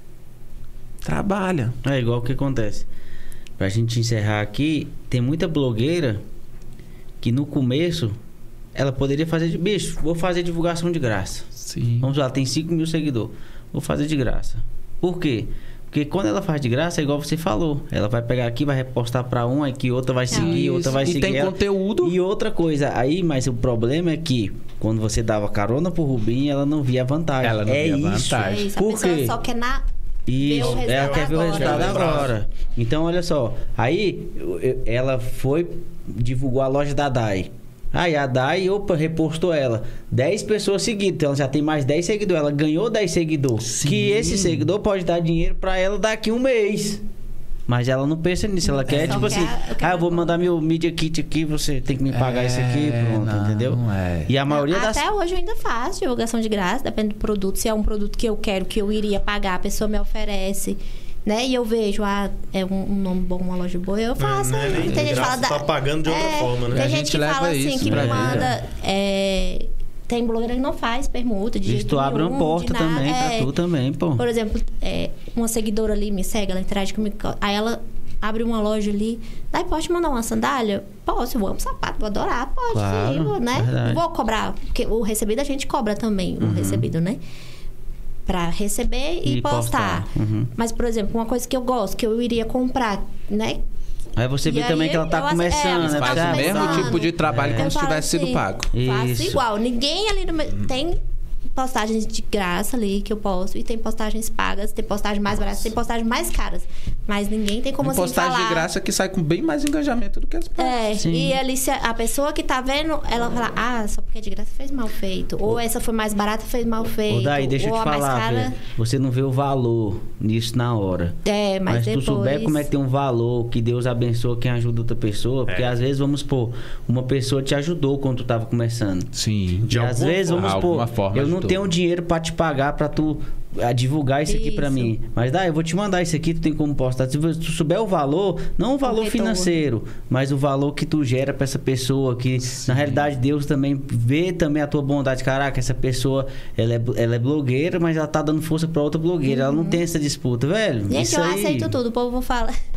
Trabalha. É igual o que acontece. Pra gente encerrar aqui, tem muita blogueira que no começo... Ela poderia fazer de... Bicho, vou fazer divulgação de graça. Sim. Vamos lá, tem cinco mil seguidores. Vou fazer de graça. Por quê? Porque quando ela faz de graça, é igual você falou. Ela vai pegar aqui, vai repostar pra um, aqui outra vai seguir, Isso. outra vai e seguir. E tem ela. conteúdo. E outra coisa, aí, mas o problema é que quando você dava carona pro Rubinho, ela não via vantagem. Ela não é via isso. vantagem. É isso. Por A pessoa quê? só quer na... Isso, ela quer ver o resultado agora. agora. Então, olha só. Aí, ela foi, divulgou a loja da Dai. Aí a Dai, opa, repostou ela. dez pessoas seguidas. Então ela já tem mais dez seguidores. Ela ganhou dez seguidores. Sim. Que esse seguidor pode dar dinheiro pra ela daqui um mês. Mas ela não pensa nisso. Ela quer, tipo assim, ah, eu vou mandar meu Media Kit aqui, você tem que me pagar é, isso aqui, pronto, não, entendeu? Não é. E a maioria não, das... Até hoje eu ainda faço divulgação de graça, depende do produto. Se é um produto que eu quero, que eu iria pagar, a pessoa me oferece... Né? E eu vejo, ah, é um, um nome bom, uma loja boa, eu faço. É, né? Tem gente que fala da... tá pagando de outra é, forma, né? Tem a gente, gente que leva fala assim, isso que me pra manda... É, tem blogueira que não faz permuta de Isso tu abre uma porta também é, pra tu também, pô. Por exemplo, é, uma seguidora ali me segue, ela interage comigo, aí ela abre uma loja ali, daí pode mandar uma sandália? Posso, eu amo sapato, vou adorar, pode claro, sim, né? Verdade. Vou cobrar, porque o recebido a gente cobra também, uhum. o recebido, né? Pra receber e, e postar. postar. Uhum. Mas, por exemplo, uma coisa que eu gosto, que eu iria comprar, né? Aí você vê e também que ela tá eu, começando, é, né? Faz tá o mesmo tipo de trabalho é. como se tivesse assim, sido pago. Faço Isso. igual. Ninguém ali no meu... Tem postagens de graça ali que eu posto. E tem postagens pagas, tem postagens mais baratas, tem postagens mais caras. Mas ninguém tem como tem assim postagem falar... de graça que sai com bem mais engajamento do que as pagas. É, Sim. e ali se a pessoa que tá vendo, ela fala, ah, só porque é de graça fez mal feito. Ou oh. essa foi mais barata, fez mal feito. Ô, daí, deixa ou eu te falar, cara... velho, você não vê o valor nisso na hora. É, mas, mas depois... tu souber como é que tem um valor, que Deus abençoa quem ajuda outra pessoa, porque é. às vezes, vamos supor, uma pessoa te ajudou quando tu tava começando. Sim. De e às vezes, vamos supor, eu ajudou. não tenho dinheiro pra te pagar pra tu a divulgar isso, isso aqui pra mim. Mas daí eu vou te mandar isso aqui, tu tem como postar. Se tu souber o valor, não o valor o financeiro, mas o valor que tu gera pra essa pessoa, que Sim. na realidade Deus também vê também a tua bondade. Caraca, essa pessoa, ela é, ela é blogueira, mas ela tá dando força pra outra blogueira. Uhum. Ela não tem essa disputa, velho. Gente, isso eu aí... aceito tudo. O povo fala...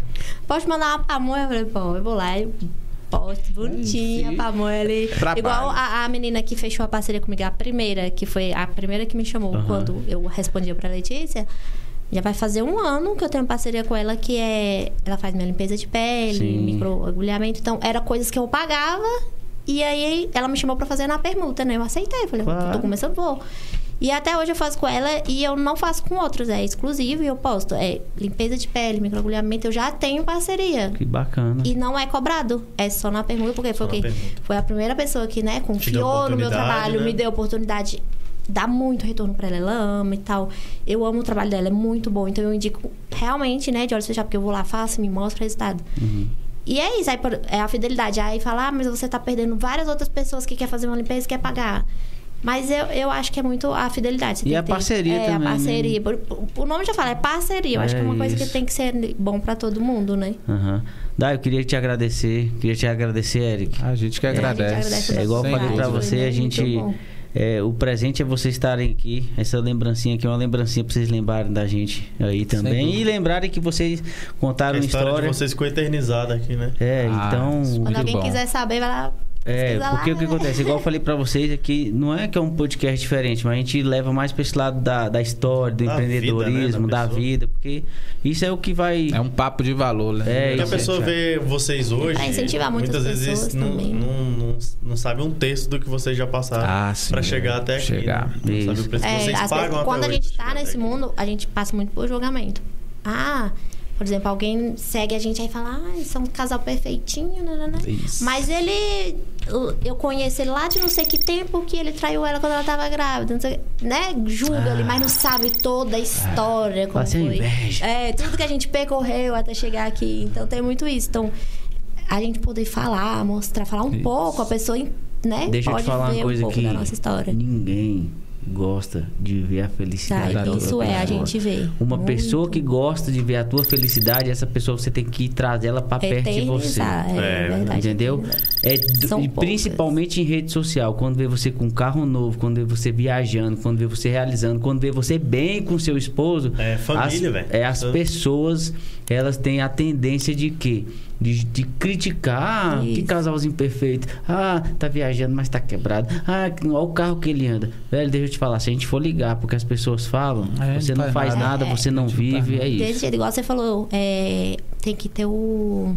Pode mandar uma pamonha? Eu falei, pô, eu vou lá e posto bonitinha, a pamonha ali. Trabalho. Igual a, a menina que fechou a parceria comigo, a primeira, que foi a primeira que me chamou Uhum. quando eu respondia pra Letícia. Já vai fazer um ano que eu tenho parceria com ela, que é... Ela faz minha limpeza de pele, Sim. microagulhamento. Então, era coisas que eu pagava. E aí, ela me chamou pra fazer na permuta, né? Eu aceitei. Falei, Claro. tô começando, vou. E até hoje eu faço com ela e eu não faço com outros. É exclusivo e eu posto. É limpeza de pele, microagulhamento. Eu já tenho parceria. Que bacana. E não é cobrado. É só na permuta, porque foi, Só o na quê? permuta. Foi a primeira pessoa que, né, Te deu confiou no meu oportunidade, trabalho, né? me deu oportunidade. Dá muito retorno pra ela, ela ama e tal. Eu amo o trabalho dela, é muito bom. Então eu indico realmente, né, de olhos fechados, porque eu vou lá, faço, me mostro o resultado. Uhum. E é isso, aí por- é a fidelidade. Aí fala, ah, mas você tá perdendo várias outras pessoas que quer fazer uma limpeza e quer pagar. Mas eu, eu acho que é muito a fidelidade. Você E tem a que ter- parceria é, também, a parceria. né? Por- por- O nome já fala, é parceria. Eu acho É que é uma coisa isso. que tem que ser bom pra todo mundo, né? Aham. Dai, eu queria te agradecer. Queria te agradecer, Eric. A gente que É, a gente agradece. agradece É igual eu Sem falei pra dúvida. você, a Muito gente. bom. É, o presente é vocês estarem aqui. Essa lembrancinha aqui é uma lembrancinha pra vocês lembrarem da gente aí também. dúvida. E lembrarem que vocês contaram A uma história história. de vocês ficou eternizada aqui, né? É, Ah, então. isso. Quando Muito alguém bom. quiser saber, vai lá. É, pesquisa porque lá, o que né? acontece? Igual eu falei pra vocês aqui, não é que é um podcast diferente, mas a gente leva mais pra esse lado da, da história, do Da vida, empreendedorismo, né, da da pessoa. vida, porque isso é o que vai. É um papo de valor, né? É, Porque a isso, pessoa é. vê vocês hoje, Pra incentivar muitas muitas vezes pessoas não, também. não, não, não sabe um terço do que vocês já passaram Ah, sim, pra é. chegar até aqui. Chegar. Né? Não sabe Isso. o preço que É, vocês às pagam vezes, até quando a hoje gente pra tá chegar nesse até aqui. mundo, a gente passa muito por julgamento. Ah, por exemplo, alguém segue a gente aí e fala, ah, são um casal perfeitinho, né, né, né. Isso. Mas ele, eu conheço ele lá de não sei que tempo que ele traiu ela quando ela tava grávida, não sei, né? Julga ali, mas não sabe toda a história, como Passa foi. inveja. É, tudo que a gente percorreu até chegar aqui. Então tem muito isso. Então, a gente poder falar, mostrar, falar um Isso. pouco, a pessoa, né? Deixa eu pode te falar ver uma coisa um pouco aqui. da nossa história. Ninguém gosta de ver a felicidade Tá, da outra isso é, a pessoa. gente vê. Uma Muito. pessoa que gosta de ver a tua felicidade, essa pessoa você tem que trazer ela pra perto de você. Eternizar, É, é, verdade. Entendeu? É, do- São e poucas. principalmente em rede social, quando vê você com um carro novo, quando vê você viajando, quando vê você realizando, quando vê você bem com seu esposo. É, família, as, velho. É, as Então- pessoas, elas têm a tendência de quê? De, de criticar. Ah, que Isso. casalzinho perfeito. Ah, tá viajando, mas tá quebrado. Ah, olha o carro que ele anda. Velho, deixa eu te falar, se a gente for ligar porque as pessoas falam, É, você não não faz faz nada. nada, você não Não faz vive, nada. é Desse isso. jeito, igual você falou, é, tem que ter o.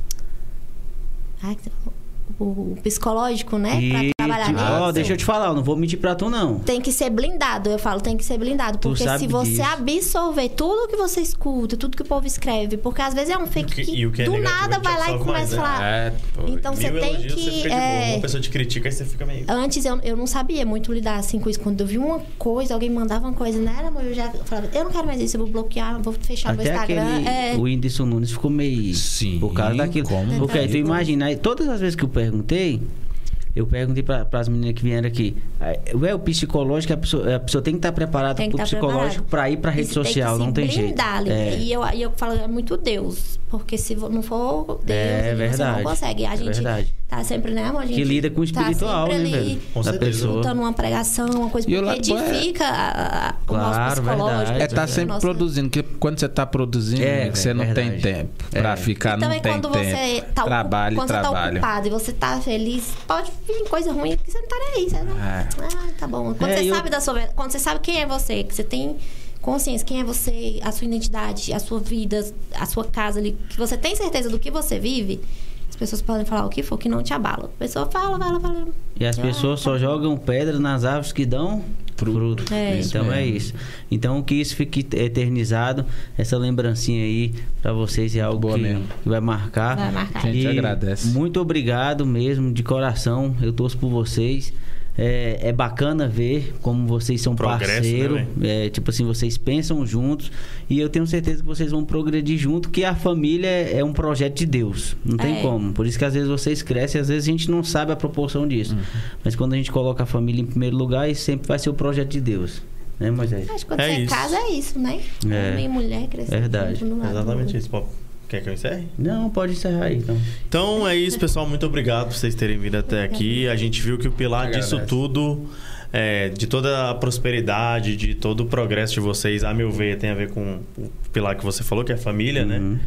Ai, que você falou? O psicológico, né? E, Pra trabalhar tipo, nisso. ó, deixa eu te falar, eu não vou mentir pra tu, não. Tem que ser blindado, eu falo, tem que ser blindado. Tu Porque sabe se você disso. absorver tudo que você escuta, tudo que o povo escreve, porque às vezes é um fake que- que, e o que é do negativo, nada a gente vai lá e absorve começa mais, a falar. É, pô. Então você Mil tem elogios, que. você fica de é, boa. Uma pessoa te critica, aí você fica meio... Antes eu, eu não sabia muito lidar assim com isso. Quando eu vi uma coisa, alguém mandava uma coisa, não era, amor? Eu já falava, eu não quero mais isso, eu vou bloquear, vou fechar meu Até Instagram. aquele, É, o Whindersson Nunes ficou meio... Sim, por causa daquilo. como Porque aí tu não? imagina, aí, todas as vezes que eu perguntei, eu perguntei para as meninas que vieram aqui, aí, ué, o psicológico, a pessoa, a pessoa tem que estar preparada Tem que pro tá psicológico preparado. para ir pra rede Isso social, tem não que tem se jeito. blindar ali. É. E eu, e eu falo, é muito Deus. Porque se vo- não for Deus, É ali você verdade. não consegue. A É gente verdade. tá sempre, né, amor? A gente Que lida com o tá espiritual, sempre né, ali velho? Com Da certeza. pessoa. Escutando uma pregação, uma coisa E o que lado bom é- edifica a- a- o Claro, nosso psicológico. verdade. É tá edifica sempre o nosso- produzindo, porque quando você tá produzindo, É, amigo, você velho, não tem verdade. tempo pra É. ficar, E não também tem quando tempo. você tá, ocu- trabalho, quando você tá trabalho. ocupado e você tá feliz, pode vir coisa ruim que você não tá nem aí. Você não... É. Ah, tá bom. Quando É, você e eu- sabe da sua ver- quando você sabe quem é você, que você tem consciência, quem é você, a sua identidade, a sua vida, a sua casa ali, que você tem certeza do que você vive, as pessoas podem falar o que for, que não te abala. A pessoa fala, fala, fala. E as Ah, pessoas só jogam pedra nas árvores que dão fruto. É. Então Isso é mesmo. isso. Então que isso fique eternizado, essa lembrancinha aí pra vocês é algo Boa que, mesmo. que vai marcar. Vai marcar. A gente E agradece. Muito obrigado mesmo, de coração. Eu torço por vocês. É, é bacana ver como vocês são Progresso, parceiros. né, É, tipo assim, vocês pensam juntos. E eu tenho certeza que vocês vão progredir junto, que a família é um projeto de Deus. Não tem É. como. Por isso que às vezes vocês crescem, às vezes a gente não sabe a proporção disso. Uhum. Mas quando a gente coloca a família em primeiro lugar, isso sempre vai ser o projeto de Deus. Né, Moisés? Acho que quando É você isso. casa é isso, né? É. Homem e mulher crescendo. Verdade. junto no lado do Exatamente outro. isso. Pô, quer que eu encerre? Não, pode encerrar aí, então. Então é isso, pessoal. Muito obrigado por vocês terem vindo até aqui. A gente viu que o pilar Agradece. disso tudo, é, de toda a prosperidade, de todo o progresso de vocês, a meu ver, tem a ver com o pilar que você falou, que é a família, Uhum. né?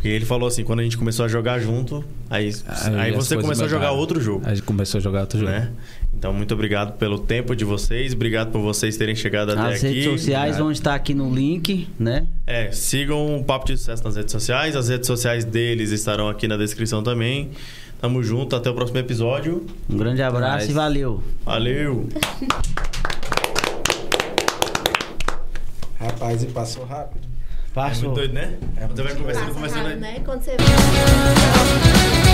E ele falou assim, quando a gente começou a jogar junto, aí, aí, aí você começou a jogar outro jogo. Aí começou a jogar outro jogo. Né? Então, muito obrigado pelo tempo de vocês. Obrigado por vocês terem chegado até aqui. As redes sociais obrigado. vão estar aqui no link, né? É, sigam o Papo de Sucesso nas redes sociais. As redes sociais deles estarão aqui na descrição também. Tamo junto, até o próximo episódio. Um grande abraço Mas... e valeu. Valeu! Rapaz, e passou rápido. É Passou. muito doido, né? É Você vai conversando, Passa conversando. rápido, né? Quando você vê.